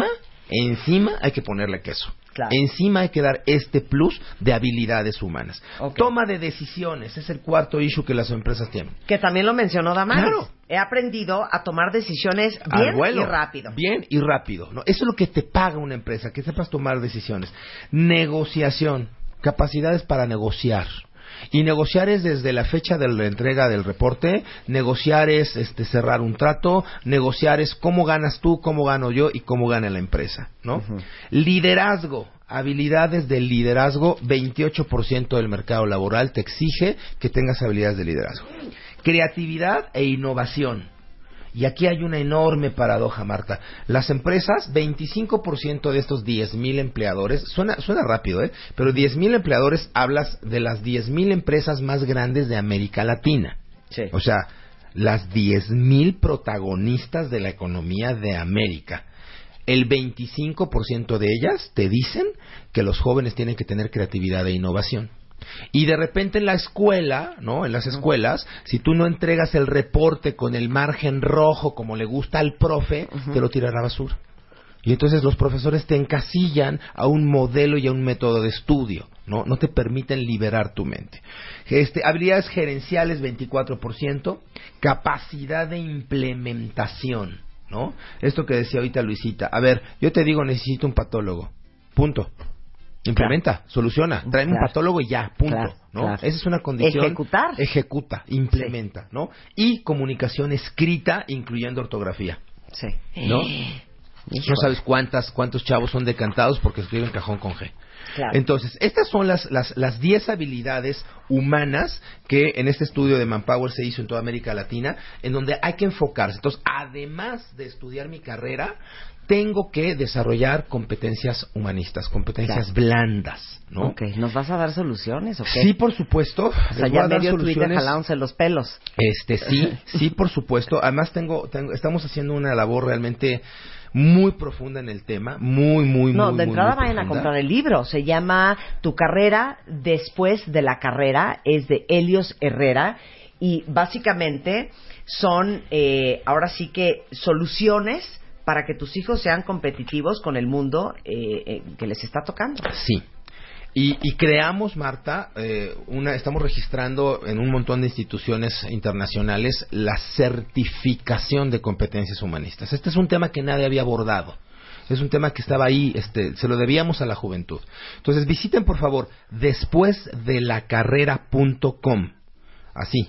G: Encima hay que ponerle queso.
A: Claro.
G: Encima hay que dar este plus de habilidades humanas.
A: Okay.
G: Toma de decisiones, es el cuarto issue que las empresas tienen.
A: Que también lo mencionó Damaris.
G: Claro.
A: He aprendido a tomar decisiones
G: Al
A: bien
G: vuelo.
A: y rápido.
G: Bien y rápido, ¿no? Eso es lo que te paga una empresa, que sepas tomar decisiones. Negociación, capacidades para negociar. Y negociar es desde la fecha de la entrega del reporte, negociar es cerrar un trato, negociar es cómo ganas tú, cómo gano yo y cómo gana la empresa, ¿no?
A: Ujú.
G: Liderazgo, habilidades de liderazgo, 28% del mercado laboral te exige que tengas habilidades de liderazgo. Creatividad e innovación. Y aquí hay una enorme paradoja, Marta. Las empresas, 25% de estos 10,000 empleadores, suena rápido, pero 10,000 empleadores, hablas de las 10,000 empresas más grandes de América Latina.
A: Sí.
G: O sea, las 10,000 protagonistas de la economía de América. El 25% de ellas te dicen que los jóvenes tienen que tener creatividad e innovación. Y de repente en la escuela, ¿no? En las escuelas, si tú no entregas el reporte con el margen rojo como le gusta al profe, te lo tira a la basura. Y entonces los profesores te encasillan a un modelo y a un método de estudio, ¿no? No te permiten liberar tu mente. Habilidades gerenciales, 24%. Capacidad de implementación, ¿no? Esto que decía ahorita Luisita. A ver, yo te digo, necesito un patólogo. Punto. Implementa, soluciona, trae un patólogo y ya, punto, ¿no?
A: Claro.
G: Esa es una condición. Ejecuta, implementa, ¿no? Y comunicación escrita, incluyendo ortografía.
A: Sí.
G: ¿No? No sabes cuántos chavos son decantados porque escriben cajón con G.
A: Claro.
G: Entonces, estas son las 10 habilidades humanas que en este estudio de Manpower se hizo en toda América Latina, en donde hay que enfocarse. Entonces, además de estudiar mi carrera, tengo que desarrollar competencias humanistas, competencias blandas, ¿no?
A: Ok, ¿nos vas a dar soluciones o qué?
G: Sí, por supuesto.
A: O sea, ya medio Twitter jalándose los pelos.
G: Sí, por supuesto. Además estamos haciendo una labor realmente muy profunda en el tema, muy
A: de entrada
G: muy
A: vayan a
G: profunda.
A: comprar el libro. Se llama Tu carrera después de la carrera. Es de Helios Herrera. Y básicamente son, ahora sí que, soluciones para que tus hijos sean competitivos con el mundo que les está tocando.
G: Sí. Y creamos, Marta, estamos registrando en un montón de instituciones internacionales la certificación de competencias humanistas. Este es un tema que nadie había abordado. Es un tema que estaba ahí, se lo debíamos a la juventud. Entonces visiten por favor despuesdelacarrera.com. Así,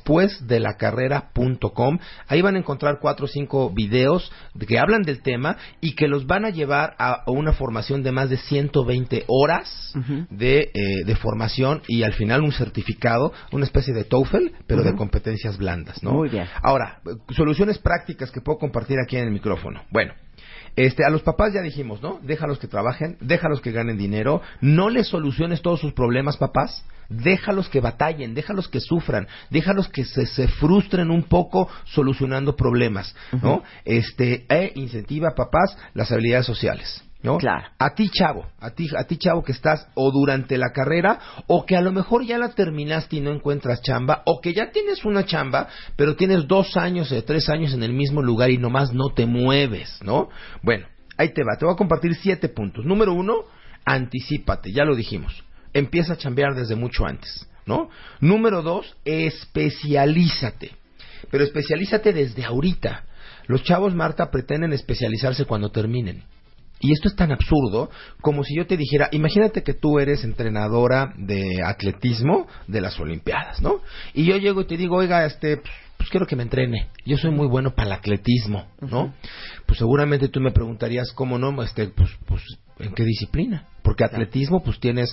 G: despuesdelacarrera.com. Ahí van a encontrar 4 o 5 videos que hablan del tema y que los van a llevar a una formación de más de 120 horas de formación y al final un certificado, una especie de TOEFL, pero de competencias blandas, ¿no?
A: Muy bien.
G: Ahora, soluciones prácticas que puedo compartir aquí en el micrófono. Bueno, a los papás ya dijimos, ¿no? Déjalos que trabajen, déjalos que ganen dinero, no les soluciones todos sus problemas, papás, déjalos que batallen, déjalos que sufran, déjalos que se frustren un poco solucionando problemas, ¿no? Incentiva, papás, las habilidades sociales, ¿no?
A: Claro.
G: A ti chavo que estás o durante la carrera o que a lo mejor ya la terminaste y no encuentras chamba o que ya tienes una chamba pero tienes 2 años o 3 años en el mismo lugar y nomás no te mueves, ¿no? Bueno, ahí te voy a compartir 7 puntos. Número 1, anticípate, ya lo dijimos, empieza a chambear desde mucho antes, ¿no? Número 2, especialízate, pero especialízate desde ahorita. Los chavos, Marta, pretenden especializarse cuando terminen. Y esto es tan absurdo como si yo te dijera, imagínate que tú eres entrenadora de atletismo de las Olimpiadas, ¿no? Y yo llego y te digo, oiga, pues quiero que me entrene. Yo soy muy bueno para el atletismo, ¿no? Pues seguramente tú me preguntarías, ¿cómo no? Pues, ¿en qué disciplina? Porque atletismo, pues tienes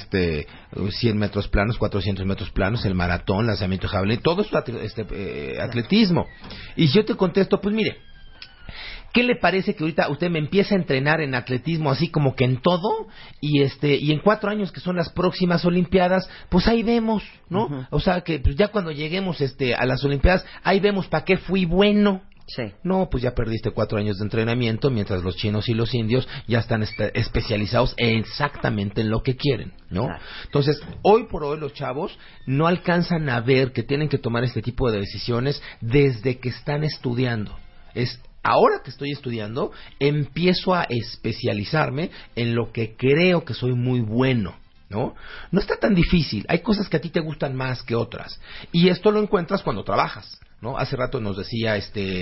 G: 100 metros planos, 400 metros planos, el maratón, lanzamiento de jabalí, todo eso atletismo. Y si yo te contesto, pues mire, ¿qué le parece que ahorita usted me empiece a entrenar en atletismo así como que en todo? Y en 4 años que son las próximas Olimpiadas, pues ahí vemos, ¿no? O sea que pues ya cuando lleguemos a las Olimpiadas, ahí vemos para qué fui bueno.
A: Sí.
G: No, pues ya perdiste 4 años de entrenamiento, mientras los chinos y los indios ya están especializados exactamente en lo que quieren, ¿no?
A: Claro.
G: Entonces, hoy por hoy los chavos no alcanzan a ver que tienen que tomar este tipo de decisiones desde que están estudiando. Es Ahora que estoy estudiando, empiezo a especializarme en lo que creo que soy muy bueno, ¿no? No está tan difícil. Hay cosas que a ti te gustan más que otras. Y esto lo encuentras cuando trabajas, ¿no? Hace rato nos decía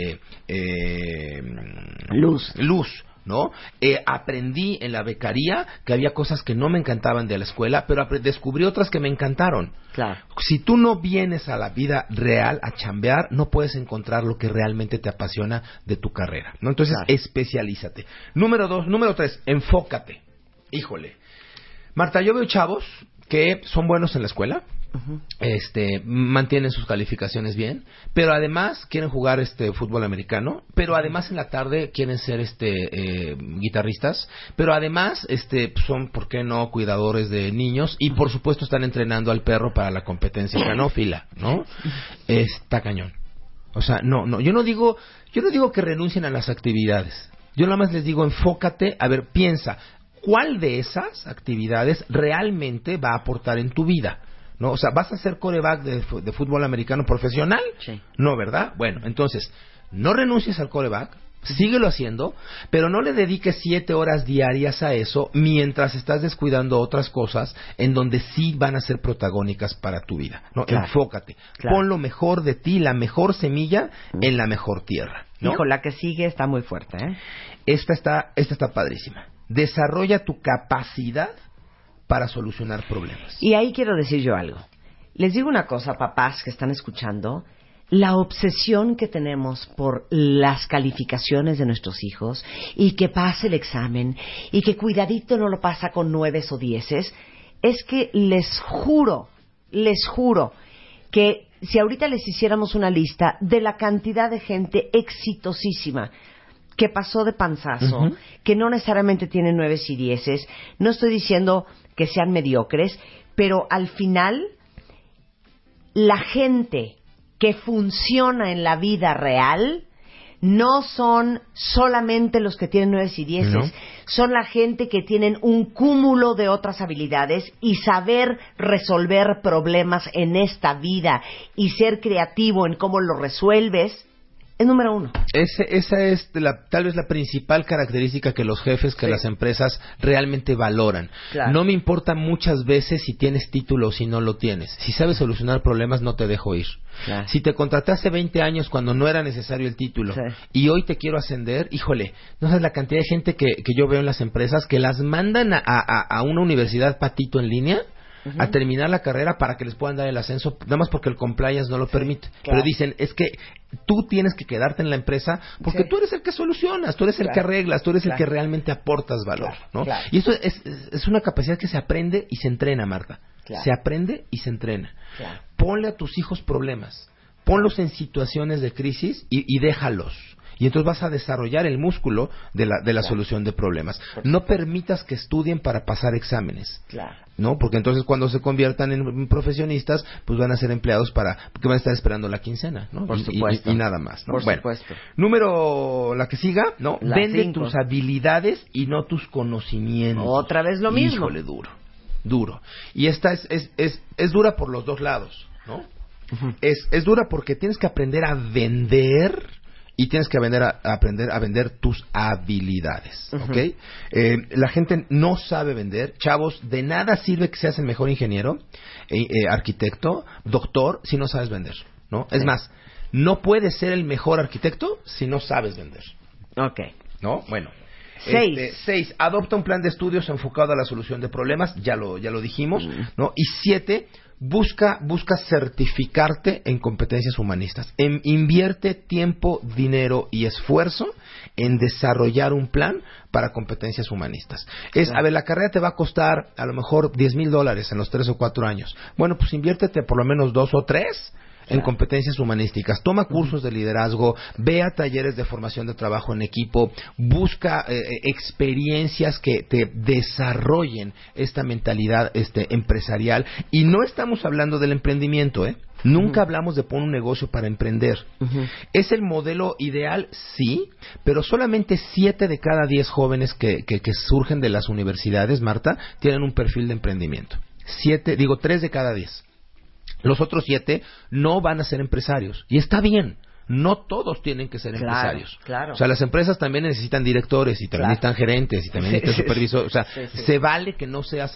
G: Luz, ¿no? Aprendí en la becaría que había cosas que no me encantaban de la escuela, pero descubrí otras que me encantaron.
A: Claro.
G: Si tú no vienes a la vida real a chambear, no puedes encontrar lo que realmente te apasiona de tu carrera, ¿no? Entonces, especialízate. Número 3, enfócate. Híjole. Marta, yo veo chavos que son buenos en la escuela, mantienen sus calificaciones bien, pero además quieren jugar fútbol americano, pero además en la tarde quieren ser guitarristas, pero además son, ¿por qué no?, cuidadores de niños, y por supuesto están entrenando al perro para la competencia canófila, ¿no? Está cañón. O sea, yo no digo que renuncien a las actividades. Yo nada más les digo, enfócate, a ver, piensa, ¿cuál de esas actividades realmente va a aportar en tu vida? ¿No? O sea, ¿vas a ser quarterback de fútbol americano profesional?
A: Sí.
G: No, ¿verdad? Bueno, entonces, no renuncies al quarterback, síguelo haciendo, pero no le dediques 7 horas diarias a eso mientras estás descuidando otras cosas en donde sí van a ser protagónicas para tu vida, ¿no? Claro. Enfócate. Claro. Pon lo mejor de ti, la mejor semilla en la mejor tierra, ¿no?
A: Hijo, la que sigue está muy fuerte, ¿eh?
G: Esta está padrísima. Desarrolla tu capacidad para solucionar problemas.
A: Y ahí quiero decir yo algo. Les digo una cosa, papás que están escuchando, la obsesión que tenemos por las calificaciones de nuestros hijos y que pase el examen y que cuidadito no lo pasa con 9 o 10, es que les juro que si ahorita les hiciéramos una lista de la cantidad de gente exitosísima que pasó de panzazo, que no necesariamente tienen 9 y 10, no estoy diciendo que sean mediocres, pero al final la gente que funciona en la vida real no son solamente los que tienen 9 y 10, no. Son la gente que tienen un cúmulo de otras habilidades y saber resolver problemas en esta vida y ser creativo en cómo lo resuelves. Es número 1.
G: Esa es tal vez la principal característica que los jefes, que las empresas realmente valoran. Claro. No me importa muchas veces si tienes título o si no lo tienes. Si sabes solucionar problemas, no te dejo ir. Claro. Si te contraté hace 20 años cuando no era necesario el título y hoy te quiero ascender, híjole, no sabes la cantidad de gente que yo veo en las empresas que las mandan a una universidad patito en línea a terminar la carrera para que les puedan dar el ascenso, nada más porque el compliance no lo permite. Claro. Pero dicen, es que tú tienes que quedarte en la empresa porque tú eres el que solucionas, tú eres el que arreglas, tú eres el que realmente aportas valor, ¿no? Claro. Y eso es una capacidad que se aprende y se entrena, Marta. Claro. Se aprende y se entrena. Claro. Ponle a tus hijos problemas, ponlos en situaciones de crisis y déjalos. Y entonces vas a desarrollar el músculo de la solución de problemas. No permitas que estudien para pasar exámenes. Claro. ¿No? Porque entonces cuando se conviertan en profesionistas, pues van a ser empleados porque van a estar esperando la quincena, ¿no?
A: Por supuesto.
G: Y nada más, ¿no?
A: Por supuesto.
G: La que siga, ¿no? Vende 5. Tus habilidades y no tus conocimientos.
A: Otra vez lo mismo.
G: Híjole, duro. Y esta es dura por los dos lados, ¿no? Es dura porque tienes que aprender a vender. Y tienes que aprender a vender tus habilidades, ¿ok? La gente no sabe vender. Chavos, de nada sirve que seas el mejor ingeniero, arquitecto, doctor, si no sabes vender, ¿no? Es más, no puedes ser el mejor arquitecto si no sabes vender.
A: Ok.
G: ¿No? Bueno. 6. Adopta un plan de estudios enfocado a la solución de problemas. Ya lo dijimos, ¿no? Y 7. Busca certificarte en competencias humanistas. Invierte tiempo, dinero y esfuerzo en desarrollar un plan para competencias humanistas. A ver, la carrera te va a costar a lo mejor $10,000 en los 3 o 4 años. Bueno, pues inviértete por lo menos 2 o 3 en competencias humanísticas. Toma cursos de liderazgo, ve a talleres de formación de trabajo en equipo, busca experiencias que te desarrollen esta mentalidad empresarial. Y no estamos hablando del emprendimiento, Nunca hablamos de poner un negocio para emprender. ¿Es el modelo ideal? Sí, pero solamente 7 de cada 10 jóvenes que surgen de las universidades, Marta, tienen un perfil de emprendimiento. 3 de cada 10. Los otros 7 no van a ser empresarios. Y está bien. no todos tienen que ser empresarios.
A: Claro.
G: O sea, las empresas también necesitan directores y también necesitan gerentes y también necesitan supervisores. O sea, se vale que no seas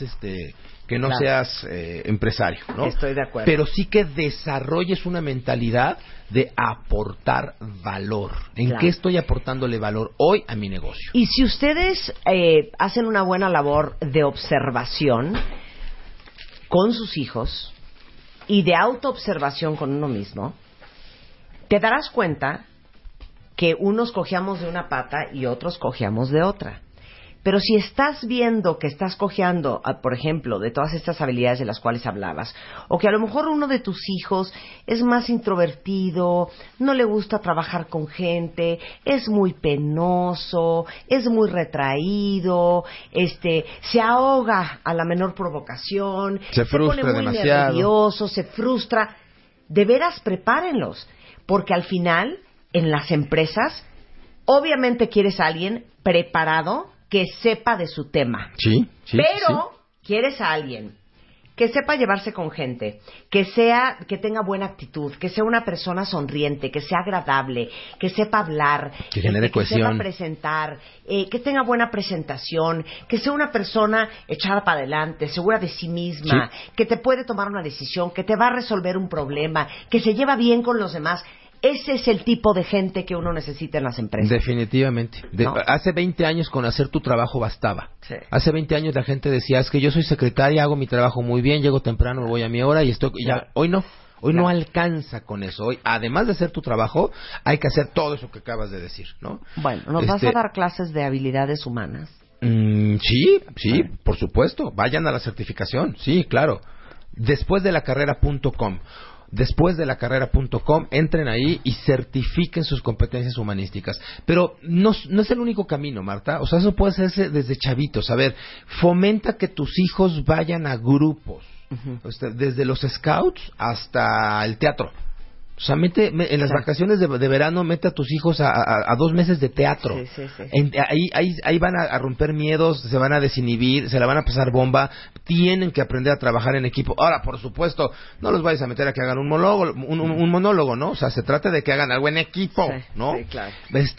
G: seas empresario, ¿no?
A: Estoy de acuerdo.
G: Pero sí que desarrolles una mentalidad de aportar valor. ¿En qué estoy aportándole valor hoy a mi negocio?
A: Y si ustedes hacen una buena labor de observación con sus hijos y de autoobservación con uno mismo, te darás cuenta que unos cojeamos de una pata y otros cojeamos de otra. Pero si estás viendo que estás cojeando, por ejemplo, de todas estas habilidades de las cuales hablabas, o que a lo mejor uno de tus hijos es más introvertido, no le gusta trabajar con gente, es muy penoso, es muy retraído, se ahoga a la menor provocación,
G: se frustra
A: pone muy
G: demasiado,
A: nervioso, se frustra, de veras prepárenlos, porque al final, en las empresas, obviamente quieres a alguien preparado que sepa de su tema.
G: Sí.
A: Pero quieres a alguien que sepa llevarse con gente, que tenga buena actitud, que sea una persona sonriente, que sea agradable, que sepa hablar,
G: que genere cohesión,
A: que sepa presentar, que tenga buena presentación, que sea una persona echada para adelante, segura de sí misma, que te puede tomar una decisión, que te va a resolver un problema, que se lleva bien con los demás. Ese es el tipo de gente que uno necesita en las empresas.
G: Definitivamente. Hace 20 años con hacer tu trabajo bastaba.
A: Sí.
G: Hace 20 años la gente decía, es que yo soy secretaria, hago mi trabajo muy bien, llego temprano, me voy a mi hora y estoy... Ya. Hoy no. Hoy no alcanza con eso. Hoy, además de hacer tu trabajo, hay que hacer todo eso que acabas de decir, ¿no?
A: Bueno, ¿nos vas a dar clases de habilidades humanas?
G: Sí, por supuesto. Vayan a la certificación. Sí, claro. Después de la carrera.com. Después de la carrera.com, entren ahí y certifiquen sus competencias humanísticas. Pero no es el único camino, Marta. O sea, eso puede hacerse desde chavitos. A ver, fomenta que tus hijos vayan a grupos. Desde los scouts hasta el teatro. O sea, en las vacaciones de verano, mete a tus hijos a 2 meses de teatro.
A: Sí.
G: Ahí van a romper miedos, se van a desinhibir, se la van a pasar bomba. Tienen que aprender a trabajar en equipo. Ahora, por supuesto, no los vayas a meter a que hagan un monólogo, ¿no? O sea, se trata de que hagan algo en equipo, ¿no?
A: Sí, claro.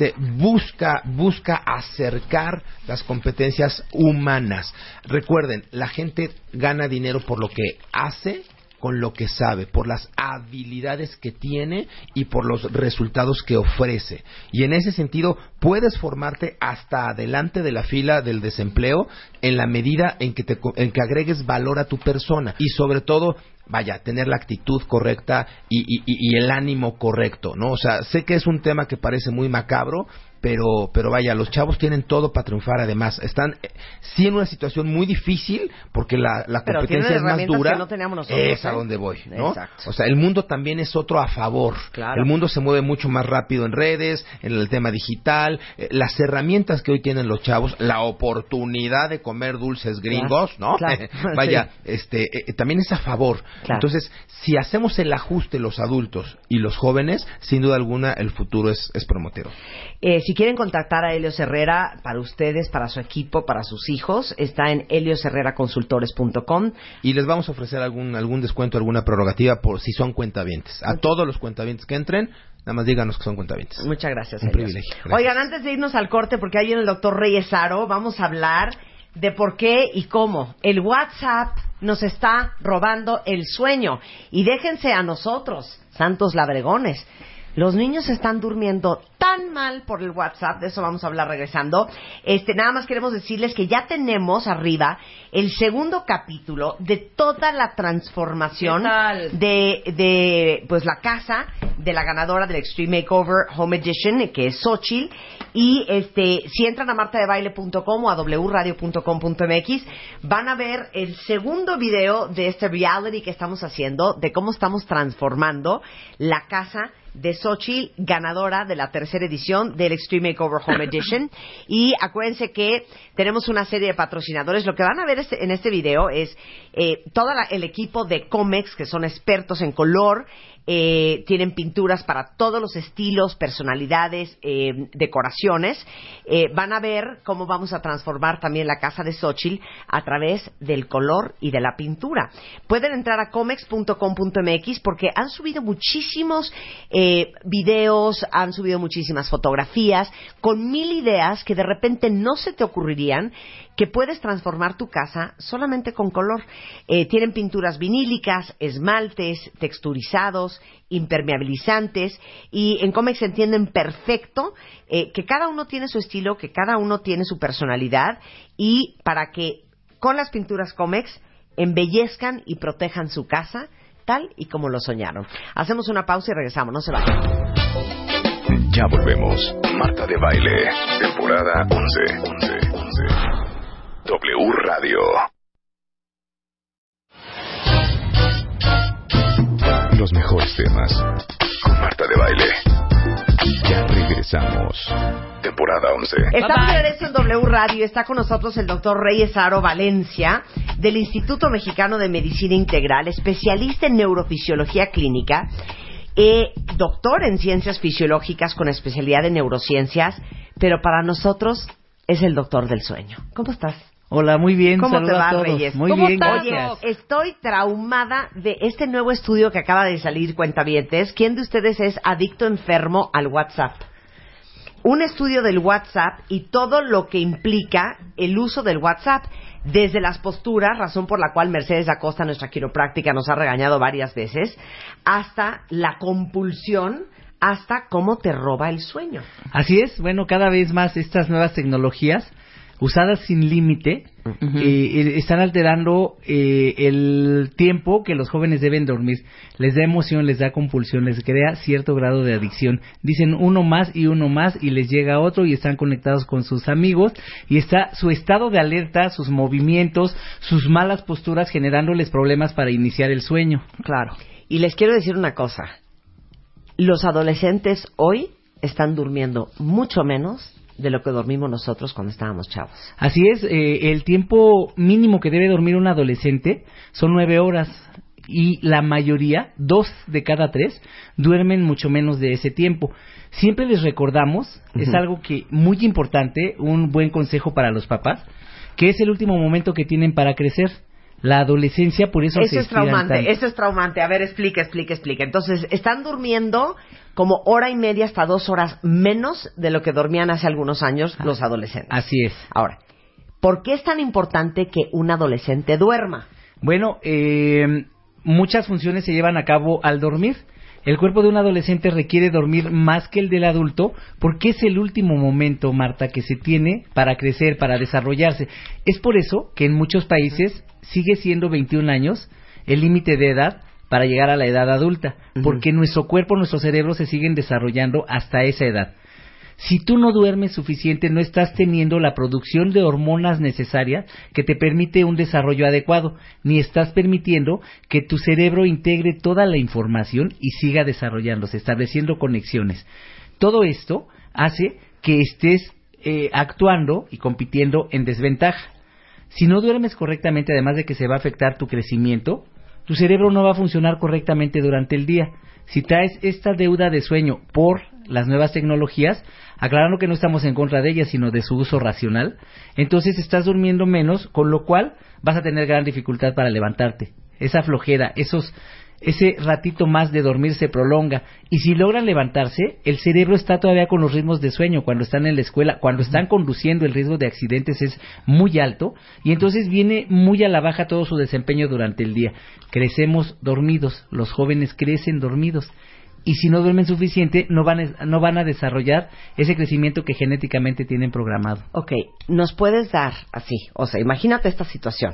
G: Busca acercar las competencias humanas. Recuerden, la gente gana dinero por lo que hace, con lo que sabe, por las habilidades que tiene y por los resultados que ofrece. Y en ese sentido, puedes formarte hasta adelante de la fila del desempleo en la medida en que agregues valor a tu persona. Y sobre todo, tener la actitud correcta y el ánimo correcto, ¿no? O sea, sé que es un tema que parece muy macabro, pero los chavos tienen todo para triunfar. Además, están sí en una situación muy difícil porque la competencia es más dura.
A: Que no teníamos nosotros,
G: es a donde voy, ¿no?
A: Exacto.
G: O sea, el mundo también es otro a favor.
A: Claro.
G: El mundo se mueve mucho más rápido en redes, en el tema digital, las herramientas que hoy tienen los chavos, la oportunidad de comer dulces gringos, ¿no?
A: Claro.
G: También es a favor.
A: Claro.
G: Entonces, si hacemos el ajuste los adultos y los jóvenes, sin duda alguna el futuro es promotero.
A: Si quieren contactar a Helios Herrera, para ustedes, para su equipo, para sus hijos, está en heliosherreraconsultores.com.
G: Y les vamos a ofrecer algún descuento, alguna prerrogativa por si son cuentavientes. A todos los cuentavientes que entren, nada más díganos que son cuentavientes.
A: Muchas gracias,
G: Un
A: Helios.
G: privilegio. Gracias.
A: Oigan, antes de irnos al corte, porque ahí viene el doctor Reyes Aro, vamos a hablar de por qué y cómo el WhatsApp nos está robando el sueño. Y déjense a nosotros, santos labregones. Los niños están durmiendo tan mal por el WhatsApp, de eso vamos a hablar regresando. Nada más queremos decirles que ya tenemos arriba el segundo capítulo de toda la transformación de pues la casa de la ganadora del Extreme Makeover Home Edition, que es Xochitl. Y si entran a martadebaile.com o a wradio.com.mx, van a ver el segundo video de este reality que estamos haciendo, de cómo estamos transformando la casa de Xochitl, ganadora de la tercera edición del Extreme Makeover Home Edition. Y acuérdense que tenemos una serie de patrocinadores. Lo que van a ver en este video es todo el equipo de Comex, que son expertos en color, tienen pinturas para todos los estilos, personalidades, decoraciones. Van a ver cómo vamos a transformar también la casa de Xóchitl a través del color y de la pintura. Pueden entrar a comex.com.mx porque han subido muchísimos videos, han subido muchísimas fotografías con 1000 ideas que de repente no se te ocurrirían que puedes transformar tu casa solamente con color. Tienen pinturas vinílicas, esmaltes, texturizados, impermeabilizantes, y en Comex entienden perfecto que cada uno tiene su estilo, que cada uno tiene su personalidad, y para que con las pinturas Comex embellezcan y protejan su casa tal y como lo soñaron. Hacemos una pausa y regresamos, no se vayan.
B: Ya volvemos. Marta de Baile, temporada 11. W Radio. Los mejores temas con Marta de Baile. Ya regresamos. Temporada 11.
A: Estamos de regreso en W Radio. Está con nosotros el doctor Reyes Aro Valencia, del Instituto Mexicano de Medicina Integral, especialista en neurofisiología clínica, doctor en ciencias fisiológicas con especialidad en neurociencias, pero para nosotros es el doctor del sueño. ¿Cómo estás?
J: Hola, muy bien.
A: ¿Cómo te va,
J: a todos.
A: Reyes?
J: Muy
A: ¿Cómo
J: bien,
A: estás?
J: gracias.
A: Oye, estoy traumada de este nuevo estudio que acaba de salir, cuentavientes. ¿Quién de ustedes es adicto enfermo al WhatsApp? Un estudio del WhatsApp y todo lo que implica el uso del WhatsApp, desde las posturas, razón por la cual Mercedes Acosta, nuestra quiropráctica, nos ha regañado varias veces, hasta la compulsión, hasta cómo te roba el sueño.
J: Así es, bueno, cada vez más estas nuevas tecnologías, usadas sin límite, están alterando el tiempo que los jóvenes deben dormir. Les da emoción, les da compulsión, les crea cierto grado de adicción. Dicen uno más y les llega otro y están conectados con sus amigos y está su estado de alerta, sus movimientos, sus malas posturas generándoles problemas para iniciar el sueño.
A: Claro. Y les quiero decir una cosa. Los adolescentes hoy están durmiendo mucho menos de lo que dormimos nosotros cuando estábamos chavos.
J: Así es, el tiempo mínimo que debe dormir un adolescente son 9 horas y la mayoría, 2 de cada 3, duermen mucho menos de ese tiempo. Siempre les recordamos, es algo que muy importante, un buen consejo para los papás, que es el último momento que tienen para crecer. La adolescencia, por eso se estiran tanto.
A: Eso es traumante. A ver, explica. Entonces, están durmiendo como hora y media hasta 2 horas menos de lo que dormían hace algunos años los adolescentes.
J: Así es.
A: Ahora, ¿por qué es tan importante que un adolescente duerma?
J: Bueno, muchas funciones se llevan a cabo al dormir. El cuerpo de un adolescente requiere dormir más que el del adulto porque es el último momento, Marta, que se tiene para crecer, para desarrollarse. Es por eso que en muchos países sigue siendo 21 años el límite de edad para llegar a la edad adulta, porque nuestro cuerpo, nuestro cerebro se siguen desarrollando hasta esa edad. Si tú no duermes suficiente, no estás teniendo la producción de hormonas necesarias que te permite un desarrollo adecuado, ni estás permitiendo que tu cerebro integre toda la información y siga desarrollándose, estableciendo conexiones. Todo esto hace que estés actuando y compitiendo en desventaja. Si no duermes correctamente, además de que se va a afectar tu crecimiento, tu cerebro no va a funcionar correctamente durante el día. Si traes esta deuda de sueño por las nuevas tecnologías, aclarando que no estamos en contra de ellas, sino de su uso racional, entonces estás durmiendo menos, con lo cual vas a tener gran dificultad para levantarte. Esa flojera, ese ratito más de dormir se prolonga, y si logran levantarse, el cerebro está todavía con los ritmos de sueño. Cuando están en la escuela, cuando están conduciendo, el riesgo de accidentes es muy alto, y entonces viene muy a la baja todo su desempeño durante el día. Crecemos dormidos, los jóvenes crecen dormidos, y si no duermen suficiente, no van a desarrollar ese crecimiento que genéticamente tienen programado.
A: Ok, ¿nos puedes dar así? O sea, imagínate esta situación.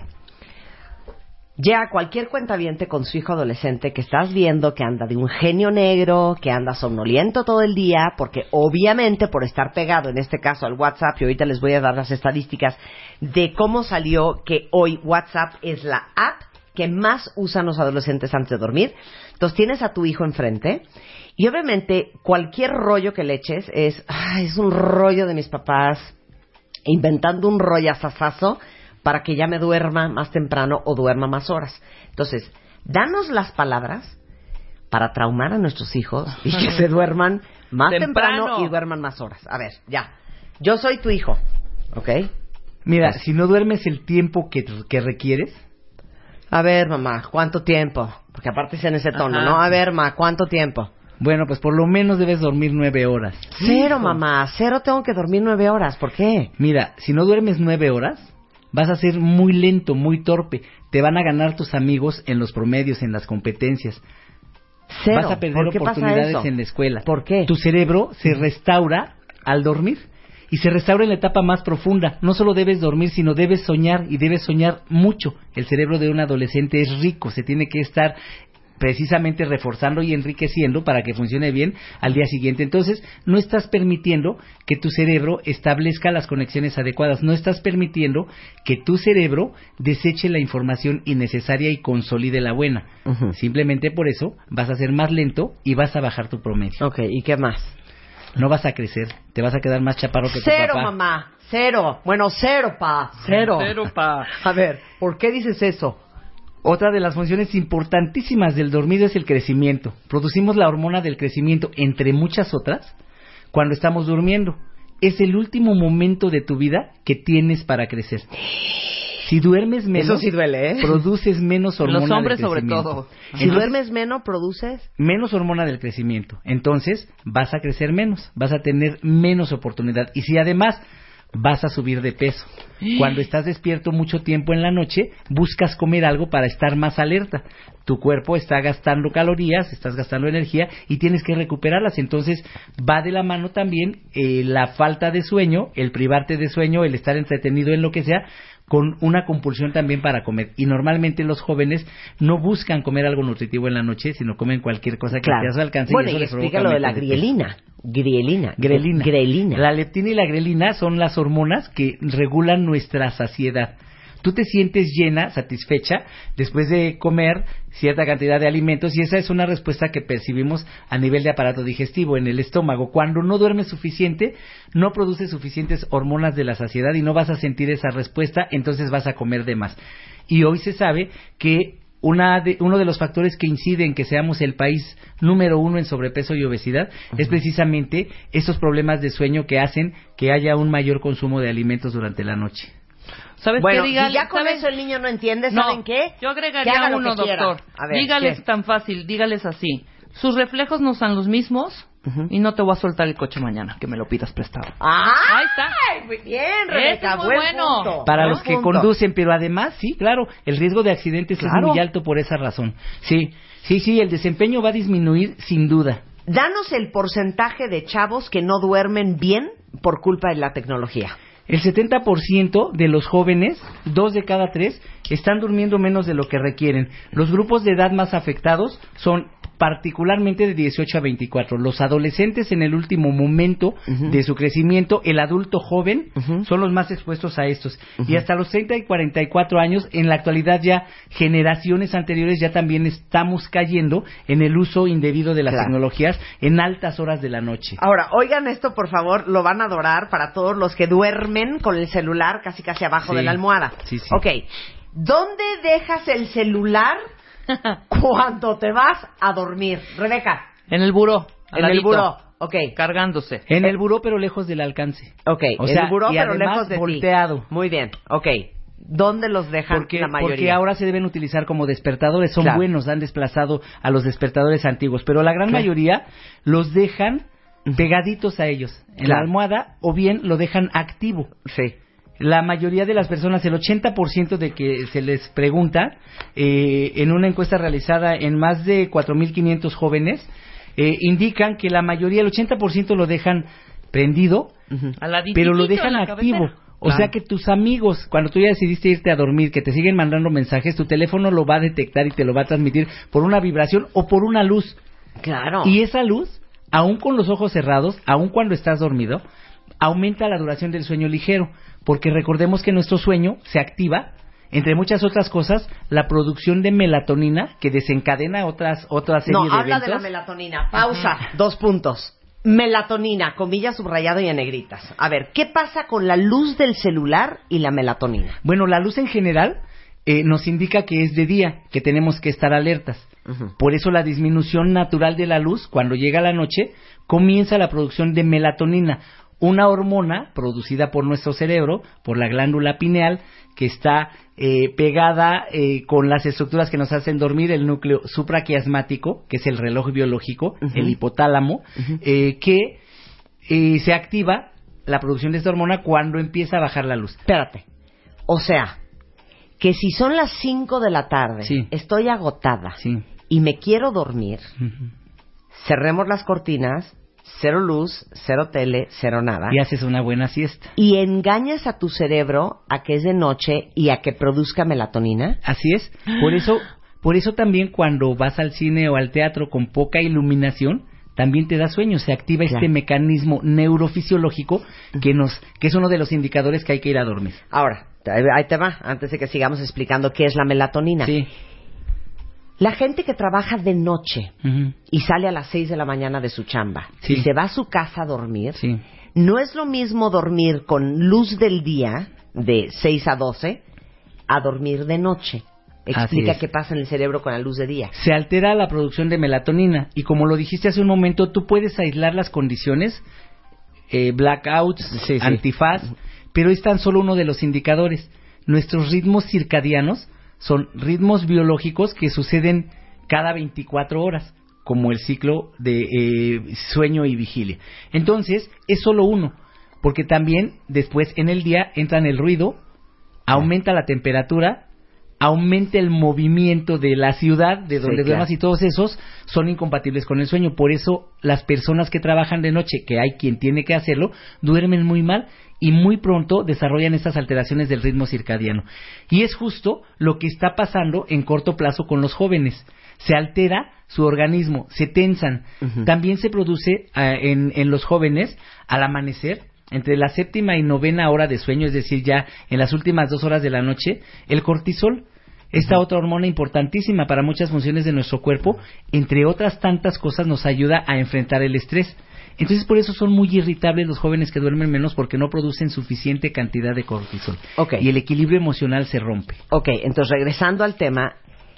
A: Ya cualquier cuentaviente con su hijo adolescente que estás viendo que anda de un genio negro, que anda somnoliento todo el día, porque obviamente por estar pegado, en este caso al WhatsApp, y ahorita les voy a dar las estadísticas de cómo salió que hoy WhatsApp es la app que más usan los adolescentes antes de dormir. Entonces tienes a tu hijo enfrente y obviamente cualquier rollo que le eches es un rollo de mis papás, inventando un rollazazazo para que ya me duerma más temprano o duerma más horas. Entonces, danos las palabras para traumar a nuestros hijos y que se duerman más temprano y duerman más horas. A ver, ya. Yo soy tu hijo, ¿ok?
J: Mira, si no duermes el tiempo que requieres...
A: A ver, mamá, ¿cuánto tiempo? Porque aparte es en ese tono, ¿no? A ver, ma, ¿cuánto tiempo?
J: Bueno, pues por lo menos debes dormir 9 horas.
A: Cero, mamá, cero tengo que dormir 9 horas. ¿Por qué?
J: Mira, si no duermes 9 horas, vas a ser muy lento, muy torpe. Te van a ganar tus amigos en los promedios, en las competencias.
A: Cero.
J: Vas a perder oportunidades en la escuela.
A: ¿Por qué?
J: Tu cerebro se restaura al dormir. Y se restaura en la etapa más profunda. No solo debes dormir, sino debes soñar, y debes soñar mucho. El cerebro de un adolescente es rico, se tiene que estar precisamente reforzando y enriqueciendo para que funcione bien al día siguiente. Entonces, no estás permitiendo que tu cerebro establezca las conexiones adecuadas, no estás permitiendo que tu cerebro deseche la información innecesaria y consolide la buena. Simplemente por eso vas a ser más lento y vas a bajar tu promedio.
A: Ok, ¿y qué más?
J: No vas a crecer, te vas a quedar más chaparro que tu papá.
A: Cero, mamá, cero. Bueno, cero, pa. Cero.
J: Cero, pa.
A: A ver, ¿por qué dices eso?
J: Otra de las funciones importantísimas del dormido es el crecimiento. Producimos la hormona del crecimiento, entre muchas otras, cuando estamos durmiendo. Es el último momento de tu vida que tienes para crecer. Si duermes menos,
A: eso sí duele, ¿eh?
J: Produces menos hormona
D: Los hombres
J: del crecimiento.
D: sobre todo.
A: Si duermes menos, produces
J: menos hormona del crecimiento. Entonces, vas a crecer menos, vas a tener menos oportunidad. Y si además vas a subir de peso. Cuando estás despierto mucho tiempo en la noche, buscas comer algo para estar más alerta. Tu cuerpo está gastando calorías, estás gastando energía y tienes que recuperarlas. Entonces, va de la mano también la falta de sueño, el privarte de sueño, el estar entretenido en lo que sea, con una compulsión también para comer. Y normalmente los jóvenes no buscan comer algo nutritivo en la noche, sino comen cualquier cosa que esté a su alcance.
A: Bueno,
J: y eso
A: y explica lo de la grelina. Grelina.
J: La leptina y la grelina son las hormonas que regulan nuestra saciedad. Tú te sientes llena, satisfecha, después de comer cierta cantidad de alimentos, y esa es una respuesta que percibimos a nivel de aparato digestivo, en el estómago. Cuando no duermes suficiente, no produces suficientes hormonas de la saciedad y no vas a sentir esa respuesta, entonces vas a comer de más. Y hoy se sabe que uno de los factores que incide en que seamos el país número 1 en sobrepeso y obesidad es precisamente esos problemas de sueño que hacen que haya un mayor consumo de alimentos durante la noche.
D: ¿Sabes
A: bueno,
D: qué? Dígale,
A: si ya con eso el niño no entiende, ¿saben qué?
D: Yo agregaría uno, doctor.
A: A ver,
D: dígales
A: ¿qué?
D: tan fácil, dígales así. Sus reflejos no son los mismos y no te voy a soltar el coche mañana, que me lo pidas prestado.
A: Ahí
D: está.
A: Muy bien, Rebeca,
D: es muy
A: buen
D: bueno.
A: punto.
J: Para
A: Buen
J: los que
A: punto.
J: conducen, pero además, sí, claro, el riesgo de accidentes es muy alto por esa razón. Sí, el desempeño va a disminuir sin duda.
A: Danos el porcentaje de chavos que no duermen bien por culpa de la tecnología.
J: El 70% de los jóvenes, 2 de cada 3, están durmiendo menos de lo que requieren. Los grupos de edad más afectados son particularmente de 18 a 24. Los adolescentes en el último momento de su crecimiento, el adulto joven, son los más expuestos a estos. Y hasta los 30 y 44 años, en la actualidad ya generaciones anteriores ya también estamos cayendo en el uso indebido de las tecnologías en altas horas de la noche.
A: Ahora, oigan esto, por favor, lo van a adorar para todos los que duermen con el celular casi abajo de la almohada.
J: Sí.
A: Ok, ¿dónde dejas el celular cuando te vas a dormir? Rebeca.
D: En el buró.
A: En el buró. Ok.
D: Cargándose.
J: En el buró, pero lejos del alcance.
A: Ok,
J: o
A: en
J: sea,
A: el buró,
J: y
A: pero
J: además
A: lejos de
J: volteado.
A: ti. Muy bien, ok. ¿Dónde los dejan la mayoría?
J: Porque ahora se deben utilizar como despertadores. Son buenos, han desplazado a los despertadores antiguos. Pero la gran mayoría los dejan pegaditos a ellos, en la almohada, o bien lo dejan activo.
A: Sí.
J: La mayoría de las personas, el 80% de que se les pregunta, en una encuesta realizada en más de 4,500 jóvenes, indican que la mayoría, el 80% lo dejan prendido, pero lo dejan activo. O sea que tus amigos, cuando tú ya decidiste irte a dormir, que te siguen mandando mensajes, tu teléfono lo va a detectar y te lo va a transmitir por una vibración o por una luz.
A: Claro.
J: Y esa luz, aún con los ojos cerrados, aún cuando estás dormido, aumenta la duración del sueño ligero, porque recordemos que nuestro sueño se activa, entre muchas otras cosas, la producción de melatonina, que desencadena otra serie de eventos.
A: No, habla de la melatonina. Pausa. 2 puntos. Melatonina, comillas subrayado y en negritas. A ver, ¿qué pasa con la luz del celular y la melatonina?
J: Bueno, la luz en general nos indica que es de día, que tenemos que estar alertas. Por eso la disminución natural de la luz, cuando llega la noche, comienza la producción de melatonina, una hormona producida por nuestro cerebro, por la glándula pineal, que está pegada con las estructuras que nos hacen dormir, el núcleo supraquiasmático, que es el reloj biológico, el hipotálamo, que se activa la producción de esta hormona cuando empieza a bajar la luz.
A: Espérate. O sea, que si son las 5 de la tarde, estoy agotada y me quiero dormir, cerremos las cortinas, cero luz, cero tele, cero nada.
J: Y haces una buena siesta.
A: Y engañas a tu cerebro a que es de noche y a que produzca melatonina.
J: Así es. Por eso también cuando vas al cine o al teatro con poca iluminación, también te da sueño, se activa este mecanismo neurofisiológico que es uno de los indicadores que hay que ir a dormir.
A: Ahora, ahí te va, antes de que sigamos explicando qué es la melatonina.
J: Sí.
A: La gente que trabaja de noche y sale a las 6 de la mañana de su chamba y se va a su casa a dormir, no es lo mismo dormir con luz del día, de 6 a 12, a dormir de noche. Explica qué pasa en el cerebro con la luz de día.
J: Se altera la producción de melatonina y como lo dijiste hace un momento, tú puedes aislar las condiciones, blackouts, antifaz, pero es tan solo uno de los indicadores. Nuestros ritmos circadianos son ritmos biológicos que suceden cada 24 horas, como el ciclo de sueño y vigilia. Entonces, es solo uno, porque también después en el día entra el ruido, aumenta la temperatura, aumenta el movimiento de la ciudad, de donde duermas, y todos esos son incompatibles con el sueño. Por eso las personas que trabajan de noche, que hay quien tiene que hacerlo, duermen muy mal y muy pronto desarrollan estas alteraciones del ritmo circadiano. Y es justo lo que está pasando en corto plazo con los jóvenes. Se altera su organismo, se tensan. También se produce en los jóvenes al amanecer, entre la 7ª y 9ª hora de sueño, es decir, ya en las últimas 2 horas de la noche, el cortisol, esta otra hormona importantísima para muchas funciones de nuestro cuerpo, entre otras tantas cosas, nos ayuda a enfrentar el estrés. Entonces, por eso son muy irritables los jóvenes que duermen menos, porque no producen suficiente cantidad de cortisol. Y el equilibrio emocional se rompe.
A: Entonces, regresando al tema,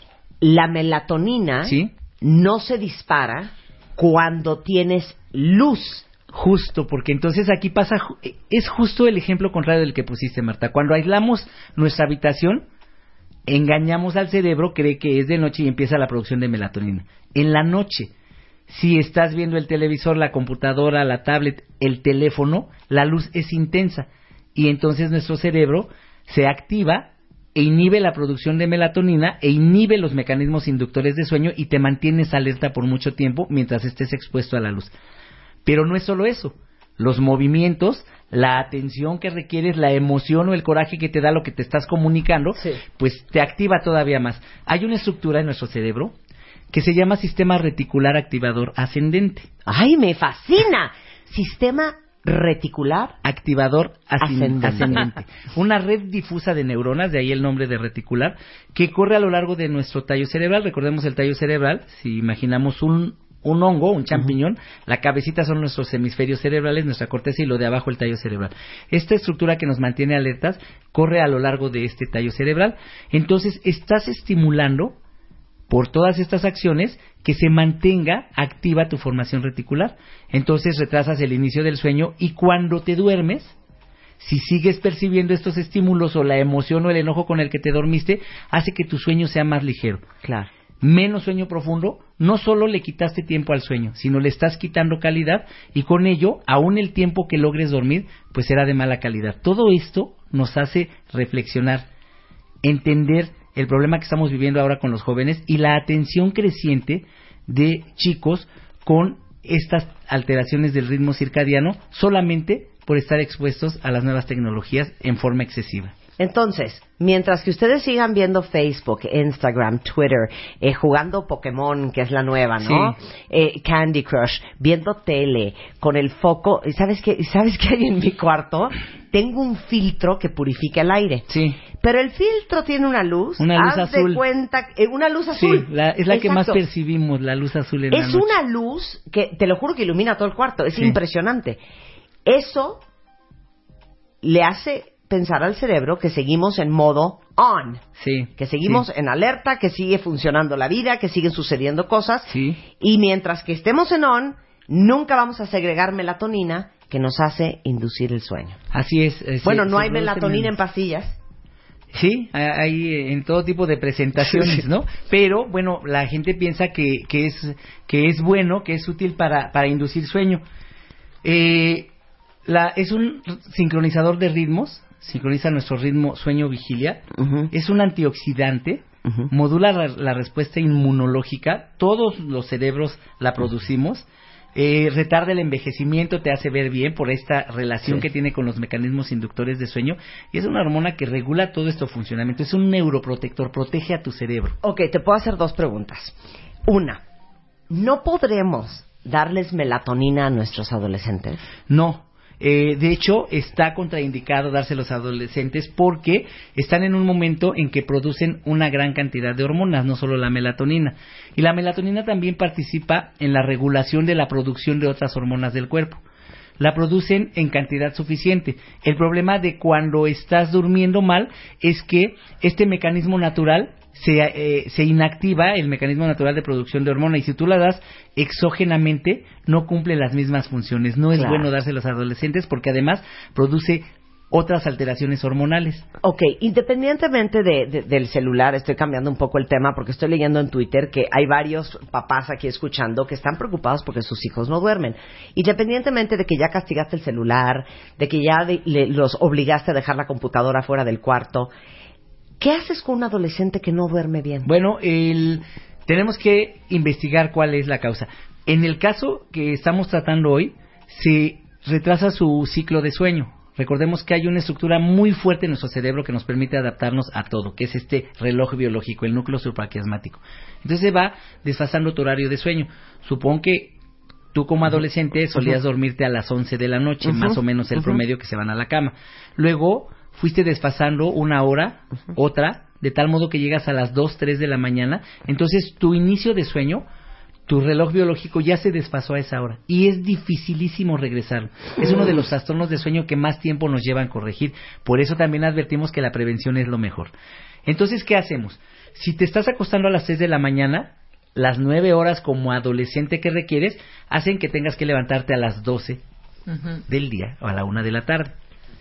A: la melatonina no se dispara cuando tienes luz.
J: Justo, porque entonces aquí pasa, es justo el ejemplo contrario del que pusiste, Marta. Cuando aislamos nuestra habitación, engañamos al cerebro, cree que es de noche y empieza la producción de melatonina. En la noche, si estás viendo el televisor, la computadora, la tablet, el teléfono, la luz es intensa y entonces nuestro cerebro se activa e inhibe la producción de melatonina e inhibe los mecanismos inductores de sueño y te mantienes alerta por mucho tiempo mientras estés expuesto a la luz. Pero no es solo eso, los movimientos, la atención que requieres, la emoción o el coraje que te da lo que te estás comunicando, pues te activa todavía más. Hay una estructura en nuestro cerebro que se llama sistema reticular activador ascendente.
A: ¡Ay, me fascina! Sistema reticular
J: activador ascendente. Una red difusa de neuronas, de ahí el nombre de reticular, que corre a lo largo de nuestro tallo cerebral. Recordemos el tallo cerebral, si imaginamos un hongo, un champiñón, la cabecita son nuestros hemisferios cerebrales, nuestra corteza, y lo de abajo el tallo cerebral. Esta estructura que nos mantiene alertas corre a lo largo de este tallo cerebral. Entonces estás estimulando por todas estas acciones que se mantenga activa tu formación reticular. Entonces retrasas el inicio del sueño y cuando te duermes, si sigues percibiendo estos estímulos o la emoción o el enojo con el que te dormiste, hace que tu sueño sea más ligero.
A: Claro.
J: Menos sueño profundo, no solo le quitaste tiempo al sueño, sino le estás quitando calidad y con ello, aún el tiempo que logres dormir, pues será de mala calidad. Todo esto nos hace reflexionar, entender el problema que estamos viviendo ahora con los jóvenes y la atención creciente de chicos con estas alteraciones del ritmo circadiano solamente por estar expuestos a las nuevas tecnologías en forma excesiva.
A: Entonces, mientras que ustedes sigan viendo Facebook, Instagram, Twitter, jugando Pokémon, que es la nueva, ¿no? Candy Crush, viendo tele, con el foco. ¿Sabes qué hay en mi cuarto? Tengo un filtro que purifica el aire.
J: Sí.
A: Pero el filtro tiene una luz.
J: Una luz azul.
A: De cuenta, una luz azul.
J: Sí, es la que más percibimos, la luz azul en la noche.
A: Es una luz que, te lo juro, que ilumina todo el cuarto. Es impresionante. Eso le hace pensar al cerebro que seguimos en modo on.
J: Sí.
A: Que seguimos en alerta, que sigue funcionando la vida, que siguen sucediendo cosas.
J: Sí.
A: Y mientras que estemos en on, nunca vamos a segregar melatonina que nos hace inducir el sueño.
J: Así es.
A: Bueno, no hay melatonina en pastillas.
J: Sí, hay en todo tipo de presentaciones, ¿no? Pero, bueno, la gente piensa que es bueno, que es útil para inducir sueño. Es un sincronizador de ritmos, sincroniza nuestro ritmo sueño-vigilia.
A: Uh-huh.
J: Es un antioxidante, modula la respuesta inmunológica, todos los cerebros la producimos. Retarda el envejecimiento, te hace ver bien por esta relación que tiene con los mecanismos inductores de sueño, y es una hormona que regula todo este funcionamiento, es un neuroprotector, protege a tu cerebro.
A: Ok, te puedo hacer 2 preguntas. Una, ¿no podremos darles melatonina a nuestros adolescentes?
J: No. De hecho, está contraindicado dárselo a los adolescentes porque están en un momento en que producen una gran cantidad de hormonas, no solo la melatonina. Y la melatonina también participa en la regulación de la producción de otras hormonas del cuerpo. La producen en cantidad suficiente. El problema de cuando estás durmiendo mal es que este mecanismo natural se inactiva, el mecanismo natural de producción de hormona, y si tú la das exógenamente no cumple las mismas funciones. No es bueno darse a los adolescentes porque además produce otras alteraciones hormonales.
A: Ok, independientemente del celular, estoy cambiando un poco el tema porque estoy leyendo en Twitter que hay varios papás aquí escuchando que están preocupados porque sus hijos no duermen. Independientemente de que ya castigaste el celular, de que ya los obligaste a dejar la computadora fuera del cuarto, ¿qué haces con un adolescente que no duerme bien?
J: Bueno, tenemos que investigar cuál es la causa. En el caso que estamos tratando hoy, se retrasa su ciclo de sueño. Recordemos que hay una estructura muy fuerte en nuestro cerebro que nos permite adaptarnos a todo, que es este reloj biológico, el núcleo supraquiasmático. Entonces se va desfasando tu horario de sueño. Supongo que tú como adolescente solías dormirte a las 11 de la noche, más o menos el promedio que se van a la cama. Luego fuiste desfasando una hora, otra, de tal modo que llegas a las 2, 3 de la mañana. Entonces tu inicio de sueño, tu reloj biológico ya se desfasó a esa hora y es dificilísimo regresar. Es uno de los trastornos de sueño que más tiempo nos llevan a corregir. Por eso también advertimos que la prevención es lo mejor. Entonces, ¿qué hacemos? Si te estás acostando a las 6 de la mañana, las 9 horas como adolescente que requieres hacen que tengas que levantarte a las 12 del día o a la 1 de la tarde.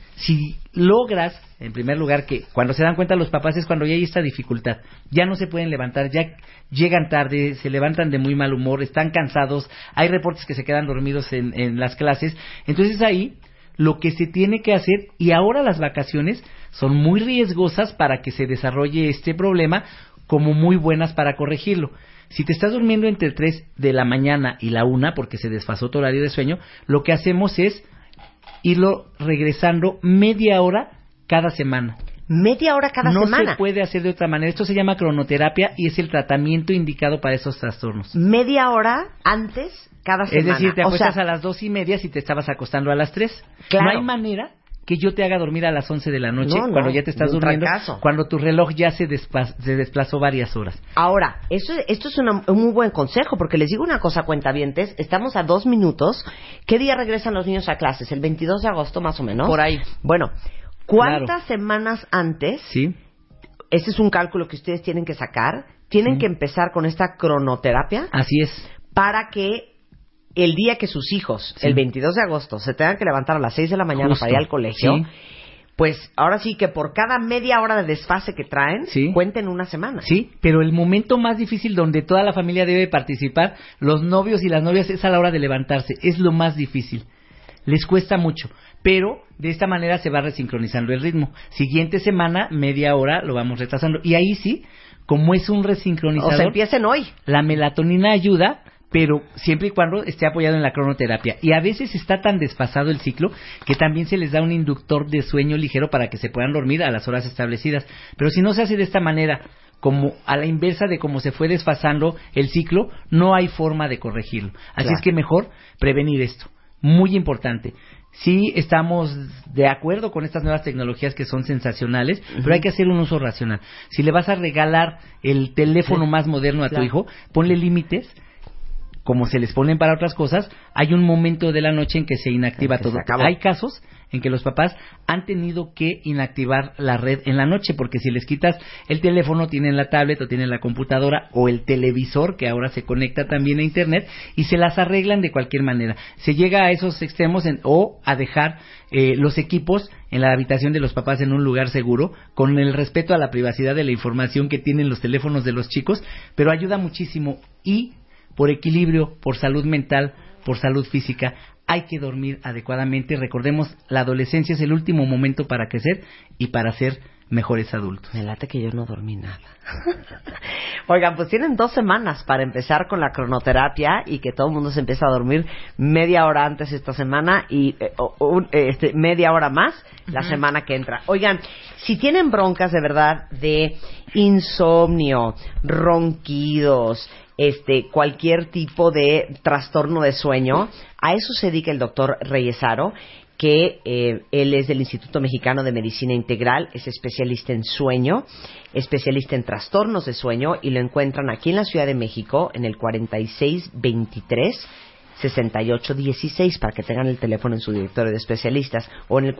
J: Si logras, en primer lugar, que cuando se dan cuenta los papás es cuando ya hay esta dificultad, ya no se pueden levantar, ya llegan tarde, se levantan de muy mal humor, están cansados, hay reportes que se quedan dormidos en las clases, entonces ahí lo que se tiene que hacer, y ahora las vacaciones son muy riesgosas para que se desarrolle este problema, como muy buenas para corregirlo. Si te estás durmiendo entre 3 de la mañana y la 1 porque se desfasó tu horario de sueño, lo que hacemos es irlo regresando media hora cada semana.
A: ¿Media hora cada semana?
J: No se puede hacer de otra manera. Esto se llama cronoterapia y es el tratamiento indicado para esos trastornos.
A: ¿Media hora antes cada semana?
J: Es decir, te acuestas a las 2:30 si te estabas acostando a las 3.
A: Claro.
J: No hay manera que yo te haga dormir a las 11 de la noche cuando ya te estás durmiendo,
A: fracaso.
J: Cuando tu reloj ya se desplazó varias horas.
A: Ahora, esto es un muy buen consejo, porque les digo una cosa, cuentavientes, estamos a 2 minutos. ¿Qué día regresan los niños a clases? ¿El 22 de agosto más o menos?
J: Por ahí.
A: Bueno, ¿cuántas semanas antes?
J: Sí.
A: Ese es un cálculo que ustedes tienen que sacar. Tienen que empezar con esta cronoterapia.
J: Así es.
A: Para que el día que sus hijos, el 22 de agosto, se tengan que levantar a las 6 de la mañana para ir al colegio, pues ahora sí que por cada media hora de desfase que traen, cuenten una semana.
J: Sí, pero el momento más difícil donde toda la familia debe participar, los novios y las novias, es a la hora de levantarse. Es lo más difícil. Les cuesta mucho, pero de esta manera se va resincronizando el ritmo. Siguiente semana, media hora, lo vamos retrasando. Y ahí sí, como es un resincronizador...
A: O sea, empiecen hoy.
J: La melatonina ayuda, pero siempre y cuando esté apoyado en la cronoterapia. Y a veces está tan desfasado el ciclo que también se les da un inductor de sueño ligero para que se puedan dormir a las horas establecidas. Pero si no se hace de esta manera, como a la inversa de cómo se fue desfasando el ciclo, no hay forma de corregirlo. Así es que mejor prevenir esto. Muy importante. Sí estamos de acuerdo con estas nuevas tecnologías que son sensacionales, pero hay que hacer un uso racional. Si le vas a regalar el teléfono más moderno a tu hijo, ponle límites, como se les ponen para otras cosas. Hay un momento de la noche en que se inactiva todo. Hay casos en que los papás han tenido que inactivar la red en la noche, porque si les quitas el teléfono, tienen la tablet o tienen la computadora o el televisor, que ahora se conecta también a internet, y se las arreglan de cualquier manera. Se llega a esos extremos o a dejar los equipos en la habitación de los papás en un lugar seguro, con el respeto a la privacidad de la información que tienen los teléfonos de los chicos, pero ayuda muchísimo. Y por equilibrio, por salud mental, por salud física, hay que dormir adecuadamente. Recordemos, la adolescencia es el último momento para crecer y para ser mejores adultos.
A: Me late que yo no dormí nada. Oigan, pues tienen 2 semanas para empezar con la cronoterapia y que todo el mundo se empiece a dormir media hora antes esta semana y media hora más la semana que entra. Oigan, si tienen broncas de verdad de insomnio, ronquidos, cualquier tipo de trastorno de sueño, a eso se dedica el doctor Reyesaro, que él es del Instituto Mexicano de Medicina Integral, es especialista en sueño, especialista en trastornos de sueño, y lo encuentran aquí en la Ciudad de México en el 4623-6816 para que tengan el teléfono en su directorio de especialistas, o en el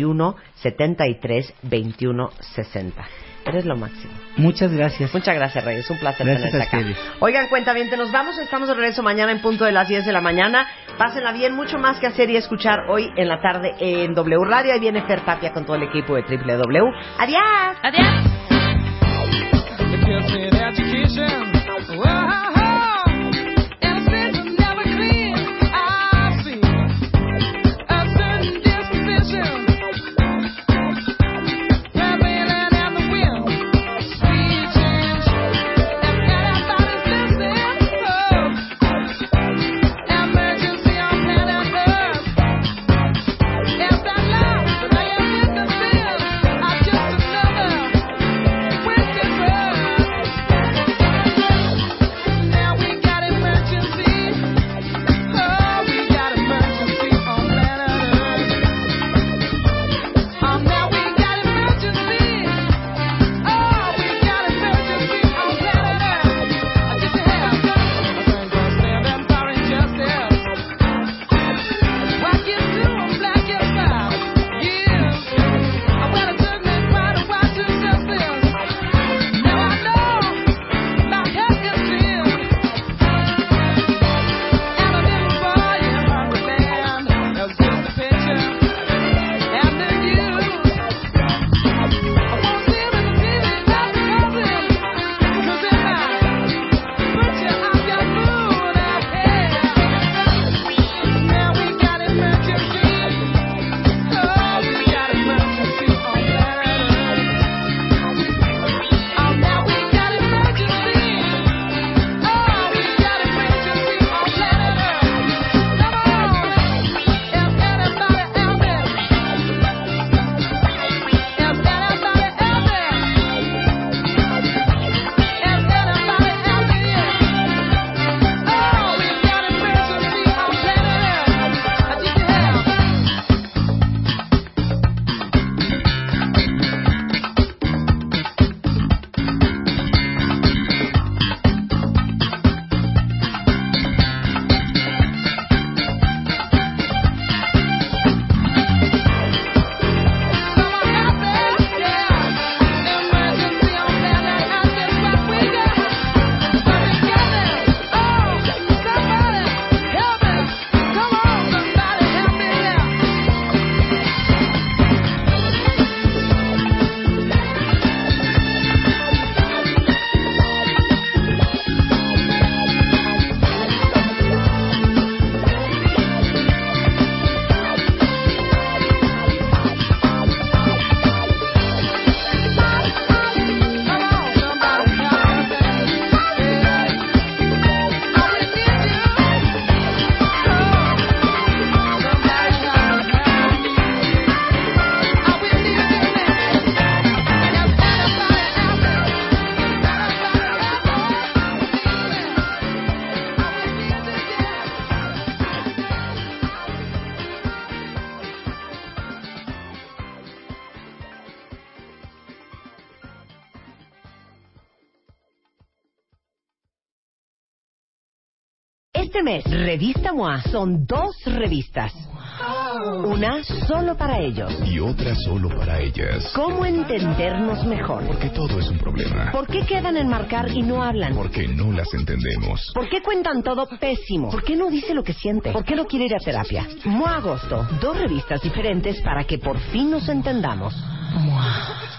A: 41-73-21-60. Eres lo máximo.
J: Muchas gracias.
A: Muchas gracias, Reyes. Un placer
J: Gracias
A: tenerte acá. Oigan, cuentavientes, nos vamos. Estamos de regreso mañana en punto de las 10 de la mañana. Pásenla bien. Mucho más que hacer y escuchar hoy en la tarde en W Radio. Ahí viene Fer Tapia con todo el equipo de WW. ¡Adiós!
C: ¡Adiós!
A: Este mes, Revista MOA son 2 revistas. Una solo para ellos.
B: Y otra solo para ellas.
A: ¿Cómo entendernos mejor?
B: Porque todo es un problema.
A: ¿Por qué quedan en marcar y no hablan?
B: Porque no las entendemos.
A: ¿Por qué cuentan todo pésimo? ¿Por qué no dice lo que siente? ¿Por qué no quiere ir a terapia? MOA Agosto, 2 revistas diferentes para que por fin nos entendamos. MOA.